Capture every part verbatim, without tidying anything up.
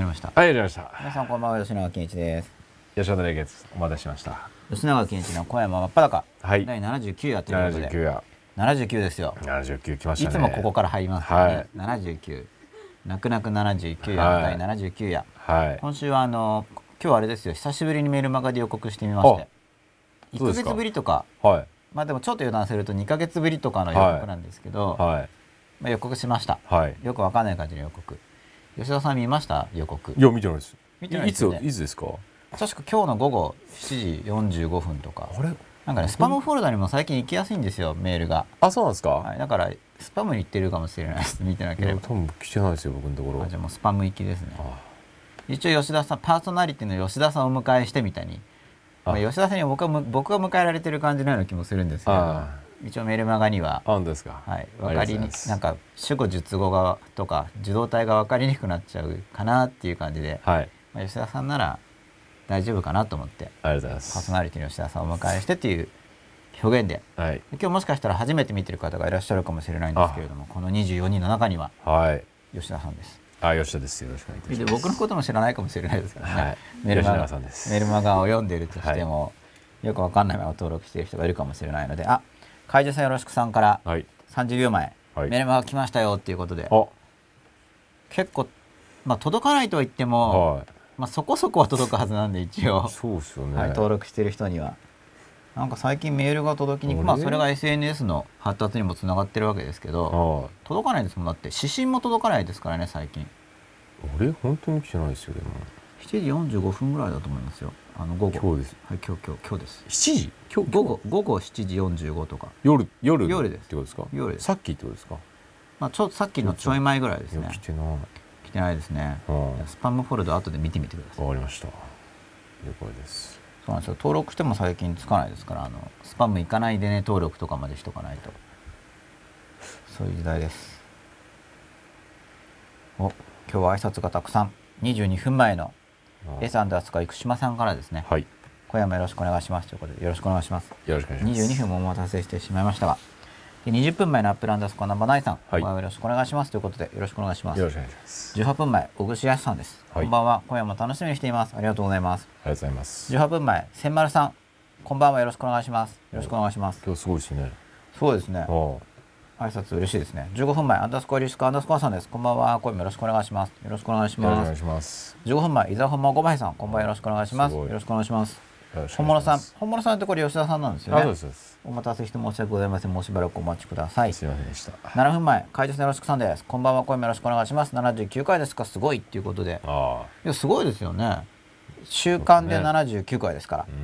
ました。 はい、やりました。 皆さんこんばんは、吉永健一です。 吉田礼月、お待たせしました。 吉永健一の小山真っ裸、 はい、 だいななじゅうきゅうやということで。 ななじゅうきゅうや。 ななじゅうきゅうですよ。 ななじゅうきゅう来ましたね。 いつもここから入りますからね。 はい、 ななじゅうきゅう。泣く泣くななじゅうきゅうやのだいななじゅうきゅうや。 はい。 今週はあの今日あれですよ。久しぶりにメールマガで予告してみまして。いっかげつぶりとか。 はい。 まあでもちょっと油断するとにかげつぶりとかの予告なんですけど、 はい。 まあ予告しました。 はい。 よくわかんない感じの予告。吉田さん見ました予告？ いや見てないです。 見てないですよね。 いついつですか？ 確か今日の午後しちじよんじゅうごふんとか。 あれ？ なんかねスパムフォルダにも最近行きやすいんですよメールが。 あ、そうなんですか？ はい、だからスパムに行ってるかもしれないです。見てなければ。 多分来てないですよ僕のところ。 あ、じゃあもうスパム行きですね。 ああ、 一応吉田さんパーソナリティの吉田さんをお迎えしてみたいに、まあ、吉田さんには僕は僕が迎えられてる感じのような気もするんですけど、一応メールマガには、 あ、本当ですか？ はい、分かりになんか主語述語がとか受動体が分かりにくくなっちゃうかなっていう感じで、 はい、 まあ、吉田さんなら大丈夫かなと思って、 ありがとうございます。 パーソナリティの吉田さんをお迎えしてっていう表現で、はい、今日もしかしたら初めて見てる方がいらっしゃるかもしれないんですけれども、このにじゅうよにんの中には吉田さんです。 あ、吉田です。よろしくお願いいたします。 僕のことも知らないかもしれないですけどね、はい、 メールマガさんです。 メールマガを読んでいるとしても、はい、よくわかんないまま登録している人がいるかもしれないので、あ、海女さんよろしくさんからさんじゅうびょうまえ、はい、メールマガ来ましたよっていうことで、結構、まあ、届かないとは言っても、はい、まあ、そこそこは届くはずなんで一応そうですよね、 はい、登録している人にはなんか最近メールが届きにくい、まあそれが エスエヌエス の発達にもつながってるわけですけど、届かないですもん。だって指針も届かないですからね最近。 あれ本当に来てないですよ。でもしちじよんじゅうごふんぐらいだと思いますよ。あの午後。 今日です。 はい、今日今日今日です。 しちじ？ 今日午後午後しちじよんじゅうごとか。 夜夜夜です。 ってことですか？ 夜です。 さっきってことですか？ まあちょっとさっきのちょい前ぐらいですね。 来てない。 来てないですね。スパムフォルダ後で見てみてください。 わかりました。了解です。 そうなんですよ。登録しても最近つかないですから、あのスパム行かないでね登録とかまでしとかないと。そういう時代です。お、今日は挨拶がたくさん。にじゅうにふんまえの S アンダースカ生島さんからですね。はい。小山よろしくお願いしますということでよろしくお願いします。 よろしくお願いします。 にじゅうにふんもお待たせしてしまいましたが、でにじゅっぷんまえのアップルアンダースコアナンバーナインさん、はい、よろしくお願いしますということでよろしくお願いします。 よろしくお願いします。 じゅうはっぷんまえ小串康さんです。はい、こんばんは。今夜も楽しみにしています。ありがとうございます。 ありがとうございます。 じゅうはっぷんまえ千丸さん、こんばんは。よろしくお願いします。よろしくお願いします。 今日すごいですね。 そうですね。挨拶嬉しいですね。じゅうごふんまえアンダースコアリスクアンダースコアさんです。こんばんは。声もよろしくお願いします。よろしくお願いします。 よろしくお願いします。 じゅうごふんまえ伊沢本間ごばいさん、こんばんは。よろしくお願いします。よろしくお願いします。本物さん、本物さんってこれ吉田さんなんですよね。 あ、そうです。 お待たせして申し訳ございません。もうしばらくお待ちください。 すみませんでした。 ななふんまえ海女さんよろしくさんです。こんばんは。声もよろしくお願いします。ななじゅうきゅうかいですか。すごいっていうことで。ああ。いやすごいですよね。週間でななじゅうきゅうかいですから。うん。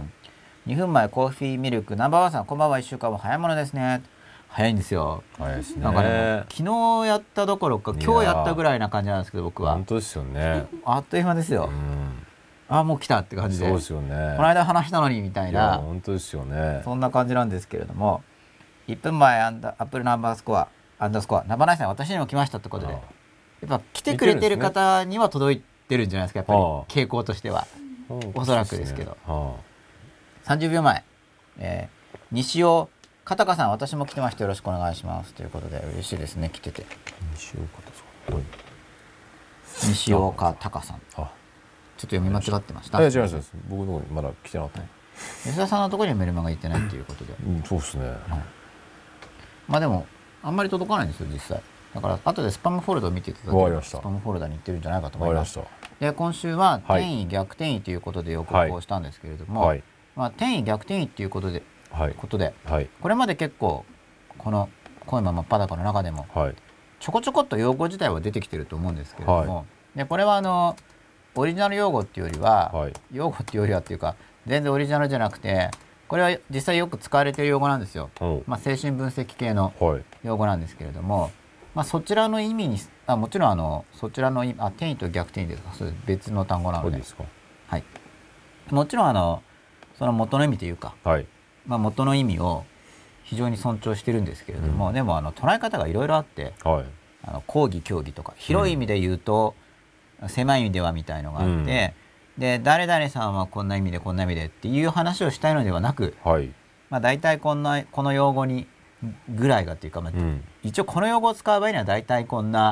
にふんまえコーヒーミルクナンバーワンさん、こんばんは。いっしゅうかんも早いものですね。早いんですよ。 早いですね。 なんかね、昨日やったどころか今日やったぐらいな感じなんですけど、僕は。 本当ですよね。 あっという間ですよ。あ、もう来たって感じで。 そうですよね。 この間話したのにみたいな。 本当ですよね。 そんな感じなんですけれども、いっぷんまえアンダアップルナンバースコアアンダースコアナンバーナインさん、私にも来ましたってことで、やっぱ来てくれてる方には届いてるんじゃないですか。やっぱり傾向としては。おそらくですけど。さんじゅうびょうまえ、えー、西尾片岡さん、私も来てましてよろしくお願いしますということで嬉しいですね、来てて。 西岡さん、はい、 西岡隆さん、あ、ちょっと読み間違ってました。 いや違います。僕のところにまだ来てなかった、はい、 吉田さんのところにはメルマガ行ってないっていうことで、 うん、そうですね、はい、 まあでもあんまり届かないんですよ実際。だから後でスパムフォルダを見ていただければスパムフォルダに行ってるんじゃないかと思います。で今週は転移逆転移ということで予告をしたんですけれども、はい、まあ、転移逆転移っていうことで、はい、ことで、はい、これまで結構この声も真っ裸の中でも、はい、ちょこちょこっと用語自体は出てきてると思うんですけれども、はい、でこれはあのオリジナル用語っていうよりは、はい、用語っていうよりはっていうか全然オリジナルじゃなくて、これは実際よく使われている用語なんですよ。まあ、精神分析系の用語なんですけれども、はい、まあ、そちらの意味にあもちろんあのそちらの意味あ転移と逆転移ですか、それ別の単語なので、はい、もちろんあのその元の意味というか、はい、まあ、元の意味を非常に尊重してるんですけれども、うん、でもあの捉え方がいろいろあって、はい、あの講義教義とか広い意味で言うと、うん、狭い意味ではみたいのがあって、うん、で誰々さんはこんな意味でこんな意味でっていう話をしたいのではなく、はい、まあ、大体こんなこの用語にぐらいがっていうか、まあ、うん、一応この用語を使う場合には大体こんな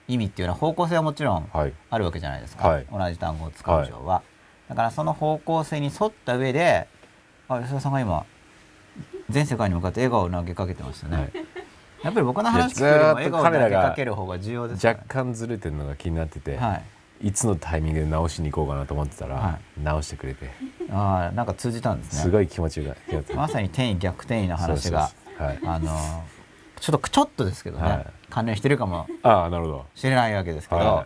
意味っていうのは方向性はもちろんあるわけじゃないですか、はい、同じ単語を使う以上は、はい、だからその方向性に沿った上で、あ、吉田さんが今全世界に向かって笑顔を投げかけてましたね、はい、やっぱり僕の話聞くよりも笑顔を投げかける方が重要です、ね、 若干ずれてるのが気になってて、はい、いつのタイミングで直しに行こうかなと思ってたら、はい、直してくれて、 ああ、なんか通じたんですね。 すごい気持ちがまさに転移逆転移の話が、はい、あのちょっとちょっとですけどね、はい、関連してるかもしれないわけですけど、はい、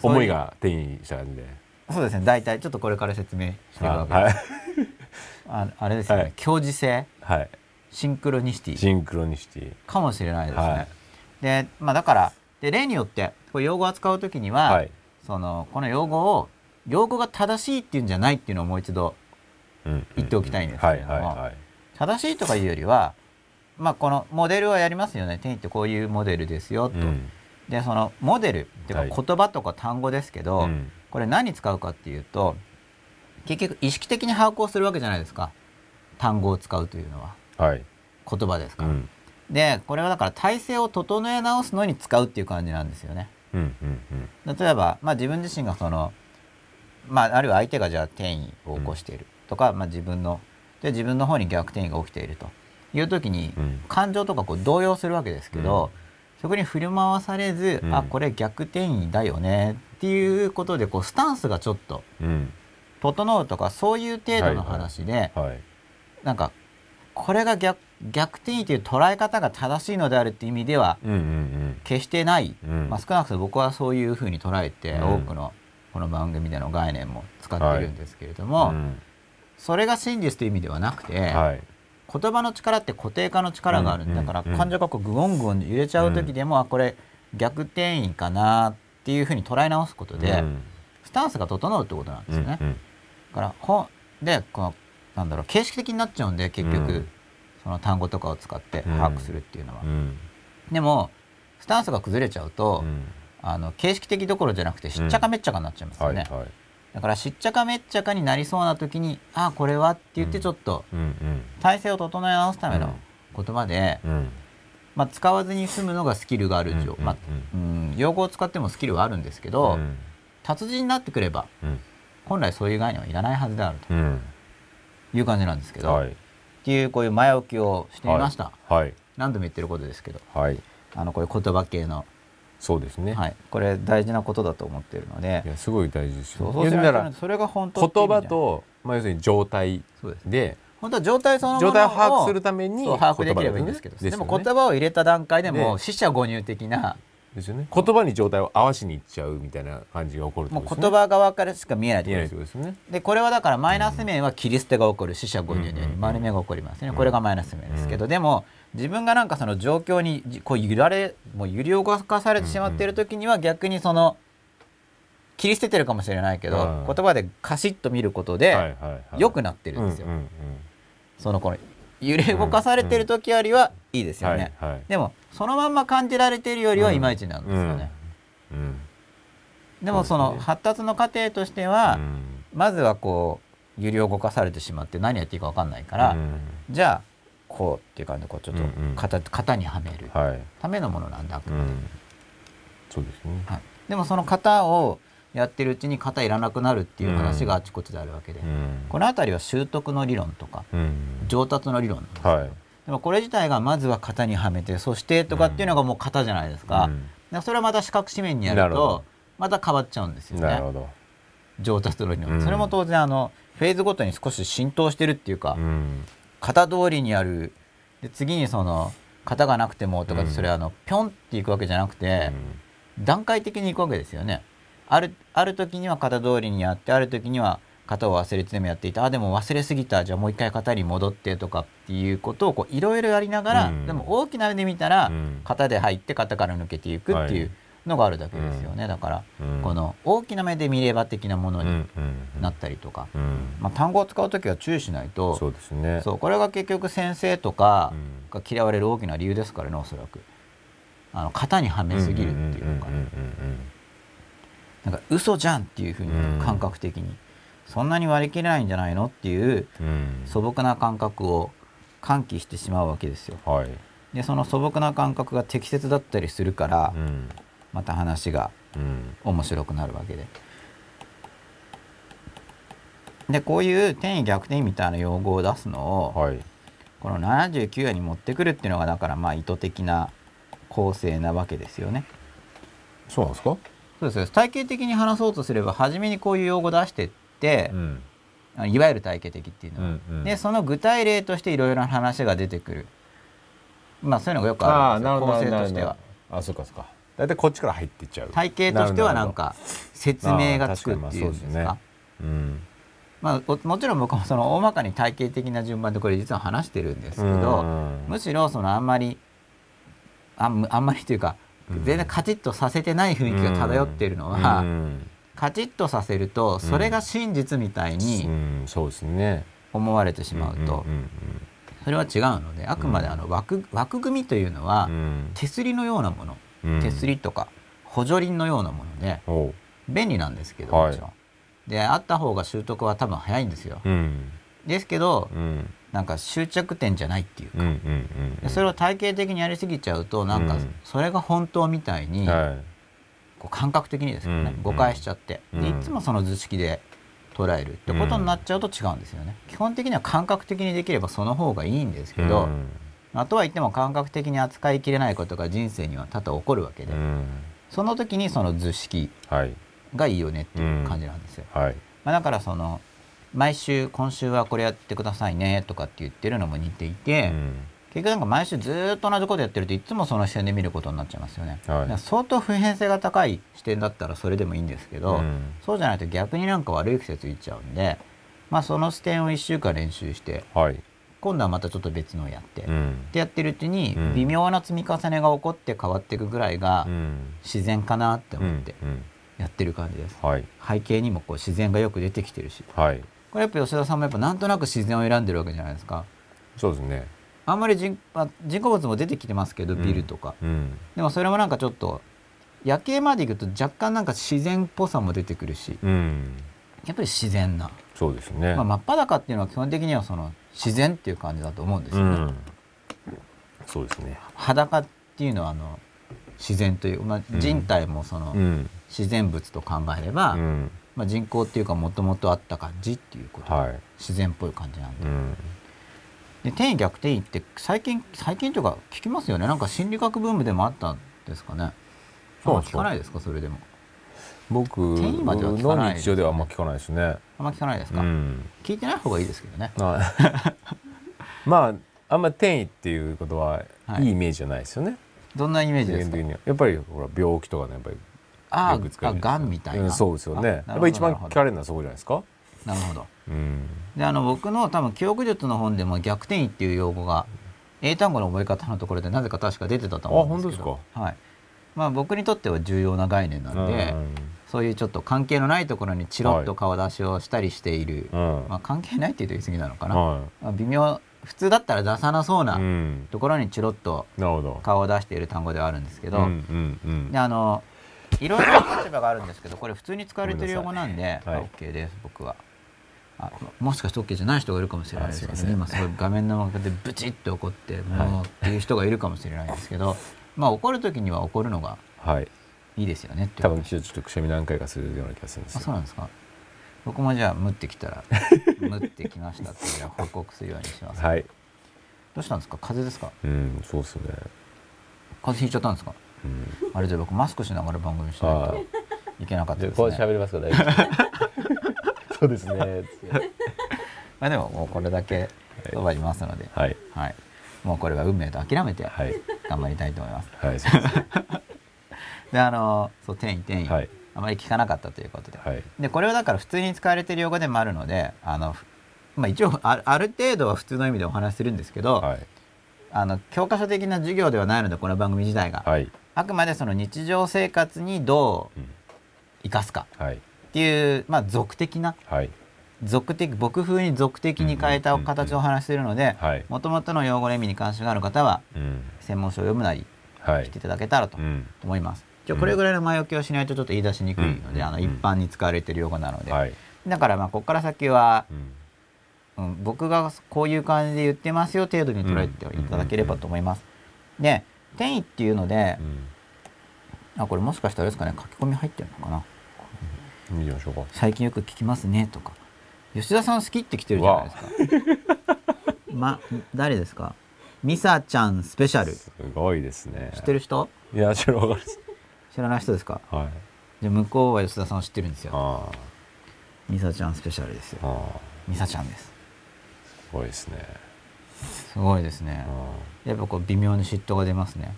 思いが転移した感じで、 そうですね、大体ちょっとこれから説明していくわけです。あ、はい、あ, あれですよね、はい、共時性、はい、シンクロニシティシンクロニシティかもしれないですね、はい、で、まあ、だからで例によってこう用語を扱うときには、はい、そのこの用語を用語が正しいっていうんじゃないっていうのをもう一度言っておきたいんですけれども、正しいとかいうよりは、まあ、このモデルはやりますよね。転移ってこういうモデルですよと、うん、でそのモデルっていうか言葉とか単語ですけど、はい、これ何に使うかっていうと結局意識的に把握をするわけじゃないですか、単語を使うというのは、はい、言葉ですから、うん、でこれはだから体制を整え直すのに使うっていう感じなんですよね、うんうんうん、例えば、まあ、自分自身がその、まあ、あるいは相手がじゃあ転移を起こしているとか、うん、まあ、自分ので自分の方に逆転移が起きているという時に、うん、感情とかこう動揺するわけですけど、うん、そこに振り回されず、うん、あ、これ逆転移だよねっていうことでこうスタンスがちょっと整うとか、そういう程度の話で、はいはいはい、なんかこれが 逆, 逆転移という捉え方が正しいのであるっていう意味では決してない、うんうんうん、まあ、少なくとも僕はそういうふうに捉えて、うん、多くのこの番組での概念も使っているんですけれども、はい、うん、それが真実という意味ではなくて、はい、言葉の力って固定化の力があるんだから、うんうんうん、感情がこうグオングオン揺れちゃう時でも、うん、これ逆転移かなっていうふうに捉え直すことで、うん、スタンスが整うってことなんですね、うんうん、だからほでこのなんだろう形式的になっちゃうんで結局、うん、その単語とかを使って把握するっていうのは、うん、でもスタンスが崩れちゃうと、うん、あの形式的どころじゃなくてしっちゃかめっちゃかになっちゃいますよね、うん、はいはい、だからしっちゃかめっちゃかになりそうな時にあこれはって言ってちょっと体勢を整え直すための言葉で、うん、まあ、使わずに済むのがスキルがある以上、うん、まあうん、用語を使ってもスキルはあるんですけど、うん、達人になってくれば、うん、本来そういう概念はいらないはずであるという感じなんですけど、はい、っていうこういう前置きをしてみました、はいはい、何度も言ってることですけど、はい、あのこういう言葉系のそうですね、 はい、これ大事なことだと思っているので、 いやすごい大事ですよ。 そうそうならそれが本当言葉と、まあ、要するに状態 で, で本当は状態そのものを状態を把握するために把握できればいいんですけど、でも言葉を入れた段階でも四捨五入的なですよね、言葉に状態を合わしにいっちゃうみたいな感じが起こるってことですね。 もう言葉側からしか見えないってことですね。でこれはだからマイナス面は切り捨てが起こる、四捨五入のように丸めが起こりますね、うん、これがマイナス面ですけど、うん、でも自分がなんかその状況にこう揺られもう揺り動かされてしまっている時には逆にその切り捨ててるかもしれないけど、うん、言葉でカシッと見ることで良くなってるんですよ。そのこの揺れ動かされてる時よりはいいですよね、うんうん、はいはい、でもそのまんま感じられているよりはいまいちなんですよね、うんうんうん、でもその発達の過程としては、うん、まずはこう揺り動かされてしまって何やっていいか分かんないから、うん、じゃあこうっていう感じでこうちょっと 型,、うんうん、型にはめるためのものなんだ、はい、あくまで、うん、 そうですね、 はい、でもその型をやってるうちに型いらなくなるっていう話があちこちであるわけで、うん、この辺りは習得の理論とか、うん、上達の理論なんですよ、はい、でもこれ自体がまずは型にはめてそしてとかっていうのがもう型じゃないですか、うん、でそれはまた四角四面にやるとまた変わっちゃうんですよね。なるほど、上達の理論、うん、それも当然あのフェーズごとに少し浸透してるっていうか、うん、型通りにやるで次にその型がなくてもとか、うん、それはあのピョンっていくわけじゃなくて、うん、段階的にいくわけですよね。ある、ある時には型通りにやってある時には型を忘れてでもやっていた、あでも忘れすぎた、じゃあもう一回型に戻ってとかっていうことをいろいろやりながら、うん、でも大きな目で見たら、うん、型で入って型から抜けていくっていうのがあるだけですよね、はい、だから、うん、この大きな目で見れば的なものになったりとか、うんうんまあ、単語を使う時は注意しないと、そうですね、そうこれが結局先生とかが嫌われる大きな理由ですからね、おそらくあの型にはめすぎるっていうのかな、なんか嘘じゃんっていうふうに感覚的に、うん、そんなに割り切れないんじゃないのっていう素朴な感覚を喚起してしまうわけですよ、はい、でその素朴な感覚が適切だったりするから、うん、 また話が面白くなるわけで。でこういう転移逆転みたいな用語を出すのを、はい、このななじゅうきゅうわに持ってくるっていうのがだからまあ意図的な構成なわけですよね。 そうなんですか？ そうです。体系的に話そうとすれば初めにこういう用語出してって、うん、いわゆる体系的っていうのは、うんうん、でその具体例としていろいろな話が出てくる。まあそういうのがよくあるんですよ、構成としては。 あ、そうかそうか。だいたいこっちから入っていっちゃう。 体系としてはなんか説明がつくっていうんですか。まあ、もちろん僕もその大まかに体系的な順番でこれ実は話してるんですけど、むしろそのあんまりあん、あんまりというか全然カチッとさせてない雰囲気が漂っているのは、カチッとさせるとそれが真実みたいに思われてしまうとそれは違うので、あくまであの 枠, 枠組みというのは手すりのようなもの、手すりとか補助輪のようなもので便利なんですけど、もちろん。であった方が習得は多分早いんですよ。うん、ですけど、うん、なんか終着点じゃないっていうか、でそれを体系的にやりすぎちゃうとなんかそれが本当みたいに、うん、こう感覚的にですよね、うん、誤解しちゃって、うん、でいつもその図式で捉えるってことになっちゃうと違うんですよね。基本的には感覚的にできればその方がいいんですけど、うん、とは言っても感覚的に扱いきれないことが人生には多々起こるわけで、うん、その時にその図式、はいがいいよねっていう感じなんですよ。うんはいまあ、だからその毎週今週はこれやってくださいねとかって言ってるのも似ていて、うん、結局なんか毎週ずっと同じことやってるといつもその視点で見ることになっちゃいますよね。はい、相当普遍性が高い視点だったらそれでもいいんですけど、うん、そうじゃないと逆になんか悪い癖ついちゃうんで、まあ、その視点をいっしゅうかん練習して、はい、今度はまたちょっと別のをやって、うん、ってやってるうちに微妙な積み重ねが起こって変わっていくぐらいが自然かなって思って。うんうんやってる感じです、はい、背景にもこう自然がよく出てきてるし、はい、これやっぱ吉田さんもやっぱなんとなく自然を選んでるわけじゃないですか。 そうですね。 あんまり 人, 人工物も出てきてますけど、ビルとか、うんうん、でもそれもなんかちょっと夜景まで行くと若干なんか自然っぽさも出てくるし、うん、やっぱり自然な。 そうですね。 まあ、真っ裸っていうのは基本的にはその自然っていう感じだと思うんですよね、うん、 そうですね。 裸っていうのはあの自然という、まあ、人体もその、うん自然物と考えれば、うんまあ、人工っていうかもともとあった感じっていうこと、はい、自然っぽい感じなんで、うん、で転移逆転移って最近最近というか聞きますよね。なんか心理学ブームでもあったんですかね。そうなんですか。聞かないですかそれでも。 僕の日常ではあんま聞かないですね。 あんま聞かないですか、うん、聞いてない方がいいですけどね。 まああんま転移っていうことはいいイメージじゃないですよね、はい、 どんなイメージですか。 やっぱりほら病気とかねやっぱりああ、がんみたいな、うん、 そうですよね。やっぱり一番聞かれるのはそこじゃないですか。 なるほど、うん、であの僕の多分記憶術の本でも逆転移っていう用語が英単語の覚え方のところでなぜか確か出てたと思うんですけど、あ、本当ですか。はい。まあ、僕にとっては重要な概念なんで、うん、そういうちょっと関係のないところにチロッと顔出しをしたりしている、はい、まあ、関係ないっていうと言い過ぎなのかな、はい、まあ、微妙普通だったら出さなそうなところにチロッと顔を出している単語ではあるんですけど、であのいろいろな立場があるんですけど、これ普通に使われてる用語なんで、はい、OK です。僕はあもしかして OK じゃない人がいるかもしれないですけど、ね、今すごい画面の中でブチッと怒ってもうっていう人がいるかもしれないですけど、まあ怒る時には怒るのがいいですよねって。 多分ちょっとくしゃみ何回かするような気がするんですよ。 あ、そうなんですか。僕もじゃあムってきたらムってきましたっていう報告するようにします、ね。はい。どうしたんですか。風邪ですか。 うん、そうですね。 風邪ひいちゃったんですか。うん、あれじゃ僕マスクしながら番組しないといけなかったですね。 こう喋りますか大丈夫。そうですね。 まあでももうこれだけそばにいますので、はい、はい、もうこれは運命と諦めて頑張りたいと思います。はい、そうです。であのそう転移転移、はい、あまり聞かなかったということで、はい、でこれはだから普通に使われている用語でもあるので、あのまあ一応 あ, ある程度は普通の意味でお話しするんですけど、はい、あの教科書的な授業ではないのでこの番組自体が、はい、あくまでその日常生活にどう生かすかっていう、まあ俗的な、はい、俗的僕風に俗的に変えた形をお話しするので、もともとの用語の意味に関心がある方は、うん、専門書を読むなりしていただけたらと思います。はい、これぐらいの前置きをしないとちょっと言い出しにくいので、うん、あの一般に使われている用語なので、はい、だからまあここから先は、うんうん、僕がこういう感じで言ってますよ程度に捉えていただければと思います。で転移っていうので、 あ、これもしかしたらですかね、書き込み入ってるのかな。 見てみましょうか。 最近よく聞きますねとか。吉田さん好きって来てるじゃないですか。ま、誰ですか。ミサちゃんスペシャル。 すごいですね。 知ってる人？ いや、知らない。 知らない人ですか。 はい。 じゃあ向こうは吉田さんを知ってるんですよ。 ああ。 ミサちゃんスペシャルですよ。ああ。ミサちゃんです。 すごいですね。 すごいですね。やっぱこう微妙に嫉妬が出ますね。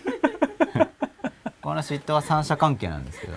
この嫉妬は三者関係なんですけど。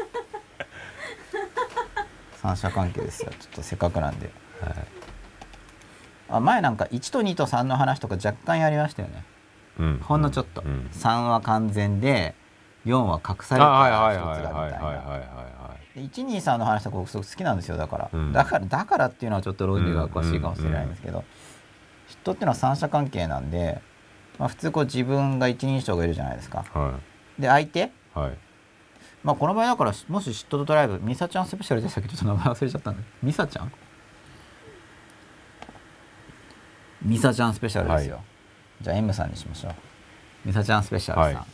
三者関係ですよ。ちょっとせっかくなんで。はい、あ、前なんかいちとにとさんの話とか若干やりましたよね。うん、ほんのちょっと、うん、さんは完全でよんは隠された一つだみたいな。いちにさんの話とか僕すごく好きなんですよ。だから、うん、だからだからっていうのはちょっと論理がおかしいかもしれないんですけど、嫉妬っていうのは三者関係なんで、まあ、普通こう自分が一人称がいるじゃないですか。はい、で相手、はい、まあこの場合だからもし嫉妬とドライブ、ミサちゃんスペシャルでしたっけ、ちょっと名前忘れちゃったんで、ミサちゃんミサちゃんスペシャルですよ。はい、じゃあ M さんにしましょう。ミサちゃんスペシャルさん、はい、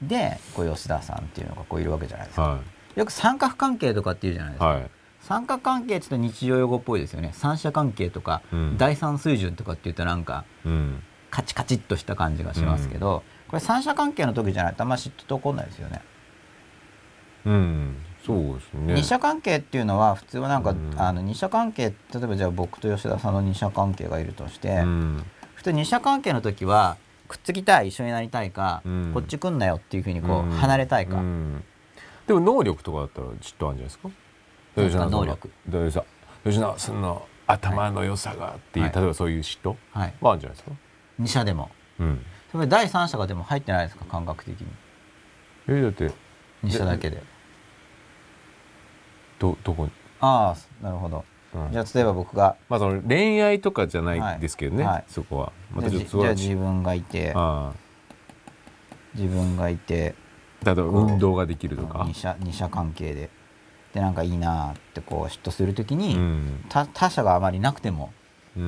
でこう吉田さんっていうのがこういるわけじゃないですか。はい、よく三角関係とかっていうじゃないですか。はい、三角関係って言うと日常用語っぽいですよね。三者関係とか、うん、第三水準とかって言うとなんか、うん、カチカチっとした感じがしますけど、うん、これ三者関係の時じゃないとあんま嫉妬って起こんないですよね。 うん、そうですね。 二者関係っていうのは普通はなんか、うん、あの二者関係、例えばじゃあ僕と吉田さんの二者関係がいるとして、うん、普通二者関係の時はくっつきたい、一緒になりたいか、うん、こっち来んなよっていうふうにこう離れたいか、うんうん、 でも能力とかだったら嫉妬あるんじゃないですか。 吉田能力、 吉田さんの頭の良さがっていう、はい、例えばそういう嫉妬はあるんじゃないですか。 二者でも、うん、それ第三者がでも入ってないですか、感覚的に。 えだって二者だけでどどこに。 ああ、なるほど。うん、じゃあ例えば僕が、 まあ、その恋愛とかじゃないですけどね、はいはい、そこはまたちょっとじゃあ自分がいて、あ自分がいて例えば運動ができるとか、 二者二者関係ででなんかいいなってこう嫉妬するときに、うん、他, 他者があまりなくても、うん、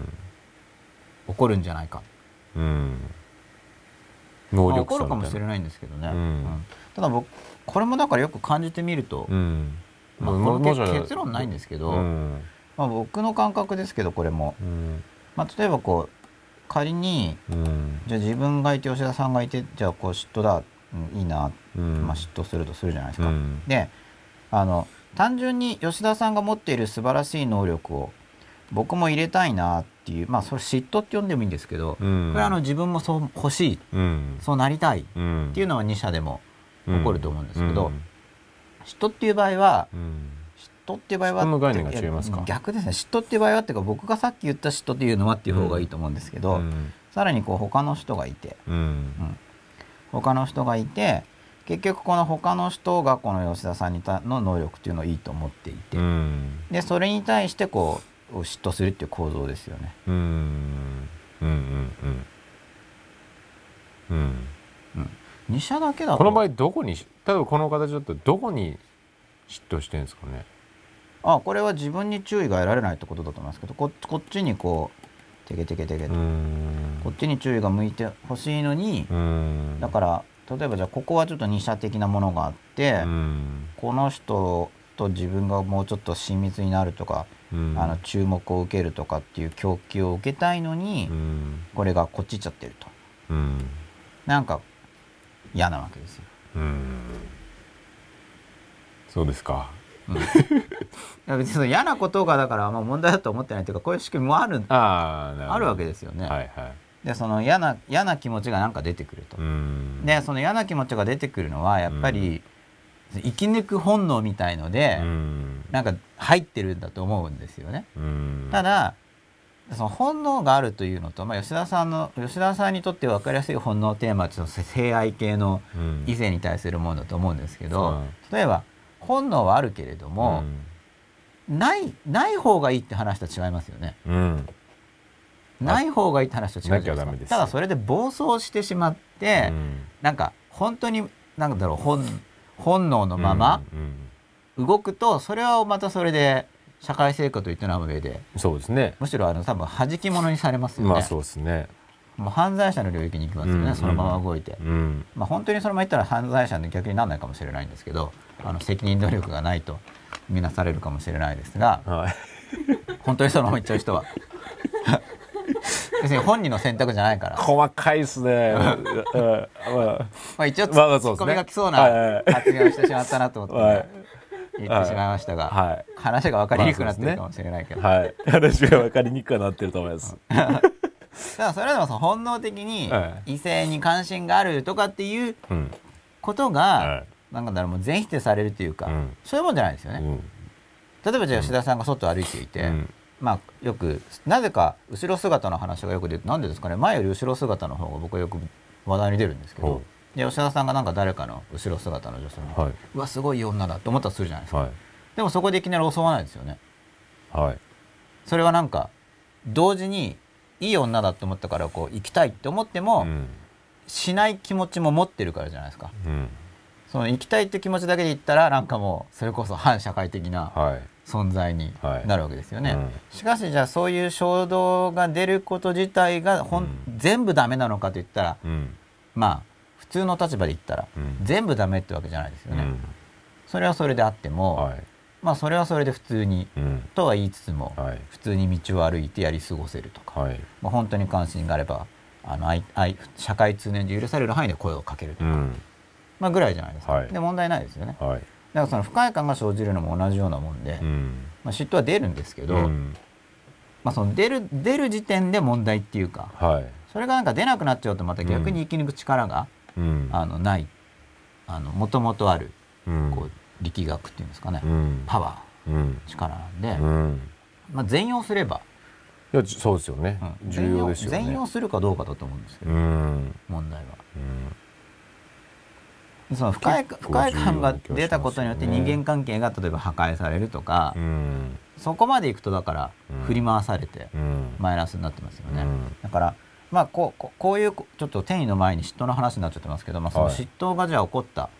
起こるんじゃないか、うん、能力差みたいな、まあ、起こるかもしれないんですけどね、うんうん、ただ僕これもだからよく感じてみると、うん、まあ、この結論ないんですけど、うん、まあ、僕の感覚ですけどこれも、うん、まあ、例えばこう仮に、うん、じゃあ自分がいて吉田さんがいて、じゃあこう嫉妬だ、うん、いいな、うん、まあ、嫉妬するとするじゃないですか、うん、であの単純に吉田さんが持っている素晴らしい能力を僕も入れたいなっていう、まあそれ嫉妬って呼んでもいいんですけど、うん、これはあの自分もそう欲しい、うん、そうなりたいっていうのはに者でも起こると思うんですけど、うん、嫉妬っていう場合は、うん、嫉妬っていう場合はその概念が違いますか。 逆ですね。嫉妬っていう場合はっていうか、僕がさっき言った嫉妬っていうのはっていう方がいいと思うんですけど、うん、さらにこう他の人がいて、うんうん、他の人がいて結局この他の人がこの吉田さんにたの能力っていうのをいいと思っていて、うん、でそれに対してこう嫉妬するっていう構造ですよね。うんうんうんうんうんうん。に者だけだとこの場合どこに、例えばこの形だとどこに嫉妬してるんですかね。 あ、これは自分に注意が得られないってことだと思いますけど、 こ, こっちにこうテケテケテケとこっちに注意が向いてほしいのに、だから例えばじゃあここはちょっと二者的なものがあって、うん、この人と自分がもうちょっと親密になるとか、うん、あの注目を受けるとかっていう供給を受けたいのに、うん、これがこっち行っちゃってると、うん、なんか嫌なわけですよ。うん、 そうですか。 うん、いや別にその嫌なことがだからまあ問題だと思ってないというか、こういう仕組みもある、あ, あるわけですよね。はいはい、でその嫌な嫌な気持ちがなんか出てくると。でその嫌な気持ちが出てくるのはやっぱり生き抜く本能みたいのでなんか入ってるんだと思うんですよね。ただその本能があるというのと、まあ、吉田さんの吉田さんにとって分かりやすい本能テーマって性愛系の異性に対するものだと思うんですけど、例えば本能はあるけれども、ないない方がいいって話と違いますよね。うんない方がいいって話と違うじゃないですか。ただそれで暴走してしまって、うん、なんか本当になんだろう 本, 本能のまま動くと、それはまたそれで社会生活を営む上で、 そうですね、 むしろあの多分弾き物にされますよね。 まあそうですね。 もう犯罪者の領域に行きますよね、うんうん、そのまま動いて、うん、まあ、本当にそのまま言ったら犯罪者の逆にならないかもしれないんですけど、あの責任能力がないと見なされるかもしれないですが、はい、本当にそのまま言っちゃう人は別に本人の選択じゃないから。 細かいですねまあ一応ツッコミが来そうな発言をしてしまったなと思って、ね、はい、言ってしまいましたが、はい、話が分かりにくくなってるかもしれないけど、 まあね、はい、話が分かりにくくなってると思いますだからそれでもその本能的に異性に関心があるとかっていうことが、はい、なんかだろう、もう全否定されるというか、うん、そういうもんじゃないですよね、うん、例えばじゃあ吉田さんが外を歩いていて、うん、まあよくなぜか後ろ姿の話がよく出て、なんでですかね、前より後ろ姿の方が僕はよく話題に出るんですけど、で吉田さんがなんか誰かの後ろ姿の女性に、はい、うわすごいいい女だと思ったらするじゃないですか、はい、でもそこでいきなり襲わないですよね、はい、それはなんか同時にいい女だって思ったからこう行きたいって思っても、うん、しない気持ちも持ってるからじゃないですか、うん、その行きたいって気持ちだけで言ったらなんかもうそれこそ反社会的な存在になるわけですよね、はいはい、うん、しかしじゃあそういう衝動が出ること自体がほん、うん、全部ダメなのかといったら、うん、まあ普通の立場で言ったら、うん、全部ダメってわけじゃないですよね、うん、それはそれであっても、はい、まあそれはそれで普通に、うん、とは言いつつも、はい、普通に道を歩いてやり過ごせるとか、はい、まあ、本当に関心があればあの愛愛社会通念で許される範囲で声をかけるとか、うん、まあ、ぐらいじゃないですか、はい、で問題ないですよね、はい、だからその不快感が生じるのも同じようなもんで、うん、まあ、嫉妬は出るんですけど、うん、まあ、その出る、出る時点で問題っていうか、はい、それがなんか出なくなっちゃうとまた逆に生き抜く力が、うん、あのない、あのもともとある、うん、こう力学っていうんですかね、うん、パワー、うん、力なんで、うん、まあ、全容すれば、 いやそうですよね、うん、重要ですよね。 全容するかどうかだと思うんですけど、うん、問題は、うん、その不快、不快感が出たことによって人間関係が例えば破壊されるとか、うん、そこまでいくとだから振り回されてマイナスになってますよね、うん、だからまあ、こう、こういうちょっと転移の前に嫉妬の話になっちゃってますけど、まあ、その嫉妬がじゃあ起こった、はい、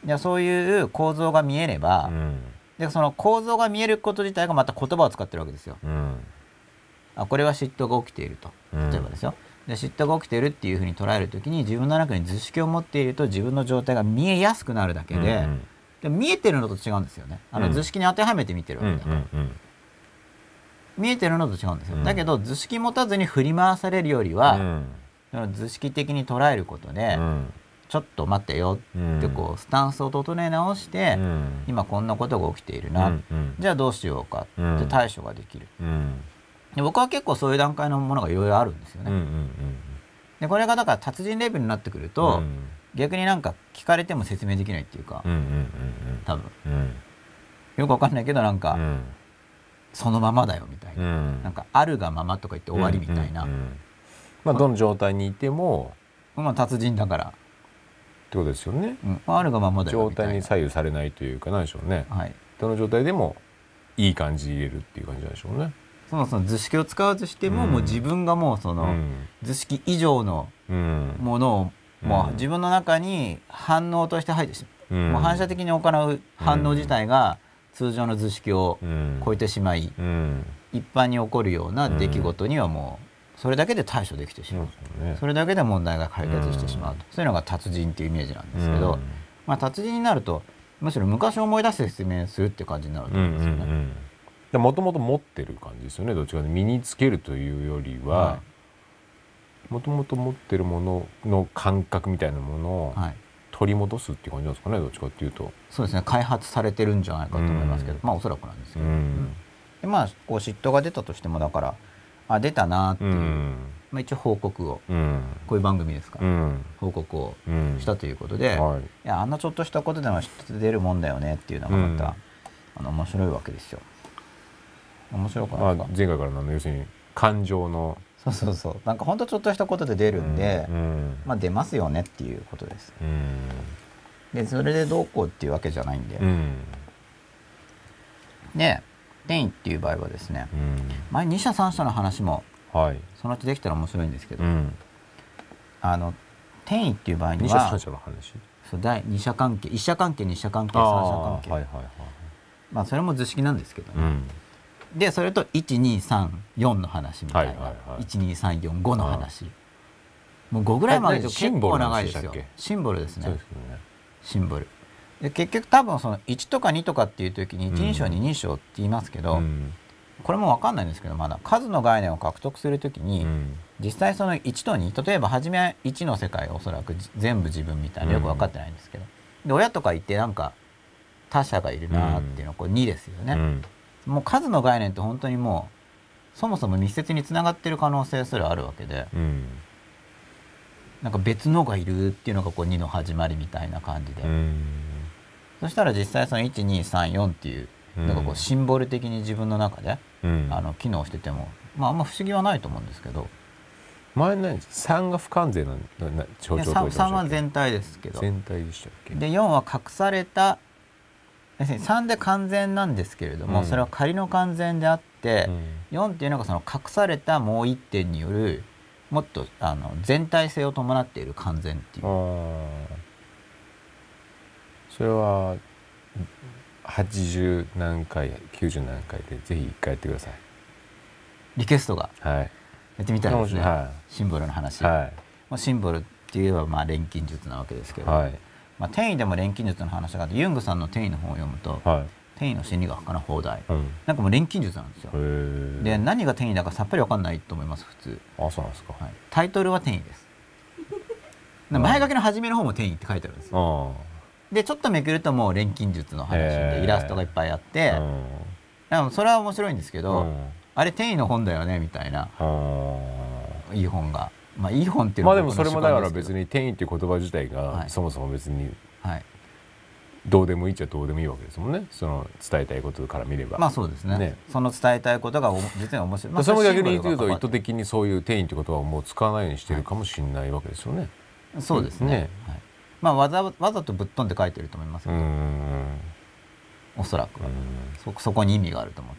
じゃあそういう構造が見えれば、うん、でその構造が見えること自体がまた言葉を使ってるわけですよ、うん、あこれは嫉妬が起きていると、例えばですよ、で嫉妬が起きているっていうふうに捉えるときに自分の中に図式を持っていると自分の状態が見えやすくなるだけで、うんうん、で見えてるのと違うんですよね、あの図式に当てはめて見てるわけだから、うんうんうん、見えてるのと違うんですよ、うん、だけど図式持たずに振り回されるよりは、うん、図式的に捉えることで、うん、ちょっと待ってよってこうスタンスを整え直して、うん、今こんなことが起きているな、うんうん、じゃあどうしようかって対処ができる、うん、で僕は結構そういう段階のものがいろいろあるんですよね、うんうんうん、でこれがだから達人レベルになってくると、うん、逆になんか聞かれても説明できないっていうか、うんうんうんうん、多分、うん、よくわかんないけどなんか、うん、そのままだよみたいな、うん、なんかあるがままとか言って終わりみたいな、うんうんうん、 まあ、どの状態にいても、 まあ、達人だからってことですよね、 うん、あるがままだよみたいな、 状態に左右されないというかなんでしょうね、はい、どの状態でもいい感じで入れるっていう感じなんでしょうね。 そもそも図式を使わずしても、うん、もう自分がもうその、うん、図式以上のものを、うん、もう自分の中に反応として入ってしまう、うん、もう反射的に行う反応自体が通常の図式を超えてしまい、うん、一般に起こるような出来事にはもうそれだけで対処できてしまう、うん、それだけで問題が解決してしまうと、うん、そういうのが達人っていうイメージなんですけど、うん、まあ、達人になるとむしろ昔を思い出して説明するって感じになると思うんですよね、うんうんうん、もともと持ってる感じですよね。どっちかで身につけるというよりはもともと持ってるものの感覚みたいなものを取り戻すっていう感じなんですかね。どっちかっていうとそうですね、開発されてるんじゃないかと思いますけど、うん、まあおそらくなんですけど、うん、でまあこう嫉妬が出たとしてもだからあ出たなっていう、うん、まあ、一応報告を、うん、こういう番組ですから、うん、報告をしたということで、うん、はい、いやあんなちょっとしたことでも嫉妬出るもんだよねっていうのがまた、うん、あの面白いわけですよ。面白くないですか。 まあ、前回からの要するに感情のそうそうそう、なんかほんとちょっとしたことで出るんで、うんうん、まあ出ますよねっていうことです、うん、でそれでどうこうっていうわけじゃないんで、うん、で転移っていう場合はですね、うん、前に者さん者の話も、はい、そのうちできたら面白いんですけど、うん、あの転移っていう場合にはに者さん者の話、そう第二者関係、一者関係、二者関係、三者関係、はいはいはい、まあそれも図式なんですけどね、うん、でそれといちにさんよんの話みたいな、はいはいはい、いちにさんよんごの話もうごぐらいまで結構長いですよ。シンボルですね。 そうですよね。 シンボルで結局多分そのいちとかにとかっていう時に一人称二人称って言いますけど、うん、これも分かんないんですけど、まだ数の概念を獲得する時に、うん、実際そのいちとに、例えば初めはいちの世界がおそらく全部自分みたいなよく分かってないんですけど、うん、で親とかいてなんか他者がいるなっていうのはこれにですよね、うん、もう数の概念って本当にもうそもそも密接につながってる可能性すらあるわけで、うん、なんか別のがいるっていうのがこうにの始まりみたいな感じで、うん、そしたら実際そのいちにさんよんっていうなんかこうシンボル的に自分の中で、うん、あの機能してても、まあ、あんま不思議はないと思うんですけど、 前ねさんが不完全な象徴と言ってましたっけ。さんは全体ですけど、 全体でしたっけ。 でよんは隠された、さんで完全なんですけれども、うん、それは仮の完全であって、うん、よんっていうのがその隠されたもういってんによるもっとあの全体性を伴っている完全っていう。 それははちじゅうなんかいきゅうじゅうなんかいでぜひ一回やってください。 リクエストが、 はい、 やってみたいですね、 はい、 シンボルの話、 はい、 まあ、シンボルっていうのはまあ錬金術なわけですけど、はい、まあ、転移でも錬金術の話があって、ユングさんの転移の本を読むと、はい、転移の心理学かな放題、うん、なんかもう錬金術なんですよ。で何が転移だかさっぱり分かんないと思います普通。 あ、そうなんですか、 はい、タイトルは転移です。前書きの初めの方も転移って書いてあるんですよ。でちょっとめくるともう錬金術の話でイラストがいっぱいあって、うん、それは面白いんですけど、うん、あれ転移の本だよねみたいな、いい本が、まあいい本っていうのはまあでもそれもだから別に転移っていう言葉自体がそもそも別にどうでもいいっちゃどうでもいいわけですもんね、その伝えたいことから見れば。 まあそうですね、ね、その伝えたいことが実に面白い、まあ、 それも逆に言うと意図的にそういう転移って言葉をもう使わないようにしてるかもしれないわけですよね、 はい、そうですね、ね、はい、まあ、わざわざとぶっ飛んで書いてると思いますけど、おそらくは そ, そこに意味があると思って、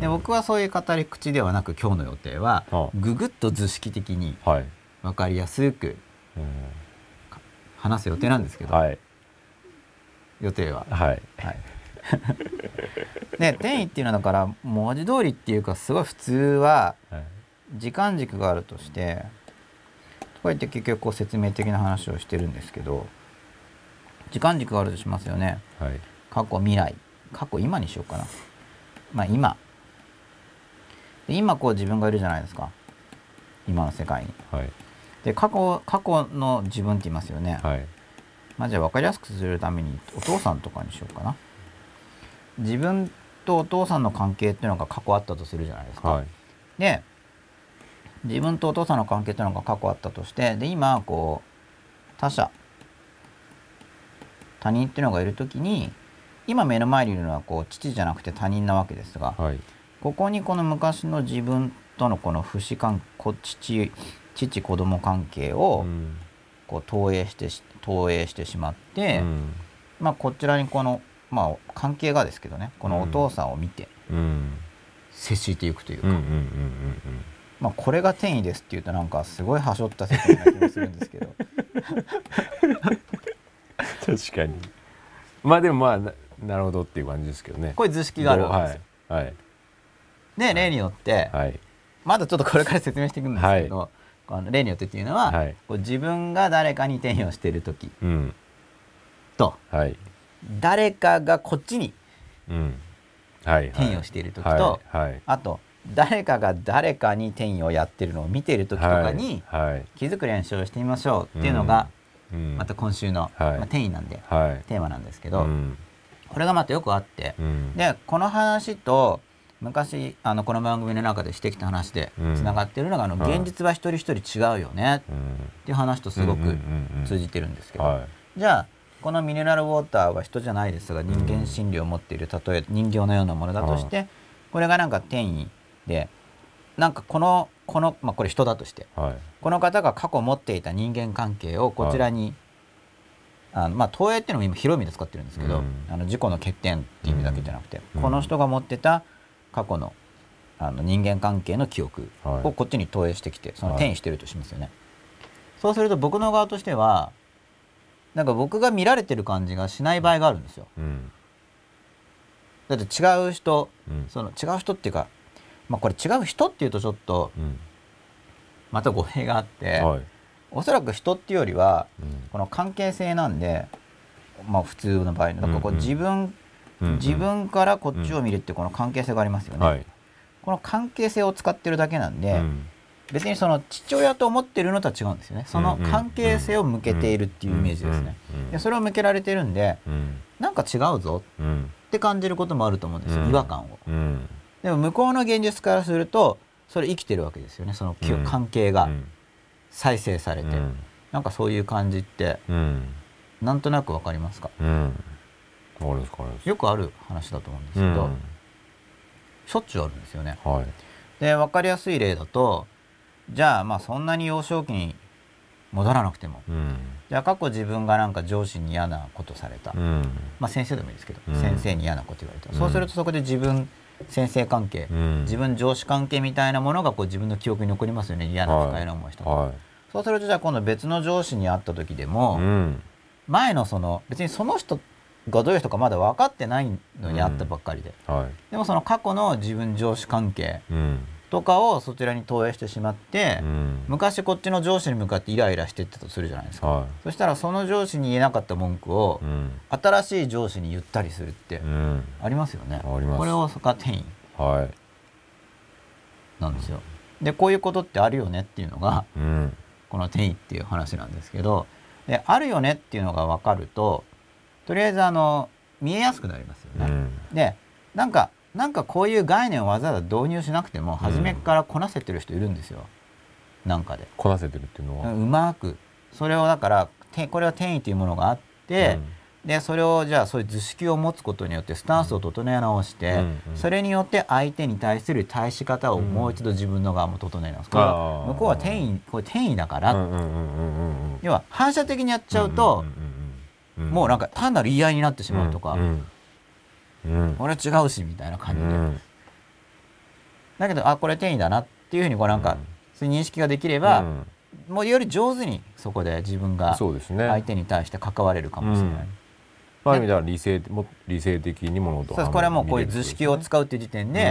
で僕はそういう語り口ではなく、今日の予定はぐぐっと図式的に分かりやすく話す予定なんですけど、はい、予定は、 はいはい、で転移っていうのはだから文字通りっていうかすごい普通は時間軸があるとして、こうやって結局こう説明的な話をしてるんですけど、時間軸があるとしますよね、はい、過去未来、過去今にしようかな、まあ今で今こう自分がいるじゃないですか、今の世界に、はい、で過去過去の自分って言いますよね、はい、まあ、じゃあ分かりやすくするためにお父さんとかにしようかな。自分とお父さんの関係っていうのが過去あったとするじゃないですか、はい、で自分とお父さんの関係っていうのが過去あったとして、で今こう他者他人っていうのがいるときに、今目の前にいるのはこう父じゃなくて他人なわけですが、はい、ここにこの昔の自分とのこの不死関父父子供関係をこう投影して投影してしまって、うん、まあこちらにこの、まあ、関係がですけどね、このお父さんを見て接していくというか、まあこれが転移ですっていうとなんかすごいはしょった説明な気もするんですけど確かに、まあでもまあ な, なるほどっていう感じですけどね。 これ図式があるわけですよ、はいはい、で例によって、はい、まだちょっとこれから説明していくんですけど、はい、この例によってっていうのは、はい、こう自分が誰かに転移をしている時、うん、と、はい、誰かがこっちに転移をしている時と、はいはい、あと誰かが誰かに転移をやってるのを見ている時とかに、はいはい、気づく練習をしてみましょうっていうのが、うん、また今週の、はい、まあ、転移なんで、はい、テーマなんですけど、うん、これがまたよくあって、うん、でこの話と昔あのこの番組の中でしてきた話でつながっているのが、うん、あの現実は一人一人違うよねっていう話とすごく通じてるんですけど、じゃあこのミネラルウォーターは人じゃないですが人間心理を持っている、例え人形のようなものだとして、これがなんか転移でなんかこのこの、まあ、これ人だとして、はい、この方が過去持っていた人間関係をこちらに、はい、あのまあ投影っていうのも今広い意味で使ってるんですけど、うん、あの自己の欠点っていう意味だけじゃなくて、うん、この人が持ってた過去の、あの人間関係の記憶をこっちに投影してきて、その転移してるとしますよね、はい、そうすると僕の側としてはなんか僕が見られてる感じがしない場合があるんですよ、うん、だって違う人、うん、その違う人っていうか、まあ、これ違う人っていうとちょっと、うん、また語弊があって、はい、 おそらく人っていうよりは、うん、この関係性なんで、まあ普通の場合のだからこう自分、うんうん、自分からこっちを見るってこの関係性がありますよね、うんはい、この関係性を使ってるだけなんで、うん、別にその父親と思ってるのとは違うんですよね。その関係性を向けているっていうイメージですね。でそれを向けられてるんで、うん、なんか違うぞって感じることもあると思うんですよ、違和感を、うん、でも向こうの現実からするとそれ生きてるわけですよね、その関係が再生されて、うん、なんかそういう感じって、うん、なんとなくわかりますか？うん、よくある話だと思うんですけど、うん、しょっちゅうあるんですよね、はい、で分かりやすい例だと、じゃあまあそんなに幼少期に戻らなくても、うん、じゃあ過去自分がなんか上司に嫌なことされた、うん、まあ先生でもいいですけど、うん、先生に嫌なこと言われた、うん、そうするとそこで自分先生関係、うん、自分上司関係みたいなものがこう自分の記憶に残りますよね、嫌な不快な思いしたと、はい、そうするとじゃあ今度別の上司に会った時でも、うん、前のその別にその人がどういう人かまだ分かってないのに会ったばっかりで、うんはい、でもその過去の自分上司関係とかをそちらに投影してしまって、うん、昔こっちの上司に向かってイライラしてったとするじゃないですか、はい、そしたらその上司に言えなかった文句を、うん、新しい上司に言ったりするってありますよね、うん、これをが転移なんですよ。でこういうことってあるよねっていうのが、うん、この転移っていう話なんですけど、であるよねっていうのが分かるととりあえずあの見えやすくなりますよね、うん、でなんかなんかこういう概念をわざわざ導入しなくても初めからこなせてる人いるんですよ、うん、なんかでこなせてるっていうのはうまくそれをだからこれは転移というものがあって、うん、でそれをじゃあそういう図式を持つことによってスタンスを整え直して、うんうん、それによって相手に対する対し方をもう一度自分の側も整え直す、うん、これは向こうは転移これ転移だから要は反射的にやっちゃうと、うんうん、もうなんか単なる言い合いになってしまうとか、うんうんうん、俺は違うしみたいな感じで、うん、だけどあこれ転移だなっていうふうにこうなんか、うん、そういう認識ができれば、うん、もうより上手にそこで自分が相手に対して関われるかもしれない。 ある意味では理性も理性的に物事をそうです。これはもうこういう図式を使うっていう時点で、うん、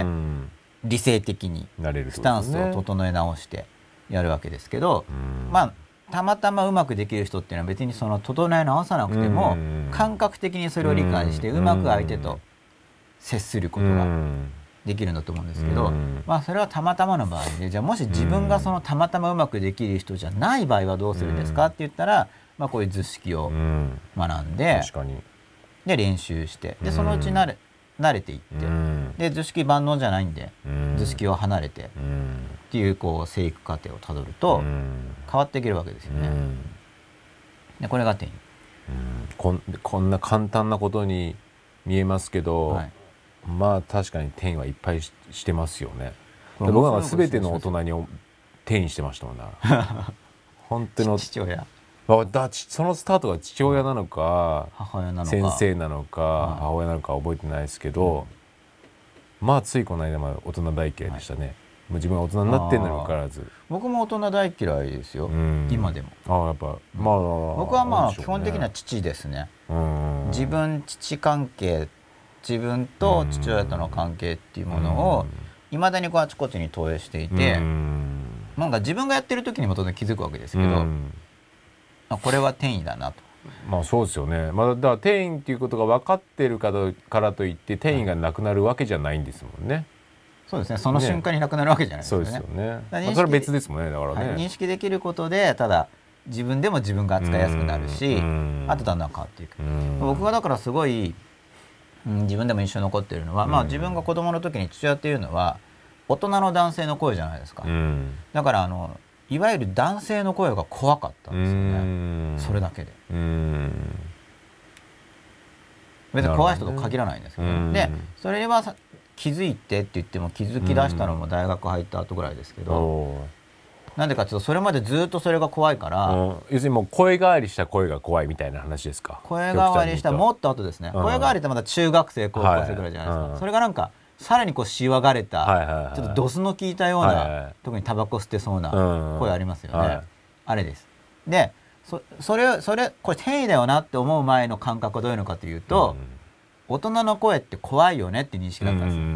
理性的にスタンスを整え直してやるわけですけど、うん、まあたまたまうまくできる人っていうのは別にその整え直さなくても感覚的にそれを理解してうまく相手と接することができるんだと思うんですけど、まあそれはたまたまの場合で、じゃあもし自分がそのたまたまうまくできる人じゃない場合はどうするんですかって言ったら、まあこういう図式を学んでで練習してでそのうち慣れ慣れていってで図式万能じゃないんで図式を離れてっていうこう生育過程をたどると変わっていけるわけですよね。でこれが転移。 こん、こんな簡単なことに見えますけど、はい、まあ確かに転移はいっぱい し, してますよね。僕は全ての大人に転移してましたもんな本当の父親だそのスタートが父親なのか、 母親なのか先生なのか、はい、母親なのか覚えてないですけど、うん、まあついこの間まで大人大嫌いでしたね、はい、もう自分が大人になってんのにもかかわらず。 僕も大人大嫌いですよ、うん、今でも。 あやっぱ、まあ、 僕はまあ基本的には父ですね。うん自分父関係自分と父親との関係っていうものをいまだにこうあちこちに投影していて、なんか自分がやってる時にも当然気づくわけですけど、これは転移だなと。 まあそうですよね。まあ、だから転移っていうことが分かってるからといって転移がなくなるわけじゃないんですもんね。 そうですね。その瞬間になくなるわけじゃないですよね。 そうですよね。まあ、それは別ですもんね。だからね、 はい、認識できることでただ自分でも自分が扱いやすくなるし、あとだんだん変わっていく。僕はだからすごい、うん、自分でも印象に残っているのは、まあ、自分が子供の時に父親っていうのは大人の男性の声じゃないですか。だからあのいわゆる男性の声が怖かったんですよね。それだけで。うん別に怖い人と限らないんですけど、ね、でそれは気づいてって言っても気づき出したのも大学入った後ぐらいですけど、なんでかっていうとそれまでずっとそれが怖いから、うん、 要するにもう声変わりした声が怖いみたいな話ですか。 声変わりしたもっと後ですね、うん、声変わりってまだ中学生高校生ぐらいじゃないですか、はいはい、それがなんかさらにこうしわがれた、はいはいはい、ちょっとドスの効いたような、はいはい、特にタバコ吸ってそうな声ありますよね、うんはい、あれです。で そ, それそれこれ転移だよなって思う前の感覚はどういうのかというと、うん、大人の声って怖いよねって認識だったんですよ。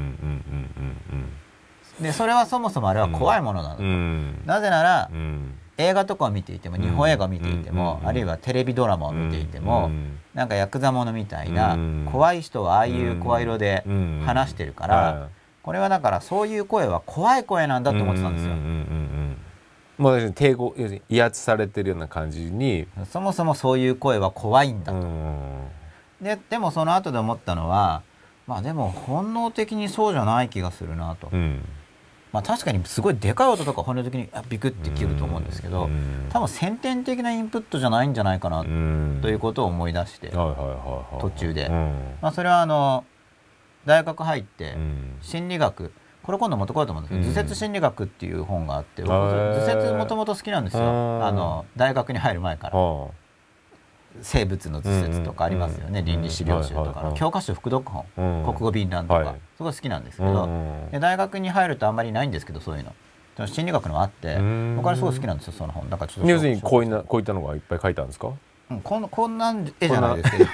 でそれはそもそもあれは怖いものなのと、うん、なぜなら、うん、 映画とかを見ていても、日本映画を見ていても、あるいはテレビドラマを見ていても、なんかヤクザものみたいな怖い人はああいう声色で話してるから、これはだからそういう声は怖い声なんだと思ってたんですよ。 もう抵抗、要するに威圧されてるような感じに、 そもそもそういう声は怖いんだと。ででもその後で思ったのは、まあでも本能的にそうじゃない気がするなと。うん、まあ確かにすごいでかい音とか本能的にビクッて切ると思うんですけど、多分先天的なインプットじゃないんじゃないかなということを思い出して、途中で、まあそれはあの大学入って心理学、これ今度持ってこようと思うんですけど、図説心理学っていう本があって、僕図説もともと好きなんですよ。あの大学に入る前から。生物の図説とかありますよね、倫理資料集とかの教科書副読本、国語便覧とかすごい好きなんですけど、で大学に入るとあんまりないんですけど、そういうの心理学のもあって、僕はすごい好きなんですよ、その本。だからちょっと要するにこういったこういったのがいっぱい書いたんですか？ うん、こんこんなん絵じゃないですけ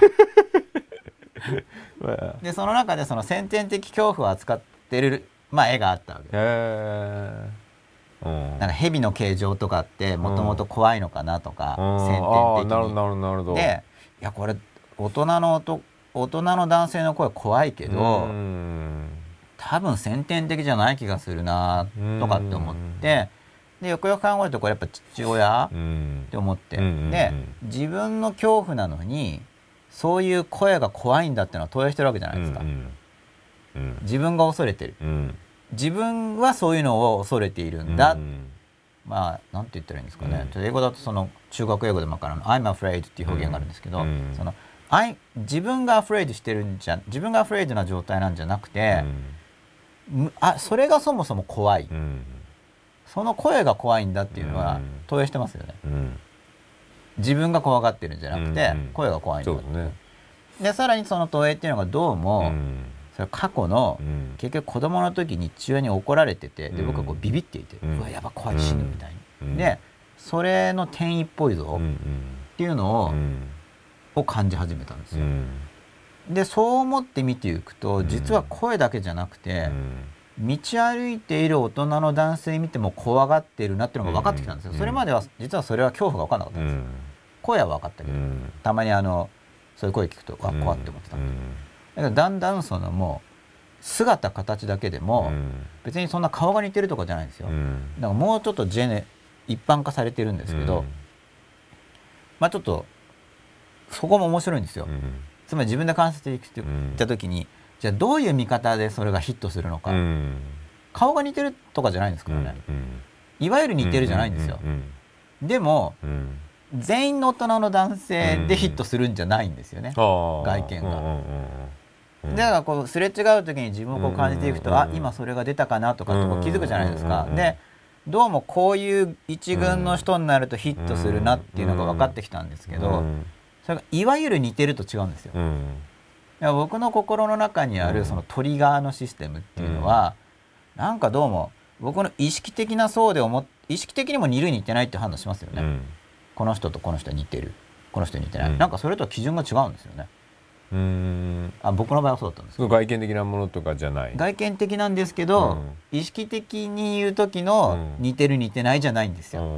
どでその中でその先天的恐怖を扱ってる、まあ、絵があったわけです。へー、なんか蛇の形状とかってもともと怖いのかなとか、先天的に。で、いやこれ大人の大人の男性の声怖いけど、多分先天的じゃない気がするなとかって思って、でよくよく考えるとこれやっぱ父親って思って、で自分の恐怖なのにそういう声が怖いんだってのは投影してるわけじゃないですか。自分が恐れてる。自分はそういうのを恐れているんだ、うん、まあなんて言ったらいいんですかね、うん、英語だとその中学英語でも分からない I'm afraid っていう表現があるんですけど、うん、その I 自分が afraid してるんじゃ自分が afraid な状態なんじゃなくて、うん、あそれがそもそも怖い、うん、その声が怖いんだっていうのは投影してますよね、うん、自分が怖がってるんじゃなくて、うん、声が怖いんだって、ね、でさらにその投影っていうのがどうも、うんそれ過去の、うん、結局子供の時に父親に怒られてて、で僕はこうビビっていて、うん、うわやば怖い死ぬみたいに、うん、でそれの転移っぽいぞっていうのを、うん、を感じ始めたんですよ、うん、でそう思って見ていくと実は声だけじゃなくて、うん、道歩いている大人の男性見ても怖がってるなっていうのが分かってきたんですよ、うん、それまでは実はそれは恐怖が分からなかったんですよ、うん、声は分かったけど、うん、たまにあのそういう声聞くとわ怖って思ってたんで、うんだからだんだんそのもう姿形だけでも別にそんな顔が似てるとかじゃないんですよ、うん、だからもうちょっとジェネ一般化されてるんですけど、うん、まあちょっとそこも面白いんですよ、うん、つまり自分で観察していった時に、うん、じゃあどういう見方でそれがヒットするのか、うん、顔が似てるとかじゃないんですからね、うんうん、いわゆる似てるじゃないんですよ、うんうんうん、でも、うん全員の大人の男性でヒットするんじゃないんですよね、うん、外見が。だからこうすれ違う時に自分をこう感じていくと、うん、あ今それが出たかなとかってこう気づくじゃないですか。でどうもこういう一群の人になるとヒットするなっていうのが分かってきたんですけど、それがいわゆる似てると違うんですよ。だから僕の心の中にあるそのトリガーのシステムっていうのは、なんかどうも僕の意識的な層で思意識的にも似る似てないって判断しますよね。うんこの人とこの人は似てるこの人似てない、うん、なんかそれとは基準が違うんですよね。うーんあ僕の場合はそうだったんですけど外見的なものとかじゃない外見的なんですけど、うん、意識的に言う時の似てる似てないじゃないんですよ、うん、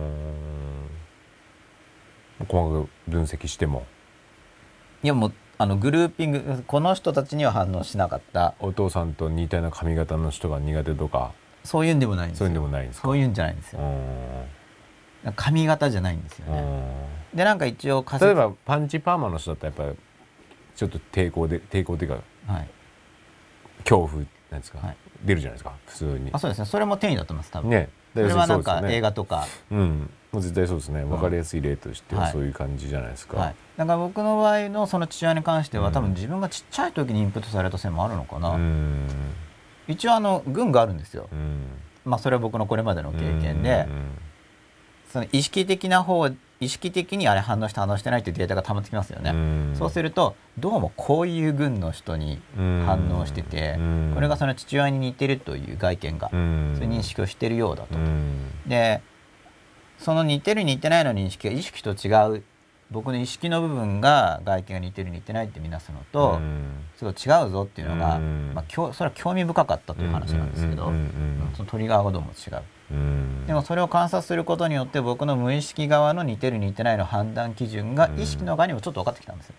細かく分析してもいやもうあのグルーピングこの人たちには反応しなかったお父さんと似たような髪型の人が苦手とかそういうんでもないんですよそういうんでもないんですかそういうんじゃないんですよ髪型じゃないんですよね。でなんか一応仮説例えばパンチパーマの人だったらやっぱりちょっと抵抗で抵抗っていうか、はい、恐怖なんですか、はい、出るじゃないですか普通に。 あそうですねそれも転移だと思います多分。ねそれはなんか映画とか。 うんもう絶対そうですね分かりやすい例としてはそういう感じじゃないですか。はいはい、 だから僕の場合のその父親に関しては、うん、多分自分がちっちゃい時にインプットされた線もあるのかな。うん一応あの群があるんですよ。うんまあそれは僕のこれまでの経験で。うんその意識的な方意識的にあれ反応して反応してないっていうデータが溜まってきますよね。うそうするとどうもこういう群の人に反応しててこれがその父親に似てるという外見がそういう認識をしているようだと。でその似てる似てないの認識が意識と違う僕の意識の部分が外見が似てる似てないって見なすのと、すごい違うぞっていうのが、まあ、きょそれは興味深かったという話なんですけど、そのトリガーがどうも違う。でもそれを観察することによって僕の無意識側の似てる似てないの判断基準が意識の側にもちょっと分かってきたんですよ。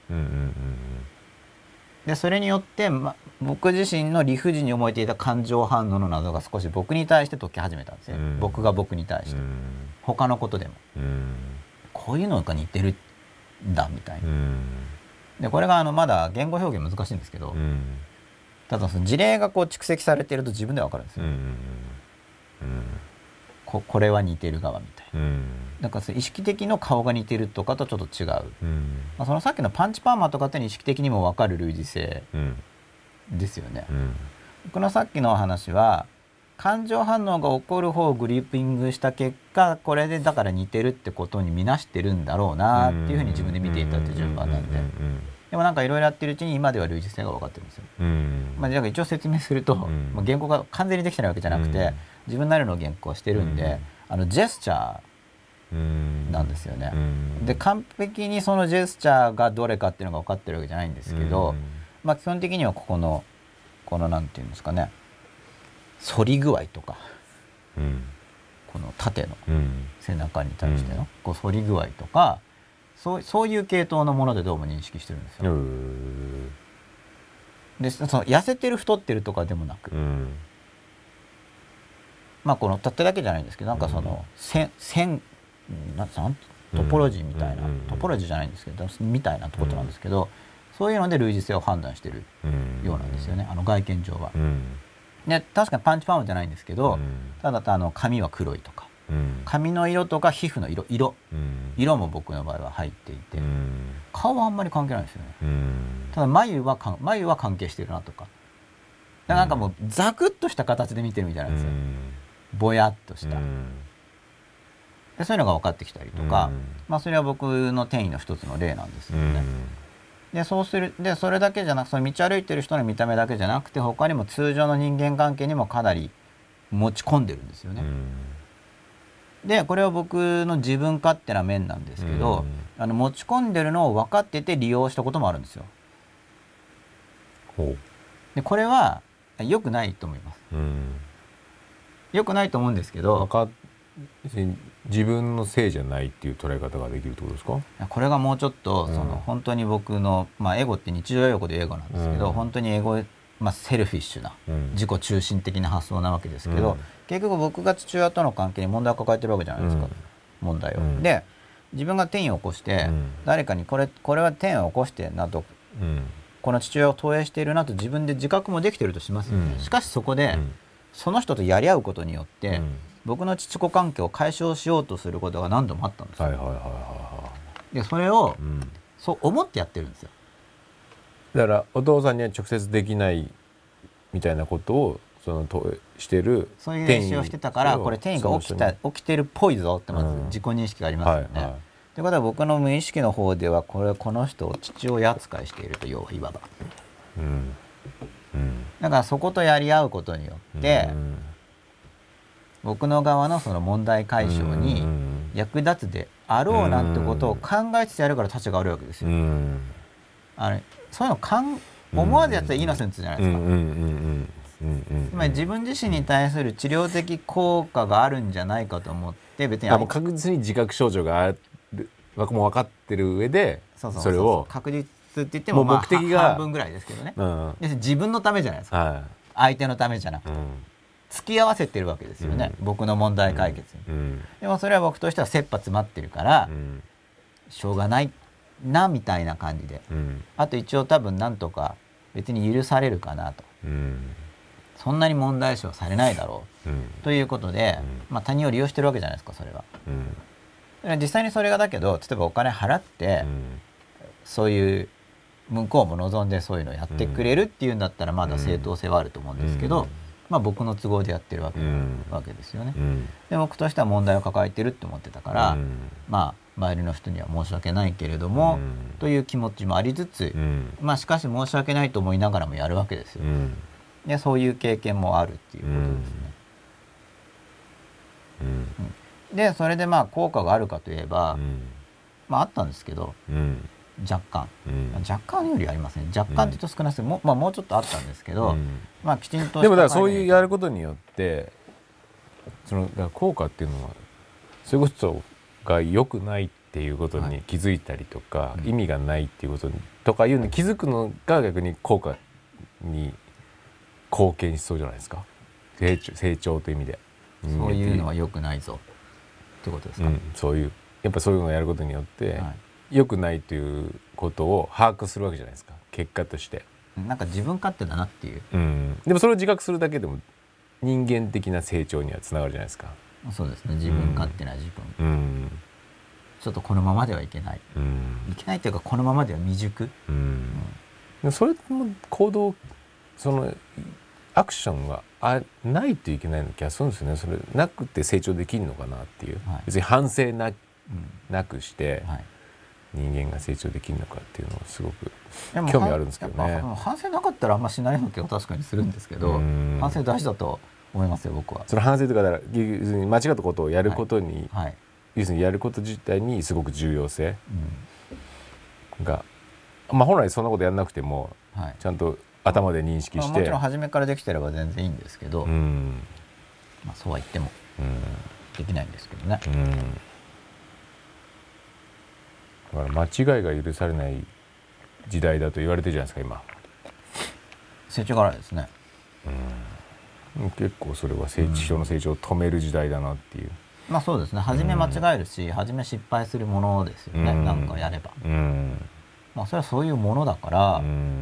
でそれによって、ま、僕自身の理不尽に思えていた感情反応の謎が少し僕に対して解き始めたんですね。僕が僕に対して他のことでもこういうのが似てるんだみたいな。でこれがあのまだ言語表現難しいんですけど、ただその事例がこう蓄積されていると自分では分かるんですよ。こ, これは似てる側みたいな、うん、なんか意識的の顔が似てるとかとちょっと違う、うんまあ、そのさっきのパンチパーマとかって意識的にも分かる類似性ですよね、うん、このさっきの話は感情反応が起こる方をグリッピングした結果これでだから似てるってことに見なしてるんだろうなっていうふうに自分で見ていたっていう順番なんで、でもなんかいろいろやってるうちに今では類似性が分かってるんですよ、うんまあ、じゃあ一応説明すると、うんまあ、言語が完全にできてないわけじゃなくて、うん、自分なりの言語をしてるんで、うん、あのジェスチャーなんですよね、うん、で完璧にそのジェスチャーがどれかっていうのが分かってるわけじゃないんですけど、うんまあ、基本的にはここのこのなんていうんですかね反り具合とか、うん、この縦の背中に対しての、うん、こう反り具合とかそう、そういう系統のものでどうも認識してるんですよ。でその痩せてる太ってるとかでもなく、うん、まあこの縦だけじゃないんですけどなんかその線、線なんトポロジーみたいな、うん、トポロジーじゃないんですけどみたいなことなんですけど、うん、そういうので類似性を判断してるようなんですよね、あの外見上は。うん、で確かにパンチパーマじゃないんですけど、うん、ただあの髪は黒いとか。髪の色とか皮膚の色色、うん、色も僕の場合は入っていて、うん、顔はあんまり関係ないんですよね、うん、ただ眉はか眉は関係してるなとか、だからなんかもうザクッとした形で見てるみたいなんですよ、うん、ぼやっとした、うん、でそういうのが分かってきたりとか、うん、まあそれは僕の転移の一つの例なんですよね、うん、でそうするでそれだけじゃなくその道歩いてる人の見た目だけじゃなくて他にも通常の人間関係にもかなり持ち込んでるんですよね、うんでこれは僕の自分勝手な面なんですけど、うん、あの持ち込んでるのを分かってて利用したこともあるんですよ。ほうでこれは良くないと思います、うん、良くないと思うんですけどか自分のせいじゃないっていう捉え方ができるってことですか？ これがもうちょっと、うん、その本当に僕の、まあ、エゴって日常用語でエゴなんですけど、うん、本当にエゴまあ、セルフィッシュな、うん、自己中心的な発想なわけですけど、うん、結局僕が父親との関係に問題を抱えてるわけじゃないですか、うん、問題を、うん、で自分が転移を起こして、うん、誰かにこれこれは転移を起こしてなと、うん、この父親を投影しているなと自分で自覚もできているとしますよね、うん、しかしそこで、うん、その人とやり合うことによって、うん、僕の父子関係を解消しようとすることが何度もあったんですよ。でそれを、うん、そう思ってやってるんですよ。 だからお父さんには直接できないみたいなことをそのとしてるそういう練習をしてたからこれ転移が起きた起きてるっぽいぞってまず自己認識がありますよね。と、うんはいはい、いうことは僕の無意識の方ではこれこの人を父親扱いしていると要はいわば、うんうん、だからそことやり合うことによって、うん、僕の側のその問題解消に役立つであろうなんてことを考えつつやるから立ちが悪いわけですよ。うん、あれそういうのかん思わずやったらイノセンスじゃないですか。つまり自分自身に対する治療的効果があるんじゃないかと思って別にあもう確実に自覚症状があるもう分かってる上でそれを確実って言ってもまあ目的が半分ぐらいですけどね、うん、自分のためじゃないですか、はい、相手のためじゃなくて、うん、付き合わせてるわけですよね、うん、僕の問題解決に、うん、でもそれは僕としては切羽詰まってるから、うん、しょうがないなみたいな感じで、うん、あと一応多分なんとか別に許されるかなと、うん、そんなに問題視はされないだろう、うん、ということで、うんまあ、他人を利用してるわけじゃないですかそれは、うん、だから実際にそれがだけど例えばお金払って、うん、そういう向こうも望んでそういうのをやってくれるっていうんだったらまだ正当性はあると思うんですけど、うんまあ、僕の都合でやってるわけ、うん、わけですよね、うん、で僕としては問題を抱えてるって思ってたから、うん、まあ周りの人には申し訳ないけれども、うん、という気持ちもありつつ、うん、まあしかし申し訳ないと思いながらもやるわけですよ、うん、でそういう経験もあるっていうことですね、うんうん、でそれでまあ効果があるかといえば、 まああったんですけど、うん、若干、うん、若干よりありますね。若干って言うと少なくても、うん、まあ、もうちょっとあったんですけど、うん、まあきちんとでもだからそういうやることによってそのだから効果っていうのはそういうことが良くないっていうことに気づいたりとか、はい、意味がないっていうことにとかいうのに気づくのが逆に効果に貢献しそうじゃないですか。成長、成長という意味でそういうのは良くないぞってことですか、うん、 そういうやっぱそういうのをやることによって、はい、良くないということを把握するわけじゃないですか、結果として。 なんか自分勝手だなっていう、 うん、でもそれを自覚するだけでも人間的な成長にはつながるじゃないですか。 そうですね、自分勝手な自分、うん、ちょっとこのままではいけない、うん、いけないというかこのままでは未熟、うんうん、それも行動そのアクションがあないといけないの気がするんですよね。それなくて成長できるのかなっていう、はい、別に反省 な,、うん、なくして、はい、人間が成長できるのかっていうのはすごく興味あるんですけどね。 反省なかったらあんましないような気は確かにするんですけど、反省大事だと思いますよ僕は。 その反省とかだから間違ったことをやることに、はいはい、要するにやること自体にすごく重要性が、うん、まあ本来そんなことやらなくても、はい、ちゃんと頭で認識して、まあ、 もちろん初めからできてれば全然いいんですけど、うん、まあ、そうは言っても、うん、できないんですけどね、うん、 だから間違いが許されない時代だと言われてるじゃないですか今。 成長がないですね、 うん、結構それは成長の成長を止める時代だなっていう、 うん、まあそうですね、初め間違えるし、うん、初め失敗するものですよね、うん、なんかやれば、うん、まあそれはそういうものだから、うん、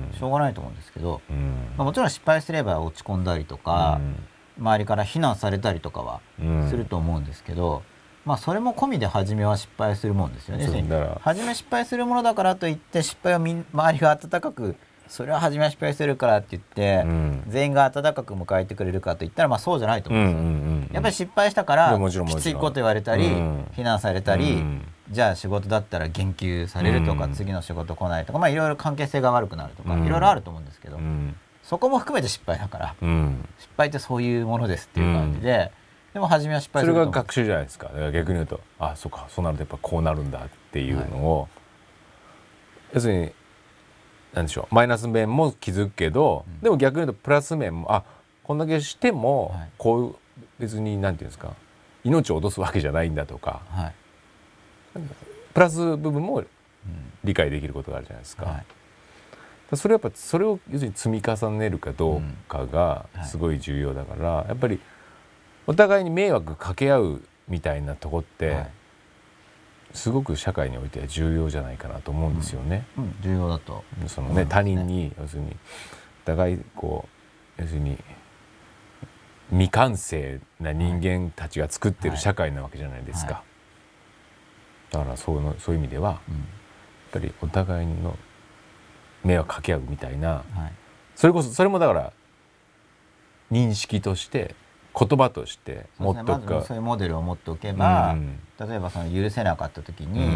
しょうがないと思うんですけど、うんまあ、もちろん失敗すれば落ち込んだりとか、うん、周りから非難されたりとかはすると思うんですけど、うん、まあそれも込みで初めは失敗するもんですよね。初め失敗するものだからといって失敗をみん周りが温かくそれは初めは失敗するからって言って、うん、全員が温かく迎えてくれるかといったらまあそうじゃないと思うんですよ、うんうんうん、やっぱり失敗したからきついこと言われたり、うん、非難されたり、うん、じゃあ仕事だったら言及されるとか、うん、次の仕事来ないとか、まあいろいろ関係性が悪くなるとか、うん、いろいろあると思うんですけど、うん、そこも含めて失敗だから、うん、失敗ってそういうものですっていう感じで、うん、でも初めは失敗すると思う。 それが学習じゃないですか。だから逆に言うとあそうかそうなるとやっぱこうなるんだっていうのを、はい、要するになんでしょうマイナス面も気づくけど、うん、でも逆に言うとプラス面もあこんだけしても、はい、こう別になんていうんですか命を落とすわけじゃないんだとか、はい、プラス部分も理解できることがあるじゃないですか、はい、それやっぱそれを要するに積み重ねるかどうかがすごい重要だから、うんはい、やっぱりお互いに迷惑かけ合うみたいなとこって、はいすごく社会においては重要じゃないかなと思うんですよね。 うんうん、重要だとその、ね、他人に要するにお互いこう要するに未完成な人間たちが作ってる社会なわけじゃないですか。はいはい、だからそうのそういう意味では、うん、やっぱりお互いの迷惑かけ合うみたいな、はい、それこそそれもだから認識として言葉として持っておくか、 まずそういうモデルを持っておけば、うん、例えばその許せなかった時に、うん、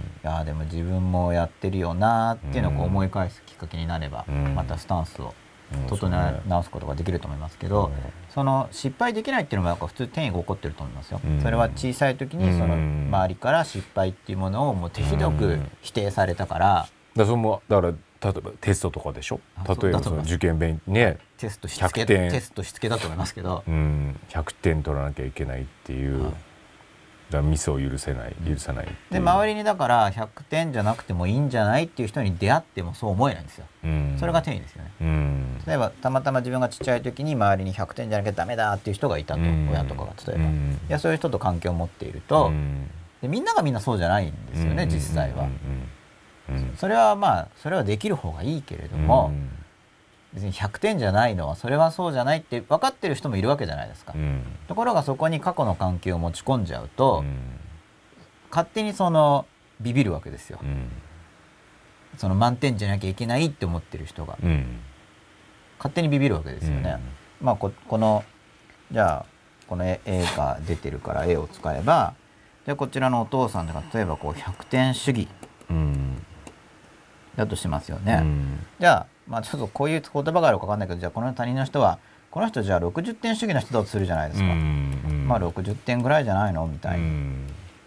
いやでも自分もやってるよなっていうのをこう思い返すきっかけになれば、うん、またスタンスを整え直すことができると思いますけど、うん、その失敗できないっていうのも普通転移が起こってると思いますよ、うん、それは小さい時にその周りから失敗っていうものをもう手ひどく否定されたから、 だそのだから例えばテストとかでしょ。例えばその受験勉ねテストしつけテストしつけだと思いますけど、 うん、ひゃくてん取らなきゃいけないっていう、はい、だミスを許せない許さないっていう。 で周りにだからひゃくてんじゃなくてもいいんじゃないっていう人に出会ってもそう思えないんですよ、うん、それが転移ですよね、うん、例えばたまたま自分がちっちゃい時に周りにひゃくてんじゃなきゃダメだっていう人がいたと、うん、親とかが例えば、うん、いやそういう人と関係を持っていると、うん、でみんながみんなそうじゃないんですよね、うん、実際は、うんうん、それはまあそれはできる方がいいけれども、うん、別にひゃくてんじゃないのはそれはそうじゃないって分かってる人もいるわけじゃないですか、うん、ところがそこに過去の関係を持ち込んじゃうと、うん、勝手にそのビビるわけですよ、うん、その満点じゃなきゃいけないって思ってる人が、うん、勝手にビビるわけですよね、うん、まあ こ, このじゃあこの絵が出てるから絵を使えばでこちらのお父さんが例えばこうひゃくてん主義、うんだとしますよね、うん、じゃあ、まあ、ちょっとこういう言葉があるか分かんないけどじゃあこの他人の人はこの人じゃあろくじゅってん主義の人だとするじゃないですか、うんうん、まあろくじゅってんぐらいじゃないのみたいな、うん、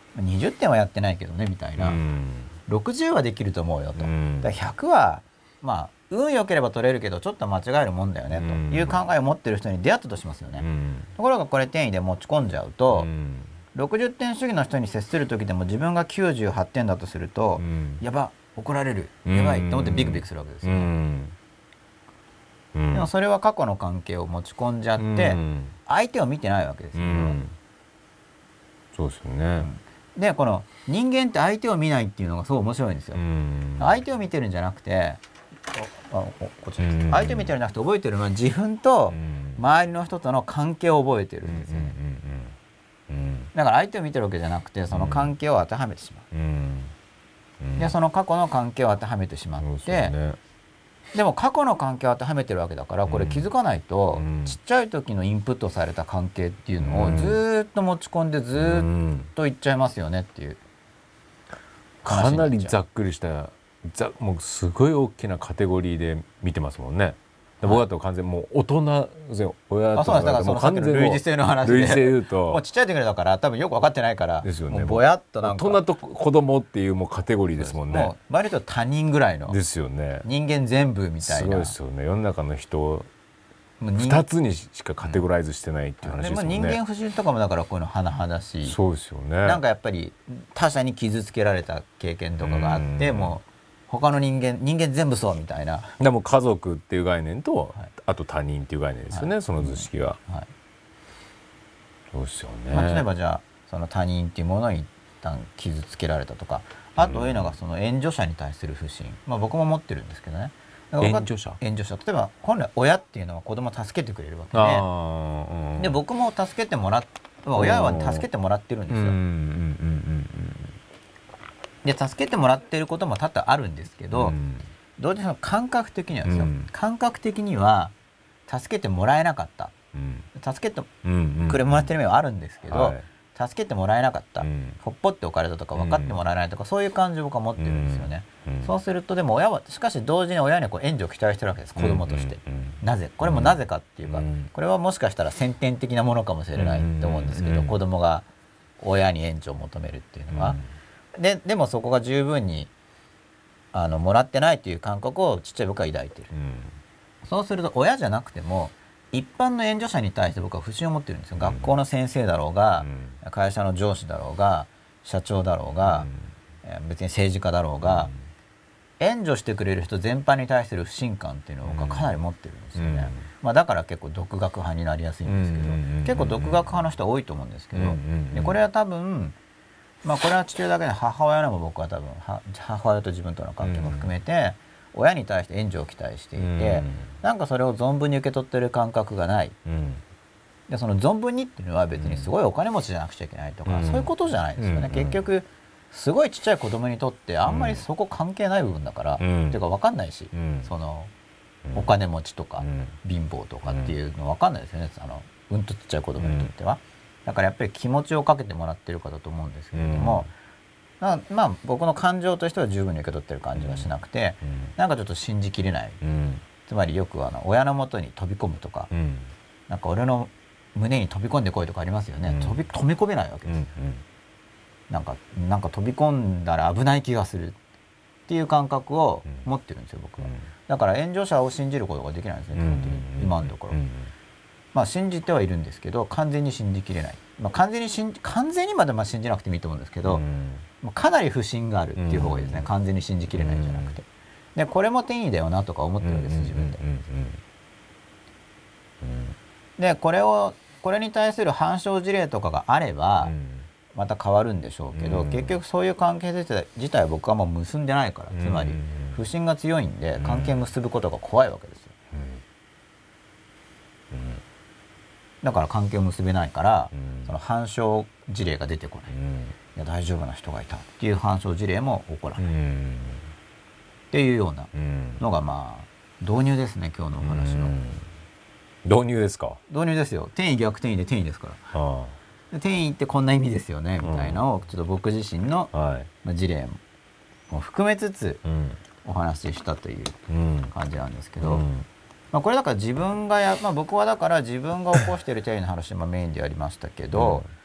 にじゅってんはやってないけどねみたいな、うん、ろくじゅうはできると思うよと、うん、だからひゃくはまあ運良ければ取れるけどちょっと間違えるもんだよねという考えを持ってる人に出会ったとしますよね、うん、ところがこれ転移で持ち込んじゃうと、うん、ろくじゅってん主義の人に接する時でも自分がきゅうじゅうはってんだとすると、うん、やば怒られるやばいと思ってビクビクするわけですよ、ね、うん、でもそれは過去の関係を持ち込んじゃって相手を見てないわけですよ、うん、 そうですよね、 でこの人間って相手を見ないっていうのがすごい面白いんですよ、うん、相手を見てるんじゃなくてあこっちです、うん、相手を見てるんじゃなくて覚えてるのは自分と周りの人との関係を覚えてるんですよね、だから相手を見てるわけじゃなくてその関係を当てはめてしまう、うんうん、でその過去の関係を当てはめてしまって、ね、でも過去の関係を当てはめてるわけだからこれ気づかないと、うん、ちっちゃい時のインプットされた関係っていうのをずっと持ち込んでずっといっちゃいますよねっていう、 かなりざっくりしたざもうすごい大きなカテゴリーで見てますもんね。僕だと完全もう大人ですよ。親とかだからそのさっきの類似性の話で類似性言うともうちっちゃい時だから多分よく分かってないからですよね。もうぼやっとなんか大人と子供っていうもうカテゴリーですもんね。もう割と他人ぐらいのですよね。 人間全部みたいな。 すごいですよね。世の中の人ふたつにしかカテゴライズしてないっていう話ですもんね。 人間不信とかもだからこういうの甚だしい。 そうですよね。 なんかやっぱり他者に傷つけられた経験とかがあってもう他の人間人間全部そうみたいな。 でも家族っていう概念と、はい、あと他人っていう概念ですよね、はい、その図式は、うんはい、そうですよね、 まあ、例えばじゃあその他人っていうものに一旦傷つけられたとかあというのがその援助者に対する不信、まあ、僕も持ってるんですけどね。 援助者援助者例えば本来親っていうのは子供を助けてくれるわけで、あ、うん、で僕も助けてもらっ親は助けてもらってるんですよ。で助けてもらっていることも多々あるんですけど、うん、同時にその感覚的にはですよ、うん、感覚的には助けてもらえなかった、うん、助けてくれもらってる面はあるんですけど、はい、助けてもらえなかった、うん、ほっぽっておかれたとか分かってもらえないとか、うん、そういう感情を僕は持ってるんですよね、うん、そうするとでも親はしかし同時に親にこう援助を期待してるわけです子供として、うん、なぜこれもなぜかっていうか、うん、これはもしかしたら先天的なものかもしれないと思うんですけど、うん、子供が親に援助を求めるっていうのは、うんで, でもそこが十分にあのもらってないという感覚をちっちゃい僕は抱いてる、うん、そうすると親じゃなくても一般の援助者に対して僕は不信を持ってるんですよ、うん、学校の先生だろうが、うん、会社の上司だろうが社長だろうが、うん、別に政治家だろうが、うん、援助してくれる人全般に対する不信感っていうのを僕はかなり持ってるんですよね、うんまあ、だから結構独学派になりやすいんですけど、うん、結構独学派の人多いと思うんですけど、うん、でこれは多分まあこれは父親だけで母親のも僕は多分母親と自分との関係も含めて親に対して援助を期待していてなんかそれを存分に受け取ってる感覚がないでその存分にっていうのは別にすごいお金持ちじゃなくちゃいけないとかそういうことじゃないですよね。結局すごいちっちゃい子供にとってあんまりそこ関係ない部分だからっていうか分かんないしそのお金持ちとか貧乏とかっていうの分かんないですよねあのうんとちっちゃい子供にとっては。だからやっぱり気持ちをかけてもらってるかだと思うんですけれども、うん、まあ僕の感情としては十分に受け取ってる感じがしなくて、うん、なんかちょっと信じきれない、うん、つまりよくあの親の元に飛び込むとか、うん、なんか俺の胸に飛び込んでこいとかありますよね、うん、飛び飛び込めないわけです、うんうん、なんかなんか飛び込んだら危ない気がするっていう感覚を持ってるんですよ僕は。だから援助者を信じることができないんですね、基本的に今のところ。まあ信じてはいるんですけど完全に信じきれない、まあ、完全に信じ完全にまでまあ信じなくてもいいと思うんですけど、うん、かなり不信があるっていう方がいいですね、うん、完全に信じきれないんじゃなくて。でこれも転移だよなとか思ってるわけです自分で。でこれをこれに対する反証事例とかがあればまた変わるんでしょうけど、うん、結局そういう関係自体僕はもう結んでないから、つまり不信が強いんで関係結ぶことが怖いわけですよ。うんうんだから関係を結べないから、うん、その反証事例が出てこない、うん、いや大丈夫な人がいたっていう反証事例も起こらない、うん、っていうようなのがまあ導入ですね今日のお話の、うん、 導入ですか。 導入ですよ。転移逆転移で転移ですから、はあ、転移ってこんな意味ですよねみたいなのをちょっと僕自身の、はいまあ、事例も含めつつお話ししたという感じなんですけど、うんうんまあこれだから自分がや、まあ、僕はだから自分が起こしている転移の話もメインでやりましたけど、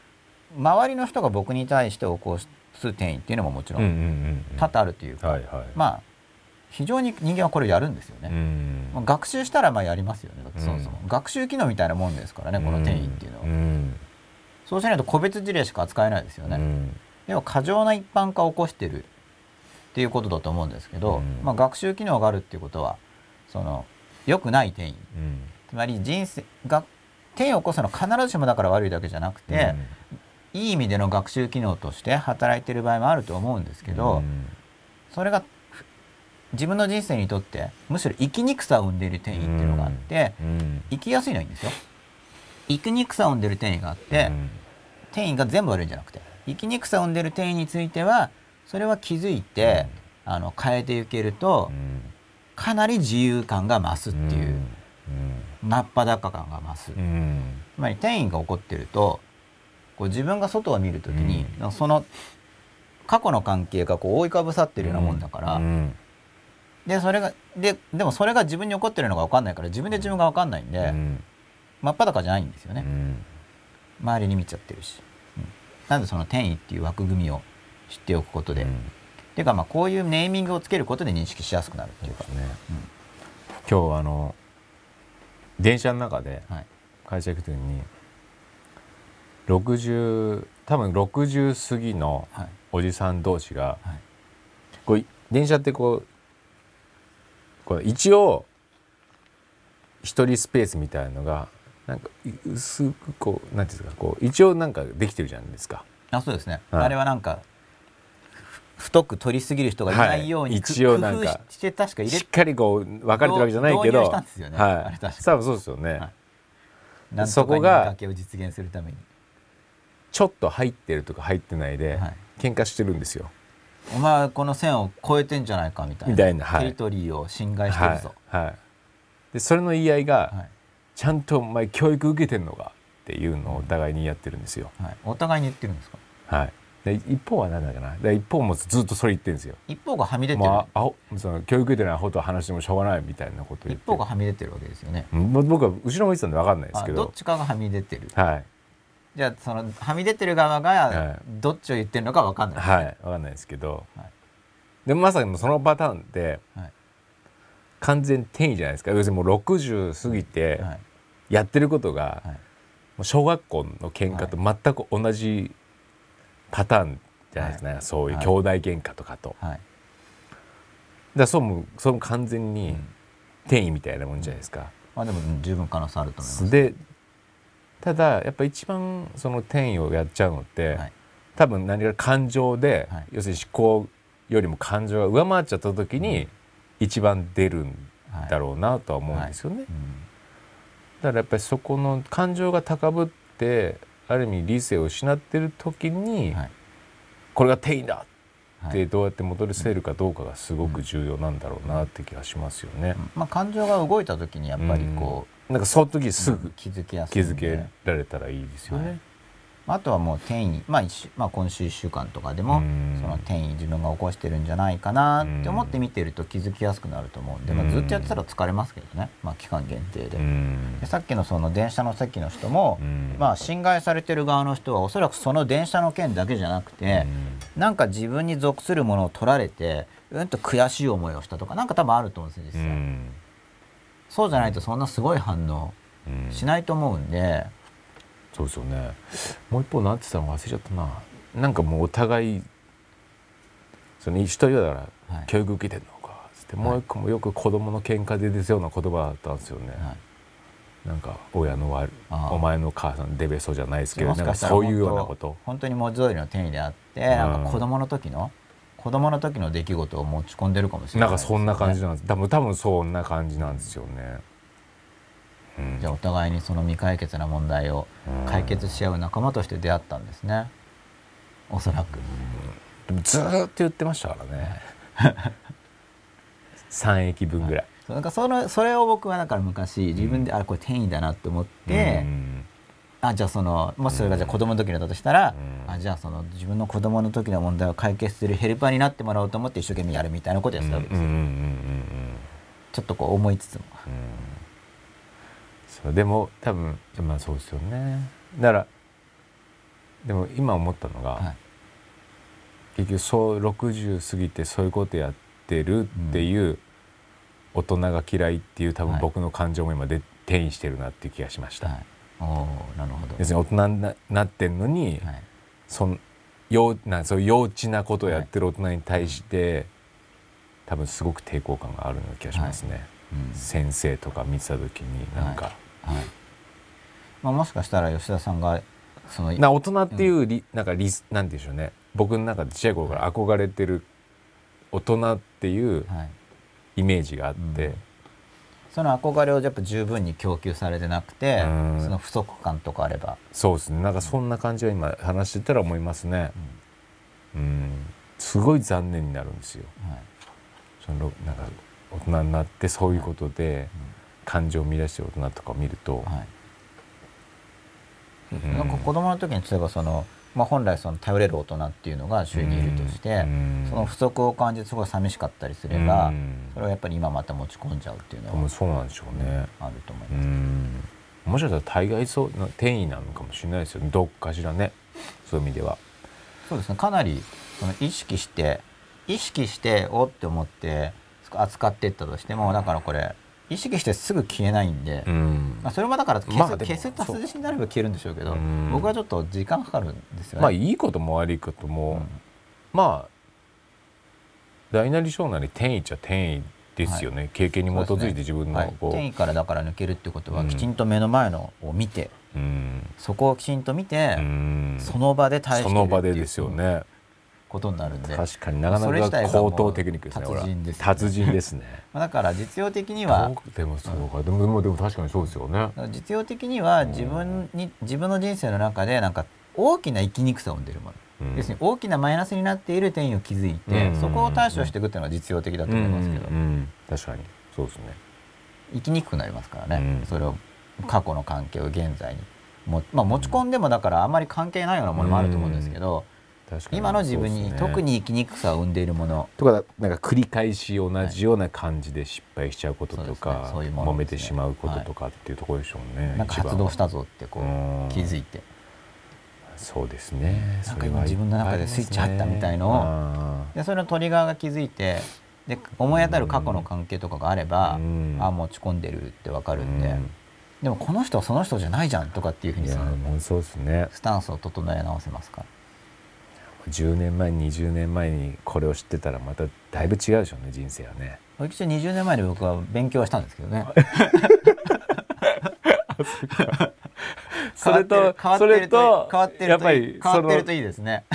周りの人が僕に対して起こす転移っていうのももちろん多々あるというか、はいはい、まあ非常に人間はこれやるんですよね。うん、学習したらまあやりますよね。だってそもそも、うん、学習機能みたいなもんですからね、この転移っていうのは、うん、そうしないと個別事例しか扱えないですよね。うん、要は過剰な一般化を起こしてるっていうことだと思うんですけど、うん、まあ、学習機能があるっていうことはその良くない転移、うん、つまり人生が転移を起こすのは必ずしもだから悪いだけじゃなくて、うん、いい意味での学習機能として働いている場合もあると思うんですけど、うん、それが自分の人生にとってむしろ生きにくさを生んでいる転移っていうのがあって、うん、生きやすいのはいいんですよ。生きにくさを生んでいる転移があって、うん、転移が全部悪いんじゃなくて、生きにくさを生んでいる転移についてはそれは気づいて、うん、あの変えていけると、うん、かなり自由感が増すっていう、うん、真っ裸感が増す、うん、つまり転移が起こってるとこう自分が外を見るときに、うん、その過去の関係がこう覆いかぶさってるようなもんだから、うん、でそれが で, でもそれが自分に起こってるのが分かんないから自分で自分が分かんないんで、うん、真っ裸じゃないんですよね、うん、周りに見ちゃってるし、うん、なんでその転移っていう枠組みを知っておくことで、うん、っていうかまあこういうネーミングをつけることで認識しやすくなるっていうか、ね、うん、 今日あの電車の中で会社行く時にろくじゅう多分ろくじゅう過ぎのおじさん同士が、はい、こう電車ってこう、こう一応一人スペースみたいなのがなんか薄くこうなんていうんですか、こう一応なんかできてるじゃないですか。 あ、そうですね、はい、あれはなんか太く取りすぎる人がいないように、はい、 一応なんかして確か入れしっかりこう分かれてるわけじゃないけど導入したんですよね、はい、あれ確か多分そうですよね、はい、 なんとかに崖を実現するためにちょっと入ってるとか入ってないで、はい、喧嘩してるんですよ。 お前はこの線を越えてんじゃないかみたいな、みたいな、はい、テリトリーを侵害してるぞ、 はいはい、でそれの言い合いが、はい、ちゃんとお前教育受けてんのかっていうのをお互いにやってるんですよ、 はい、お互いに言ってるんですか。 はい、で一方は何だかな、で一方もずっとそれ言ってるんですよ。 一方がはみ出てる、 まあ、あその教育受けてないアホと話してもしょうがないみたいなことを言って、 一方がはみ出てるわけですよね。 僕は後ろも言ってたんで分かんないですけど、 どっちかがはみ出てる、 はい、 じゃあそのはみ出てる側がどっちを言ってるのか分かんないです、ね、 はい、分かんないですけど、はい、でもまさにそのパターンって完全転移じゃないですか。要するにもうろくじゅう過ぎてやってることが小学校の喧嘩と全く同じパターンじゃないですかね、はい、そういう兄弟喧嘩とかと、はい、だからそれもそれも完全に転移みたいなもんじゃないですか、うん、 まあ、でも十分可能性あると思います。 でただやっぱ一番その転移をやっちゃうのって、はい、多分何か感情で、はい、要するに思考よりも感情が上回っちゃった時に一番出るんだろうなとは思うんですよね、はいはい、うん、だからやっぱりそこの感情が高ぶってある意味理性を失ってる時に、はい、これが転移だってどうやって戻せるかどうかがすごく重要なんだろうなって気がしますよね、うん、 まあ、感情が動いた時にやっぱりこう、うん、なんかその時すぐ気づきやすいんで、 気づけられたらいいですよね、はい、 あとはもう転移、まあまあ、今週いっしゅうかんとかでもその転移自分が起こしてるんじゃないかなって思って見てると気づきやすくなると思うんで、まあ、ずっとやってたら疲れますけどね、まあ、期間限定 で, でさっきのその電車の席の人も、まあ、侵害されてる側の人はおそらくその電車の件だけじゃなくてなんか自分に属するものを取られてうんと悔しい思いをしたとかなんか多分あると思うんですよ実際。そうじゃないとそんなすごい反応しないと思うんで、 そうですよね。もう一方何て言ったのか忘れちゃったな。なんかもうお互いその一人はだから教育受けてるのかつって、はい、もう一個もよく子供の喧嘩で出てそうな言葉だったんですよね、はい、なんか親の悪お前の母さんデベソじゃないですけど、なんかそういうようなこと本当に文字通りの転移であって、うん、なんか子供の時の子供の時の出来事を持ち込んでるかもしれないですよね。なんかそんな感じなんです。多分多分そんな感じなんですよね。 うん、じゃあお互いにその未解決な問題を解決し合う仲間として出会ったんですね、おそらく。 でもずーっと言ってましたからねさん駅分ぐらい、 はい、なんかそのそれを僕はだから昔自分で、うん、あこれ転移だなって思って、うん、あじゃあそのもしそれがじゃあ子供の時のだとしたら、うん、あじゃあその自分の子供の時の問題を解決するヘルパーになってもらおうと思って一生懸命やるみたいなことをやってたわけですよ。ちょっとこう思いつつも、うん、 そうでも多分まあそうですよね。だからでも今思ったのが、はい、結局そうろくじゅう過ぎてそういうことやってるっていう、うん、大人が嫌いっていう多分僕の感情も今で転移してるなっていう気がしました。はい、 おなるほど。 要するに大人に な, なってんのに、はい、そん幼なそういう幼稚なことをやってる大人に対して、はい、多分すごく抵抗感があるような気がしますね。はい、うん、先生とか見てた時になんか、はいはい、 まあ、もしかしたら吉田さんがそのな大人っていうリ、うん、なんかリスなんていうんでしょうね、僕の中でちっちゃい頃から憧れてる大人っていうイメージがあって、はい、うん、 その憧れをやっぱ十分に供給されてなくて、その不足感とかあれば。 そうですね、なんかそんな感じは今話してたら思いますね。うん、うん、すごい残念になるんですよ。はい、そのなんか大人になってそういうことで感情を乱してる大人とかを見ると、はい、 うん、なんか子供の時に例えばその、まあ、本来その頼れる大人っていうのが周囲にいるとして、うん、その不足を感じてすごい寂しかったりすれば、うん、それはやっぱり今また持ち込んじゃうっていうのはそうなんでしょうね、 あると思います。 うん、もしかしたら大概そうな転移なのかもしれないですよね、どっかしらね、そういう意味では。 そうですね、かなりその意識して意識しておって思って扱っていったとしても、だからこれ意識してすぐ消えないんで、うん、まあそれもだから消す、まあ、消す達人になれば消えるんでしょうけど、うん、僕はちょっと時間かかるんですよね。 まあいいことも悪いことも、うん、まあ大なり小なり転移っちゃ転移ですよね、はい、経験に基づいて自分の、ね、はい、転移からだから抜けるってことは、きちんと目の前のを見て、うん、そこをきちんと見て、うん、その場で対してるっていう、その場でですよね、ことになるんで、 確かになかなか高等テクニックですね。達人ですね。達人ですね。 だから実用的にはでもそうか、うん、でもでも確かにそうですよね。 実用的には自分に自分の人生の中でなんか大きな生きにくさを生んでいるもの、うん、要するに大きなマイナスになっている転移を築いて、うん、そこを対処していくっていうのは実用的だと思いますけど、うんうんうん、 確かにそうですね。 生きにくくなりますからね、うん、それを過去の関係を現在にも、まあ、持ち込んでもだからあんまり関係ないようなものもあると思うんですけど、今の自分に特に生きにくさを生んでいるものとか、なんか繰り返し同じような感じで失敗しちゃうこととか、揉めてしまうこととかっていうところでしょうね。 なんか発動したぞってこう気づいて、 そうですね、 なんか今自分の中でスイッチ入ったみたいのを、でそれのトリガーが気づいて、で思い当たる過去の関係とかがあれば、あ持ち込んでるって分かるんで、でもこの人はその人じゃないじゃんとかっていうふうにさ、 そうですね、 スタンスを整え直せますから。 じゅうねんまえにじゅうねんまえにこれを知ってたらまただいぶ違うでしょうね、人生はね。 一応にじゅうねんまえに僕は勉強したんですけどね。 それとそれと変わってるといい、変わってるといいですね。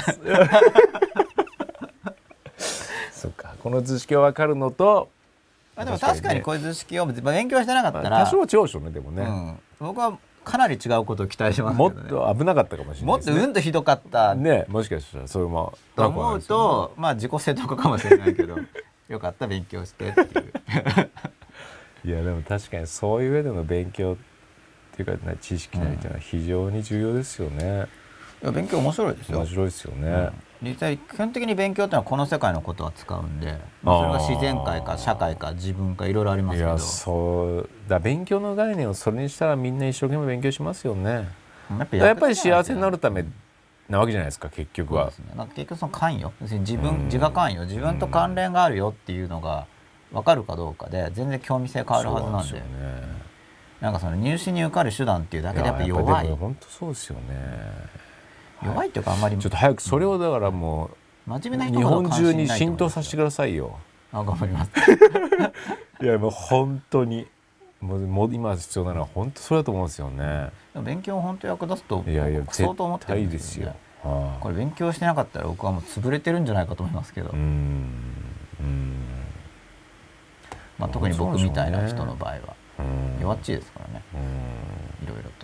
そっか、この図式が分かるのと、 あでも確かにこういう図式を勉強してなかったら多少違うでしょうね、でもね、 うん、僕はかなり違うことを期待しますけどね。 もっと危なかったかもしれないですね。 もっとうんとひどかったね、もしかしたらそれもと思うと、まあ自己正当化かもしれないけどよかった勉強してっていういやでも確かにそういう上での勉強っていうか知識なりっていうのは非常に重要ですよね。 いや勉強面白いですよ。 面白いですよね、うん、 実際基本的に勉強ってのはこの世界のことは使うんで、まあ、それが自然界か社会か自分かいろいろありますけど、いやそうだ、勉強の概念をそれにしたらみんな一生懸命勉強しますよね。やっぱり、やっぱり幸せになるためなわけじゃないですか、結局は。そうですね、なんか結局その関与、要するに自分、自我関与、自分と関連があるよっていうのが分かるかどうかで全然興味性変わるはずなんで、そうなんですよね。なんかその入試に受かる手段っていうだけでやっぱ弱い。 本当そうですよね。 弱いっていうかあんまりちょっと早くそれをだからもう、うん、真面目な人日本中に浸透させてくださいよ。 あ、頑張ります。 いやもう本当にもうもう今必要なのは本当それだと思うんですよね。 勉強本当役立つと相当思ってるんですよね。はあ、これ勉強してなかったら僕はもう潰れてるんじゃないかと思いますけど。うんうん、まあ、特に僕みたいな人の場合は弱っちいですからね、いろいろと。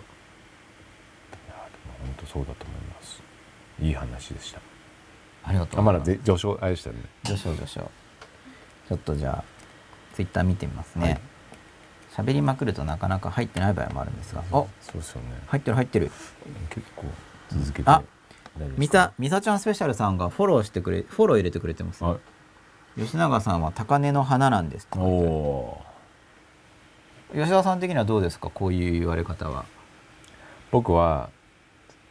本当そうだと思います。いい話でした。 ありがとうございます。 あ、まだ序章あれでしたね。 序章序章。ちょっとじゃあツイッター見てみますね。喋、はい、りまくるとなかなか入ってない場合もあるんですが、あ、 そうですよね。 入ってる入ってる。 結構続けて。 あ、みさみさちゃんスペシャルさんがフォローしてくれ、フォロー入れてくれてます、ね。吉永さんは高嶺の花なんですって。お吉田さん的にはどうですか、こういう言われ方は。 僕は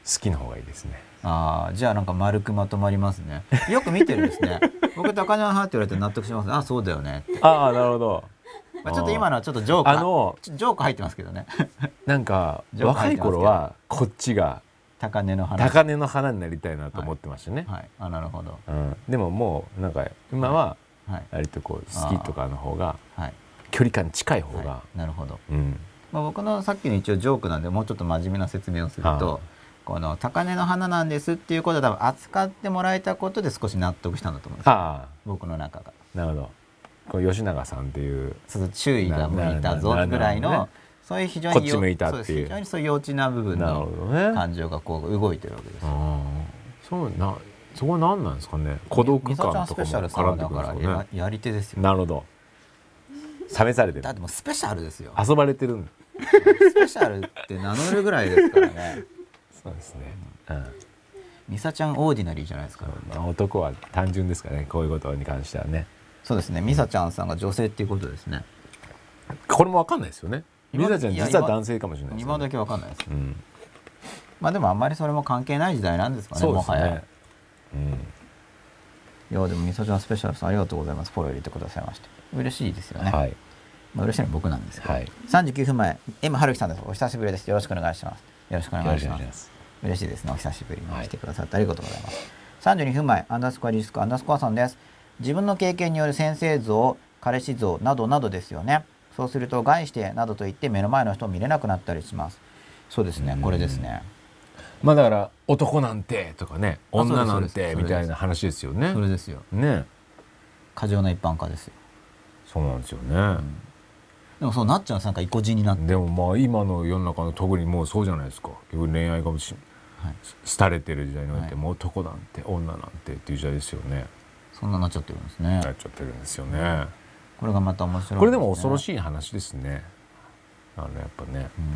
きな方がいいですね。 ああ、じゃあなんか丸くまとまりますね。よく見てるんですね。僕高値の花って言われて納得します。あ、そうだよねって。 ああ、なるほど。 まあちょっと今のはちょっとジョーク、あのジョーク入ってますけどね。 なんか若い頃はこっちが高値の花高値の花になりたいなと思ってましたね。 はいはい、あ、なるほど、 うん、でももうなんか今は割とこう好きとかの方が距離感近い方が、 はい、なるほど、 うん、 まあ、僕のさっきの一応ジョークなんでもうちょっと真面目な説明をすると、この高値の花なんですっていうことで多分扱ってもらえたことで少し納得したんだと思うんですよ、僕の中が。 なるほど。こう吉永さんっていう注意が向いたぞぐらいの、ね、そういう非常にこっち向いたっていう非常にそういう幼稚な部分の感情がこう動いてるわけですよ。 そうな、そこは何なんですかね。孤独感とかも絡んでくるんですかね。 だからや、やり手ですよ。 なるほど。試されてる。 だってもうスペシャルですよ。 遊ばれてるんだ。 スペシャルって名乗るぐらいですからね。 そうですね。うん。 ミサちゃんオーディナリーじゃないですか。 男は単純ですからね。こういうことに関してはね。 そうですね。ミサちゃんさんが女性っていうことですね。 これもわかんないですよね。ミサちゃん実は男性かもしれないです、ね。 今だけわかんないです。うん。まあでもあんまりそれも関係ない時代なんですかね。 そうですね。 もはや。 うん。 いやでもミサちゃんスペシャルさんありがとうございます。フォロー入れてくださいまして。嬉しいですよね。はい。まあ嬉しいのは僕なんですけど。はい、さんじゅうきゅうふんまえ、エムはるきさんです。お久しぶりです。よろしくお願いします。よろしくお願いします。嬉しいですね。お久しぶりに来てくださってありがとうございます。はい、さんじゅうにふんまえ、アンダースコアリスクアンダースコアさんです。自分の経験による先生像、彼氏像などなどですよね。そうすると概してなどと言って目の前の人を見れなくなったりします。そうですね。これですね。 まあだから男なんてとかね、女なんてみたいな話ですよね。 それですよ。 ね。 過剰な一般化ですよ。 そうなんですよね。うん、 でもそうなっちゃうなんか意固地になって。 でもまあ今の世の中の特にもうそうじゃないですか。恋愛がもし、はい、廃れてる時代において、はい、もう男なんて女なんてっていう時代ですよね。 そんななっちゃってるんですね。 なっちゃってるんですよね。 これがまた面白いですね。 これでも恐ろしい話ですね。あのやっぱね、うん、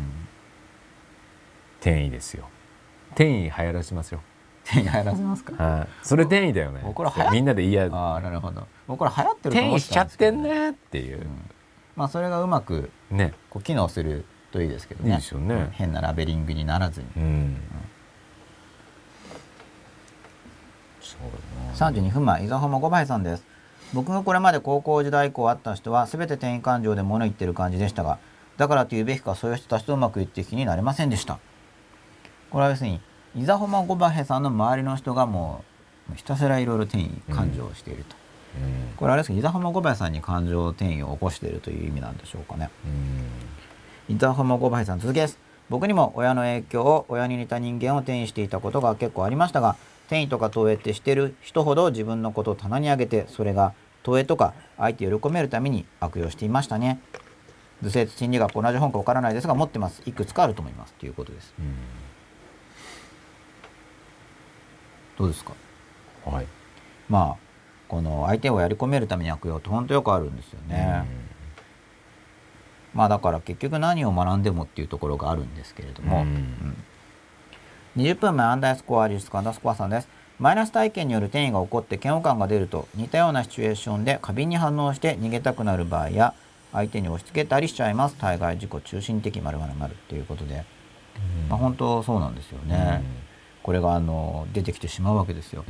転移ですよ。転移流行らせますよ。 転移流行らせますか。 はい。それ転移だよね。 僕らみんなで言い合う。 ああ、なるほど。僕ら流行ってると思ってたんですけどね。転移しちゃってんねっていう。うん、 まあそれがうまくね、こう機能するといいですけどね。 いいですよね。 変なラベリングにならずに。うんうん、そうだな。さんじゅうにふんまえ、伊沢浜ごばいさんです。僕がこれまで高校時代以降会った人は全て転移感情で物言ってる感じでしたが、だからと言うべきかそういう人たちとうまくいって気になれませんでした。これは要するに伊沢浜ごばへさんの周りの人がもうひたすらいろいろ転移感情をしていると、うん、これはあれですけど伊沢浜ごばへさんに感情転移を起こしているという意味なんでしょうかね。伊沢浜ごばへさん続きです。僕にも親の影響を親に似た人間を転移していたことが結構ありましたが、転移とか投影ってしてる人ほど自分のことを棚に上げて、それが投影とか相手を喜めるために悪用していましたね。図説心理学同じ本かわからないですが持ってます。いくつかあると思いますということです。うん、どうですか。はい。まあこの相手をやり込めるために悪用って本当よくあるんですよね。うん、まあだから結局何を学んでもっていうところがあるんですけれども、うんうん、にじゅっぷんまえアンダースコアリスクアンダースコアさんです。マイナス体験による転移が起こって嫌悪感が出ると似たようなシチュエーションで過敏に反応して逃げたくなる場合や相手に押し付けたりしちゃいます。対外自己中心的丸々丸っていうことで、うん、まあ、本当そうなんですよね。うん、これがあの出てきてしまうわけですよ。うん、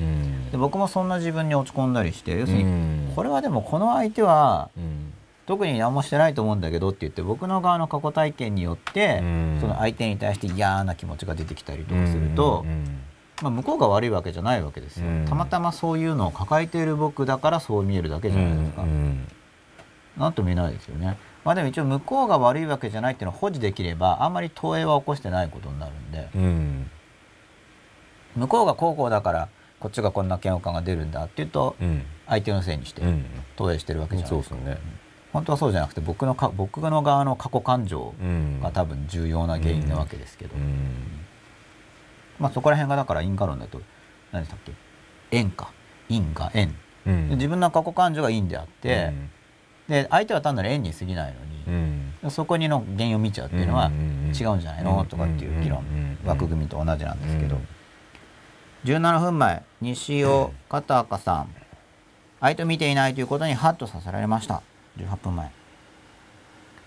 で僕もそんな自分に落ち込んだりして、要するにこれはでもこの相手は、うん、特に何もしてないと思うんだけどって言って僕の側の過去体験によって、うん、その相手に対して嫌な気持ちが出てきたりとかすると、うんうん、まあ、向こうが悪いわけじゃないわけですよ。うん、たまたまそういうのを抱えている僕だからそう見えるだけじゃないですか。うんうん、なんとも言えないですよね。まあでも一応向こうが悪いわけじゃないっていうのを保持できればあんまり投影は起こしてないことになるんで、うん、向こうがこうこうだからこっちがこんな嫌悪感が出るんだっていうと、うん、相手のせいにして投影してるわけじゃないですか。うん、そうですね。本当はそうじゃなくて僕のか僕の側の過去感情が多分重要な原因なわけですけど、うんうん、まあそこら辺がだから因果論だと何でしたっけ、縁か因が縁、うん、自分の過去感情が因であって、うん、で相手は単なる縁に過ぎないのに、うん、そこにの原因を見ちゃうっていうのは違うんじゃないのとかっていう議論、枠組みと同じなんですけど、じゅうななふんまえ西尾片赤さん、相手を見ていないということにハッとさせられました。じゅうはっぷんまえ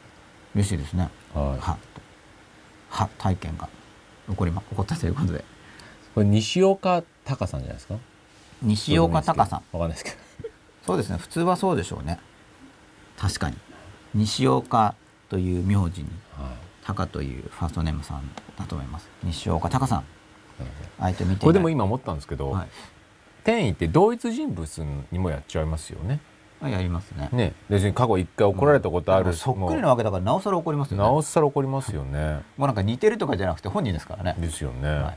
嬉しいですね。はい、はは体験が起こりま起こったということでこれ西岡隆さんじゃないですか。 西岡隆さん。 わかんないですけど。 そうですね、普通はそうでしょうね。確かに西岡という名字に、はい、隆というファーストネームさんだと思います。西岡隆さん。相手見てこれでも今思ったんですけど、はい、天意って同一人物にもやっちゃいますよね。 やりますね。 ね、別に過去一回怒られたことある、うん、 そっくりなわけだからなおさら怒りますよね。 なおさら怒りますよね。 もうなんか似てるとかじゃなくて本人ですからね。 ですよね。はい、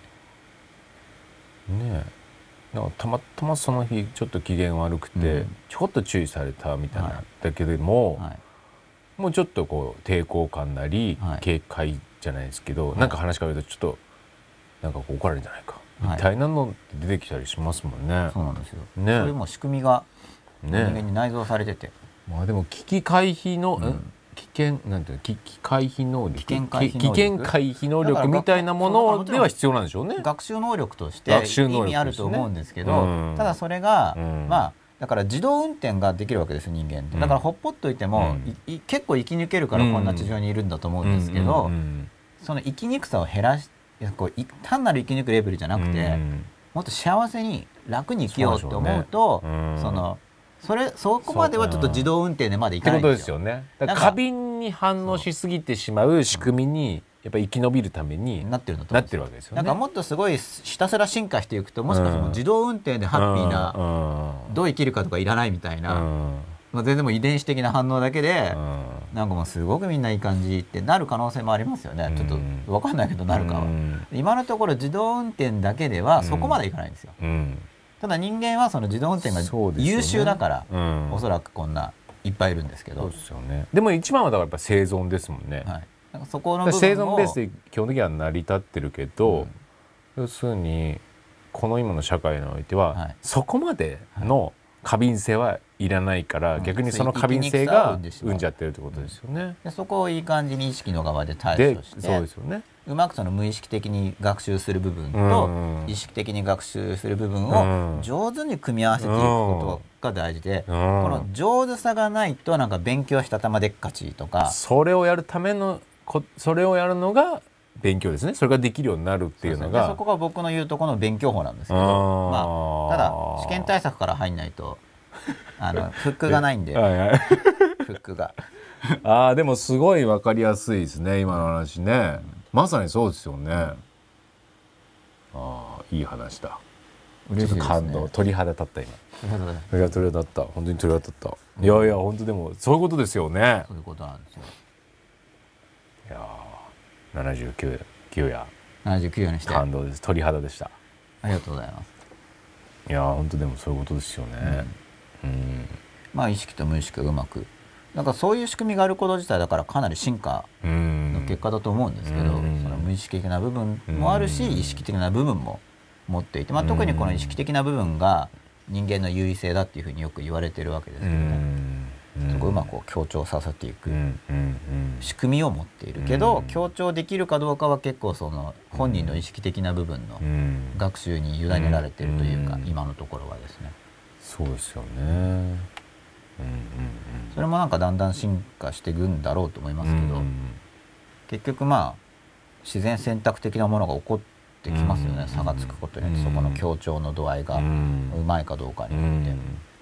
ねえ、なんかたまたまその日ちょっと機嫌悪くて、うん、ちょっと注意されたみたいな、はい、だけども、はい、もうちょっとこう抵抗感なり、はい、警戒じゃないですけど、はい、なんか話しかけるとちょっとなんかこう怒られるんじゃないか、はい、みたいなのって出てきたりしますもんね。 そうなんですよ。ね、そういうもう仕組みが人間に内蔵されてて、ね、 まあでも危機回避の、うん、危険なんていうの、危機回避能力、危険回避能力、危険回避能力みたいなものでは必要なんでしょうね。 学習能力として意味あると思うんですけど、うん、ただそれが、うん、まあだから自動運転ができるわけですよ、人間って。だからほっぽっといても、うん、結構生き抜けるからこんな地上にいるんだと思うんですけど、その生きにくさを減らし、こう単なる生き抜くレベルじゃなくて、うん、もっと幸せに楽に生きようと思うと、そうでしょうね。うん、そのそれそこまではちょっと自動運転でまでいかないんですよ。 ってことですよね。だから過敏に反応しすぎてしまう仕組みにやっぱり生き延びるためになってるのとなってるわけですよね。 なんかもっとすごいひたすら進化していくと、もしかしても自動運転でハッピーな、うん、どう生きるかとかいらないみたいな、うん、まあ全然もう遺伝子的な反応だけで、うん、なんかもうすごくみんないい感じってなる可能性もありますよね。ちょっと分かんないけどなるかは、うん、今のところ自動運転だけではそこまでいかないんですよ。うんうん、ただ人間はその自動運転が優秀だから、ね、うん、おそらくこんないっぱいいるんですけど。 そうですよね。でも一番はだからやっぱ生存ですもんね。はい、 なんかそこの部分を生存ベースで基本的には成り立ってるけど、うん、要するにこの今の社会においては、はい、そこまでの過敏性はいらないから、はい、逆にその過敏性が生んじゃってるってことですよね。 でそこをいい感じに意識の側で対処して、 そうですよね。 うまくその無意識的に学習する部分と意識的に学習する部分を上手に組み合わせていくことが大事で、この上手さがないとなんか勉強したたまでっかちとか、 それをやるためのそれをやるのが勉強ですね。それができるようになるっていうのが、 そ, そこが僕の言うとこの勉強法なんですけど、まあ、ただ試験対策から入んないとあのフックがないんではい、はい、フックがあーでもすごい分かりやすいですね、今の話ね。まさにそうですよね。ああ、いい話だ。嬉しいですね。ちょっと感動、鳥肌立った今。いや鳥肌立った。本当に鳥肌立った。いやいや本当でもそういうことですよね。 そういうことなんですよ。 いやななじゅうきゅうやななじゅうきゅうやにして感動です。鳥肌でした。 ありがとうございます。 いや本当でもそういうことですよね。うん、うん、 まあ意識と無意識がうまく、なんかそういう仕組みがあること自体だからかなり進化の結果だと思うんですけど、その無意識的な部分もあるし意識的な部分も持っていて、まあ、特にこの意識的な部分が人間の優位性だっていうふうによく言われてるわけですけどね。そこをうまく強調させていく仕組みを持っているけど、強調できるかどうかは結構その本人の意識的な部分の学習に委ねられているというか、今のところはですね。 そうですよね。 それもなんかだんだん進化していくんだろうと思いますけど、結局まあ自然選択的なものが起こってきますよね。差がつくことによってそこの強調の度合いがうまいかどうかによって。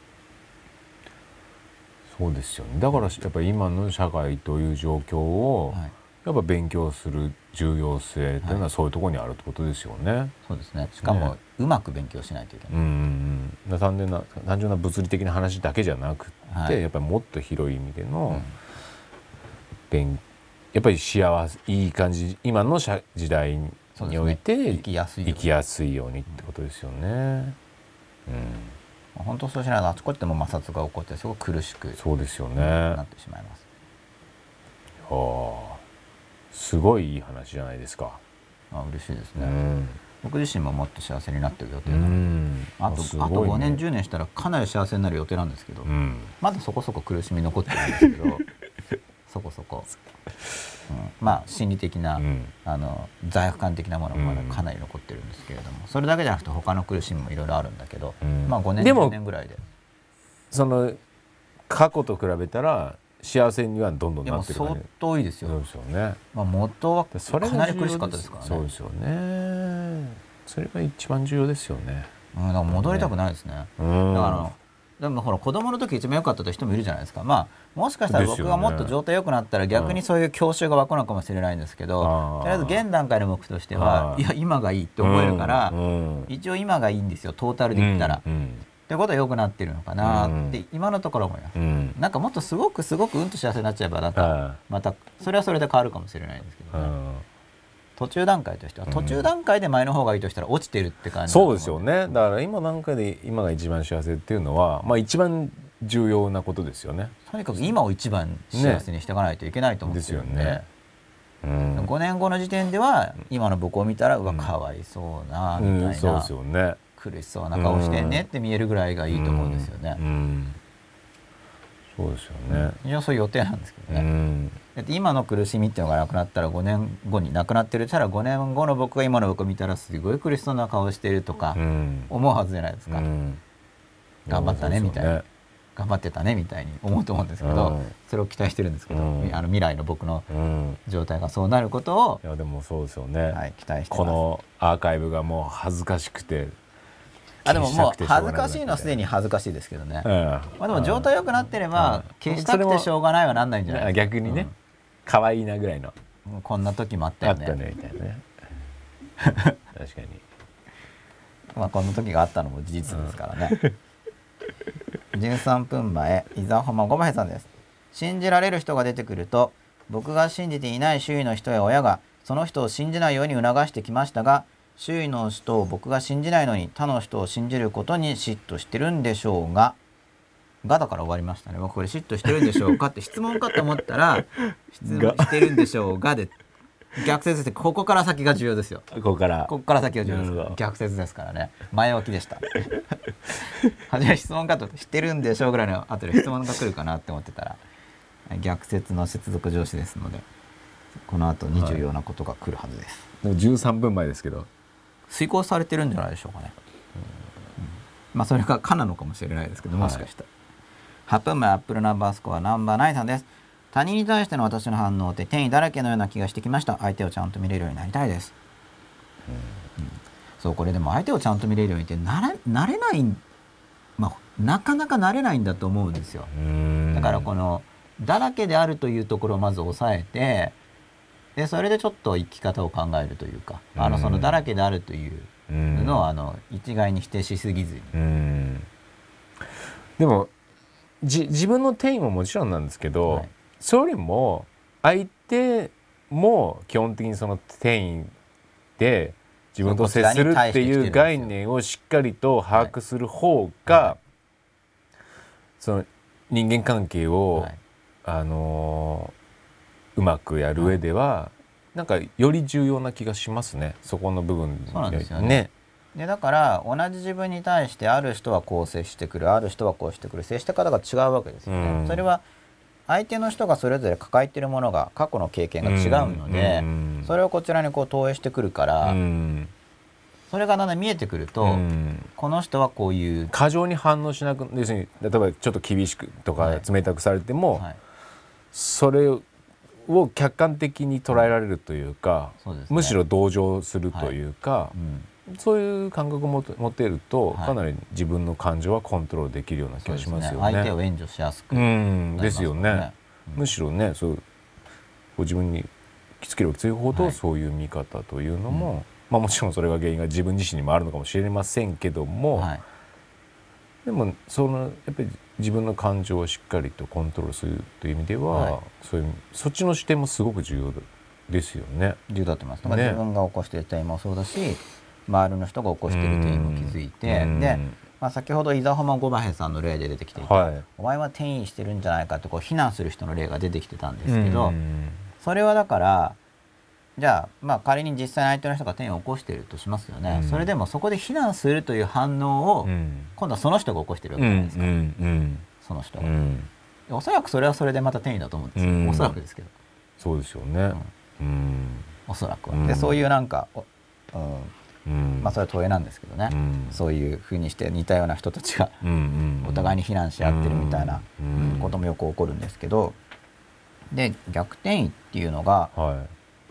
そうですよね。だからやっぱり今の社会という状況をやっぱ勉強する重要性というのはそういうところにあるってことですよね。はい、 そうですね。しかもうまく勉強しないといけない。うんうん、単純な単純な物理的な話だけじゃなくて、はい、やっぱりもっと広い意味での、うん、やっぱり幸せいい感じ、今の時代において、ね、生きやすいように、生きやすいようにってことですよね。うん本当そうしないとあちこちでも摩擦が起こってすごく苦しくそうですよねなってしまいます。 はあ、すごいいい話じゃないですか。 あ、嬉しいですね。うん、僕自身ももっと幸せになっていく予定なので、あと、ね、あとごねんじゅうねんしたらかなり幸せになる予定なんですけど、うん、まだそこそこ苦しみ残ってるんですけどそこそこ、うん、まあ心理的な、うん、あの罪悪感的なものもまだかなり残ってるんですけれども、それだけじゃなくて他の苦しみもいろいろあるんだけど、うん、まあごねんじゅうねんぐらいでその過去と比べたら幸せにはどんどんなってるから、ね、相当いいですよ。 そうですよね。 まあ元はかなり苦しかったですからね。 そうですよね。 それが一番重要ですよね。 うん、だから戻りたくないですね。うん、だからでもほら子供の時一番良かったという人もいるじゃないですか。まあもしかしたら僕がもっと状態良くなったら逆にそういう郷愁が湧くのかもしれないんですけど、とりあえず現段階の目としてはいや今がいいって思えるから、一応今がいいんですよトータルで言ったら。ってことは良くなってるのかなって今のところ思います。なんかもっとすごくすごくうんと幸せになっちゃえばなんかまたそれはそれで変わるかもしれないんですけどね。途中段階としては途中段階で前の方がいいとしたら落ちてるって感じ、 そうですよね。だから今段階で今が一番幸せっていうのはまあ一番重要なことですよね。 とにかく今を一番幸せにしていかないといけないと思うんですよね。ですよね。うん、ごねんごの時点では今の僕を見たらうわかわいそうなみたいな、うん、そうですよね。苦しそうな顔してんねって見えるぐらいがいいと思うんですよね。うんうん、 そうですよね。 非常にそういう予定なんですけどね。うん、だって今の苦しみっていうのがなくなったらごねんごになくなってるったらごねんごの僕が今の僕を見たらすごい苦しそうな顔してるとか思うはずじゃないですか。うん、頑張ったねみたいな、ね、頑張ってたねみたいに思うと思うんですけど、うん、それを期待してるんですけど、うん、あの未来の僕の状態がそうなることを、 いやでもそうですよね、 はい、期待してます。 このアーカイブがもう恥ずかしくてあでももう恥ずかしいのはすでに恥ずかしいですけどね、うん、まあでも状態良くなってれば消したくてしょうがないはなんないんじゃないですか。 逆にね、可愛いなぐらいのこんな時もあったよねあったねみたいなね確かにまあこんな時があったのも事実ですからね、うん、じゅうさんぷんまえ伊沢浜ごまへさんです。信じられる人が出てくると僕が信じていない周囲の人や親がその人を信じないように促してきましたが、周囲の人を僕が信じないのに他の人を信じることに嫉妬してるんでしょうが、がだから終わりましたね。僕これ嫉妬してるんでしょうかって質問かと思ったら質問してるんでしょうがで逆説でここから先が重要ですよ。 ここからここから先が重要です。逆説ですからね。前置きでした初め質問かと知ってるんでしょうぐらいの後で質問が来るかなって思ってたら逆説の接続上司ですのでこの後に重要なことが来るはずです。 はい、でもじゅうさんぷんまえですけど遂行されてるんじゃないでしょうかね。うん、まあそれがかなのかもしれないですけど、もしかしたら、はい、はっぷんまえアップルナンバースコアナンバーナインさんです。他人に対しての私の反応って転移だらけのような気がしてきました。相手をちゃんと見れるようになりたいです。うんうん、そうこれでも相手をちゃんと見れるようにってなれ、なれない、まあ、なかなかなれないんだと思うんですよ。だからこのだらけであるというところをまず抑えてでそれでちょっと生き方を考えるというか、あのそのだらけであるというのをあの一概に否定しすぎずに。 うんでもじ自分の転移ももちろんなんですけど、はい、それよりも相手も基本的にその転移で自分と接するっていう概念をしっかりと把握する方が、はい、その人間関係を、はい、あのーうまくやる上では、はい、なんかより重要な気がしますね。そこの部分で。 そうなんですよね。でだから同じ自分に対してある人はこう接してくる、ある人はこうしてくる、接した方が違うわけですよね。うん、それは相手の人がそれぞれ抱えているものが過去の経験が違うので、うん、それをこちらにこう投影してくるから、うん、それがだんだん見えてくると、うん、この人はこういう過剰に反応しなく、要するに例えばちょっと厳しくとか冷たくされても、はいはい、それをを客観的に捉えられるというか、うん、そうですね、むしろ同情するというか、はい、うん、そういう感覚を持てると、はい、かなり自分の感情はコントロールできるような気がしますよね。 相手を援助しやすくなりますよね。 ですよね。うん、むしろね、そうご自分にきつければ強いほど、はい、そういう見方というのも、うん、まあもちろんそれが原因が自分自身にもあるのかもしれませんけども、はい、でもそのやっぱり自分の感情をしっかりとコントロールするという意味では、はい、そういうそっちの視点もすごく重要ですよね。 重要だと思います。だから自分が起こしている点もそうだし、周りの人が起こしている点も気づいて、で、まあ、先ほど伊沢浜五馬平さんの例で出てきていた、はい、お前は転移してるんじゃないかってこう非難する人の例が出てきてたんですけど、それはだからじゃあ、まあ、仮に実際に相手の人が転移を起こしているとしますよね、うん、それでもそこで非難するという反応を、うん、今度はその人が起こしているわけじゃないですか、うんうんうん、その人が、うん、おそらくそれはそれでまた転移だと思うんですよ、うん、おそらくですけど。 そうですよね、うんうん、 おそらくは。でそういうなんか、うんうん、まあそれは問いなんですけどね、うん、そういうふうにして似たような人たちがお互いに非難し合ってるみたいなこともよく起こるんですけど、で逆転移っていうのが、はい、まあ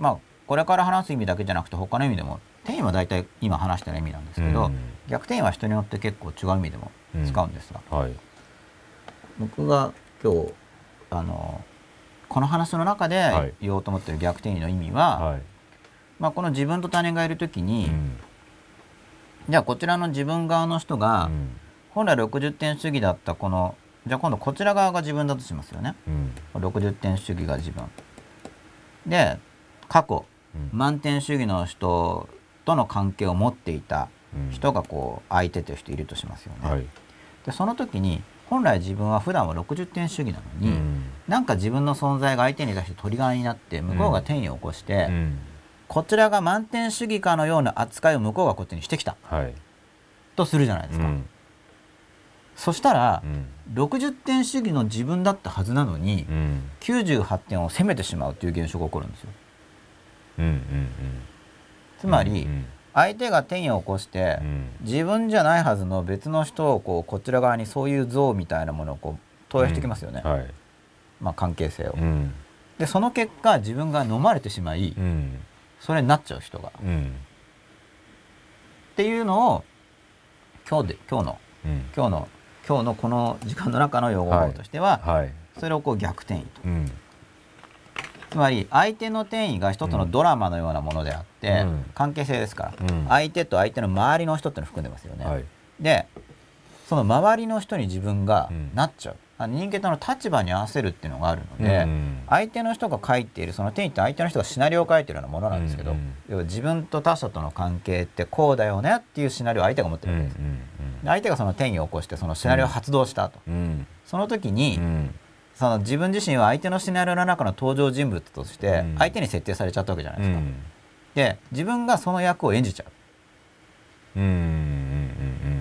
これから話す意味だけじゃなくて他の意味でも転移は大体今話した意味なんですけど、うん、逆転移は人によって結構違う意味でも使うんですが、うんはい、僕が今日あのこの話の中で言おうと思っている逆転移の意味は、はいまあ、この自分と他人がいるときに、うん、じゃあこちらの自分側の人が、うん、本来ろくじゅってん主義だったこのじゃあ今度こちら側が自分だとしますよね、うん、ろくじゅってん主義が自分で過去、うん、満点主義の人との関係を持っていた人がこう相手という人いるとしますよね、はい、でその時に本来自分は普段はろくじゅってん主義なのに、うん、なんか自分の存在が相手に対して取り金になって向こうが転移を起こして、うん、こちらが満点主義かのような扱いを向こうがこっちにしてきた、はい、とするじゃないですか、うん、そしたら、うん、ろくじゅってん主義の自分だったはずなのに、うん、きゅうじゅうはってんを責めてしまうという現象が起こるんですよ、うんうんうん、つまり、うんうん相手が転移を起こして、うん、自分じゃないはずの別の人をこうこちら側にそういう像みたいなものをこう投影してきますよね、うんはいまあ、関係性を、うん、でその結果自分が飲まれてしまい、うん、それになっちゃう人が、うん、っていうのを今日で今日の、うん、今日の今日のこの時間の中の用語法としては、はいはい、それをこう逆転移と、うんつまり相手の転移が一つのドラマのようなものであって、うん、関係性ですから、うん、相手と相手の周りの人ってのを含んでますよね、はい、でその周りの人に自分がなっちゃう、うん、人間との立場に合わせるっていうのがあるので、うん、相手の人が書いているその転移って相手の人がシナリオを書いているようなものなんですけど、うん、要は自分と他者との関係ってこうだよねっていうシナリオを相手が持ってるわけです、うんうんうん、で相手がその転移を起こしてそのシナリオを発動したと、うん、その時に、うんその自分自身は相手のシナリオの中の登場人物として相手に設定されちゃったわけじゃないですか、うん、で自分がその役を演じちゃう、うんうんうん、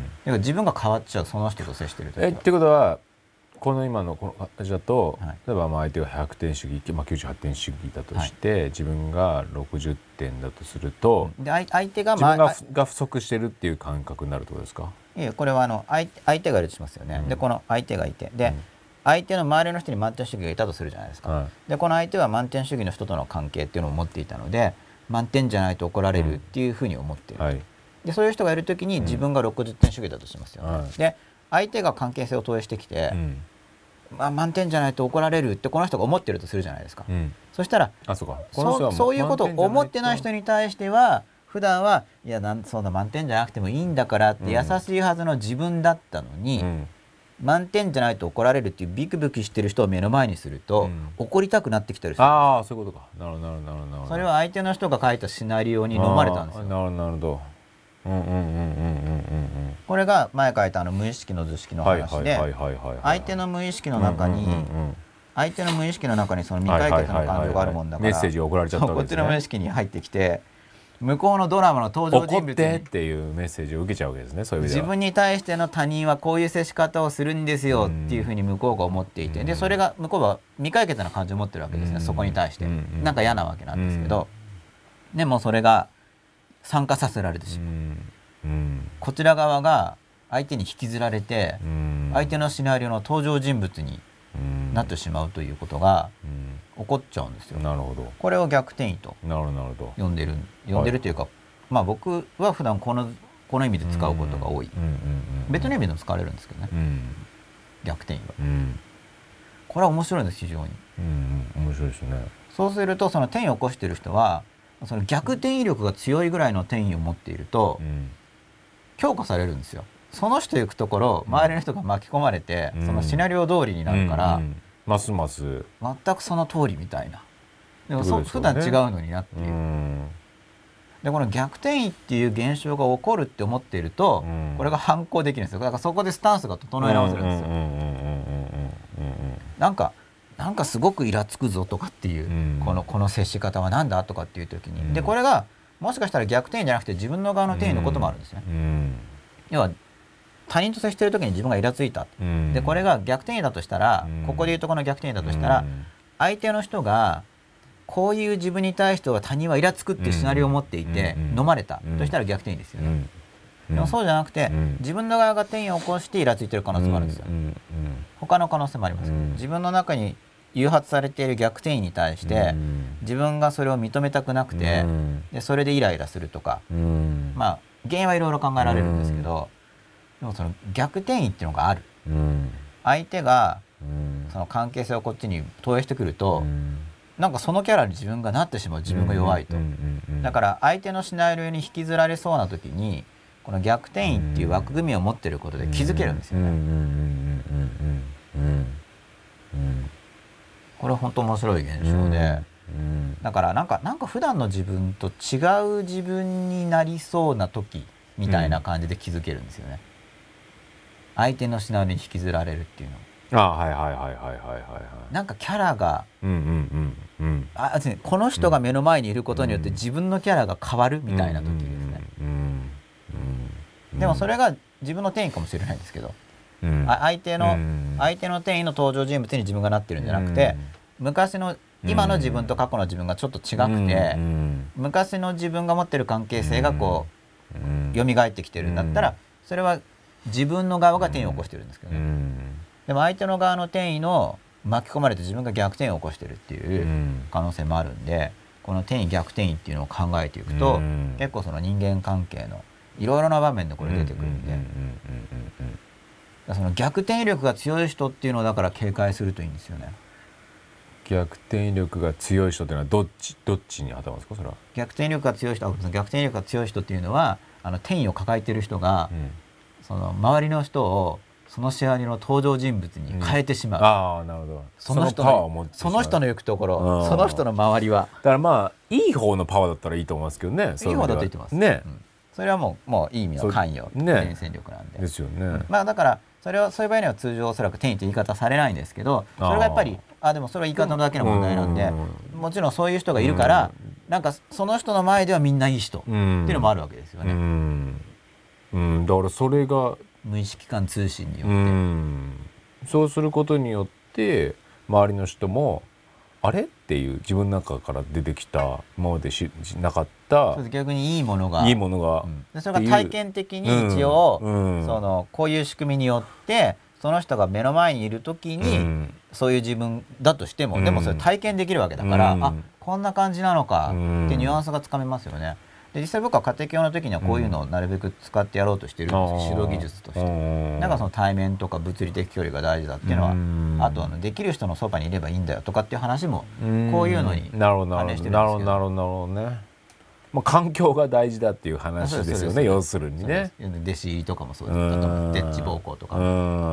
だから自分が変わっちゃうその人と接してる時は。 えってことはこの今のこの形だと、はい、例えばまあ相手がひゃくてん主義、まあ、きゅうじゅうはってん主義だとして、はい、自分がろくじゅってんだとすると、 で相手が、 まあ、自分が、が不足してるっていう感覚になるってことですか。 いやこれはあの 相, 相手がいるとしますよね、うん、でこの相手がいてで、うん相手の周りの人に満点主義がいたとするじゃないですか、はい、でこの相手は満点主義の人との関係っていうのを持っていたので満点じゃないと怒られるっていうふうに思っている、うんはい、でそういう人がいるときに自分がろくじゅってん主義だとしますよね、うん、で相手が関係性を投影してきて、うんまあ、満点じゃないと怒られるってこの人が思ってるとするじゃないですか、うん、そしたらあそうかこの人はそ, そういうことを思ってない人に対しては普段はいやなんそんな満点じゃなくてもいいんだからって優しいはずの自分だったのに、うん満点じゃないと怒られるっていうビクビクしてる人を目の前にすると、うん、怒りたくなってきたりする。 ああそういうことか。なるほどなるほどなるほど。 それは相手の人が書いたシナリオに飲まれたんですよ。 なるほどなるほど。うんうんうんうんうんうんうん。 これが前書いたあの無意識の図式の話で、相手の無意識の中に、うんうんうんうん、相手の無意識の中にその未解決の感情があるもんだから、 メッセージが送られちゃったわけですね。 こっちの無意識に入ってきて。向こうのドラマの登場人物に怒ってっていうメッセージを受けちゃうわけですね。そういう意味では自分に対しての他人はこういう接し方をするんですよっていうふうに向こうが思っていて、でそれが向こうは未解決な感情を持ってるわけですね。そこに対してなんか嫌なわけなんですけど、でもそれが参加させられてしまう、こちら側が相手に引きずられて相手のシナリオの登場人物になってしまうということが起こっちゃうんですよ。 なるほど。 これを逆転移と呼んでる呼んでるというか、はい、まあ僕は普段このこの意味で使うことが多い。別の意味でも使われるんですけどね。うん、逆転移は、うん。これは面白いんです非常に。 うんうん、面白いですね。 そうするとその転移を起こしている人はその逆転移力が強いぐらいの転移を持っていると、うん、強化されるんですよ。その人行くところ周りの人が巻き込まれて、うん、そのシナリオ通りになるから。うんうんますます全くその通りみたいなでもそう、ね、普段違うのになっていうでこの逆転移っていう現象が起こるって思っているとこれが反抗できるんですよ。だからそこでスタンスが整え直せるんですよ。なんかなんかすごくイラつくぞとかっていうこのこの接し方はなんだとかっていう時にでこれがもしかしたら逆転移じゃなくて自分の側の転移のこともあるんですね。要は他人と接している時に自分がイラついた、うん、でこれが逆転移だとしたら、うん、ここでいうとこの逆転移だとしたら、うん、相手の人がこういう自分に対しては他人はイラつくっていうシナリオを持っていて、うん、飲まれた、うん、としたら逆転移ですよね、うん、でもそうじゃなくて、うん、自分の側が転移を起こしてイラついてる可能性もあるんですよ、うん、他の可能性もあります、うん、自分の中に誘発されている逆転移に対して、うん、自分がそれを認めたくなくて、うん、でそれでイライラするとか、うん、まあ原因はいろいろ考えられるんですけど、うん、でもその逆転移っていうのがある、うん、相手がその関係性をこっちに投影してくると、うん、なんかそのキャラに自分がなってしまう、自分が弱いと。だから相手のシナリオに引きずられそうな時にこの逆転移っていう枠組みを持ってることで気づけるんですよね。これは本当面白い現象で、だからなんかなんか普段の自分と違う自分になりそうな時みたいな感じで気づけるんですよね。相手のシナリオに引きずられるっていうの。 あはいはいはいはいはいはいなんかキャラがあこの人が目の前にいることによって自分のキャラが変わるみたいな時ですね。でもそれが自分の転移かもしれないんですけど、うん、相手の相手の転移の登場人物に自分がなってるんじゃなくて、昔の今の自分と過去の自分がちょっと違くて、昔の自分が持ってる関係性がこう蘇ってきてるんだったら、それは自分の側が転移を起こしてるんですけどね。でも相手の側の転移の巻き込まれて自分が逆転を起こしてるっていう可能性もあるんで、この転移逆転移っていうのを考えていくと、結構その人間関係のいろいろな場面でこれ出てくるんで、その逆転力が強い人っていうのをだから警戒するといいんですよね。 逆転力が強い人っていうのはどっちどっちに当たるんですか？それは逆転力が強い人、逆転力が強い人っていうのはあの転移を抱えている人が、うん、その周りの人をそのシナリオの登場人物に変えてしまう、うん、 ああなるほど。 その人のその人の行くところ、その人の周りはだからまあいい方のパワーだったらいいと思いますけどね。 いい方だと言ってますね、うん、それはもう、もういい意味の関与、伝染力なんでですよね、うん、 まあだからそれはそういう場合には通常おそらく転移という言い方されないんですけど、それがやっぱりあでもそれは言い方のだけの問題なんで、もちろんそういう人がいるから、なんかその人の前ではみんないい人っていうのもあるわけですよね。 うんうん、だからそれが無意識間通信によって、 うん、そうすることによって周りの人もあれっていう自分の中から出てきた今までしなかった逆にいいものがいいものが、 うん、それが体験的に一応、うんうん、そのこういう仕組みによってその人が目の前にいる時に、うん、そういう自分だとしても、うん、でもそれ体験できるわけだから、うん、あこんな感じなのかってニュアンスがつかめますよね。で実際僕は家庭教の時にはこういうのをなるべく使ってやろうとしてるんですよ、指導技術として。なんかその対面とか物理的距離が大事だっていうのは、あとあのできる人のそばにいればいいんだよとかっていう話もこういうのに関連してるんですけど。 なるほどなるほどなるほどね。まあ環境が大事だっていう話ですよね、要するにね。 弟子入りとかもそうだと思う、デッチ暴行とか。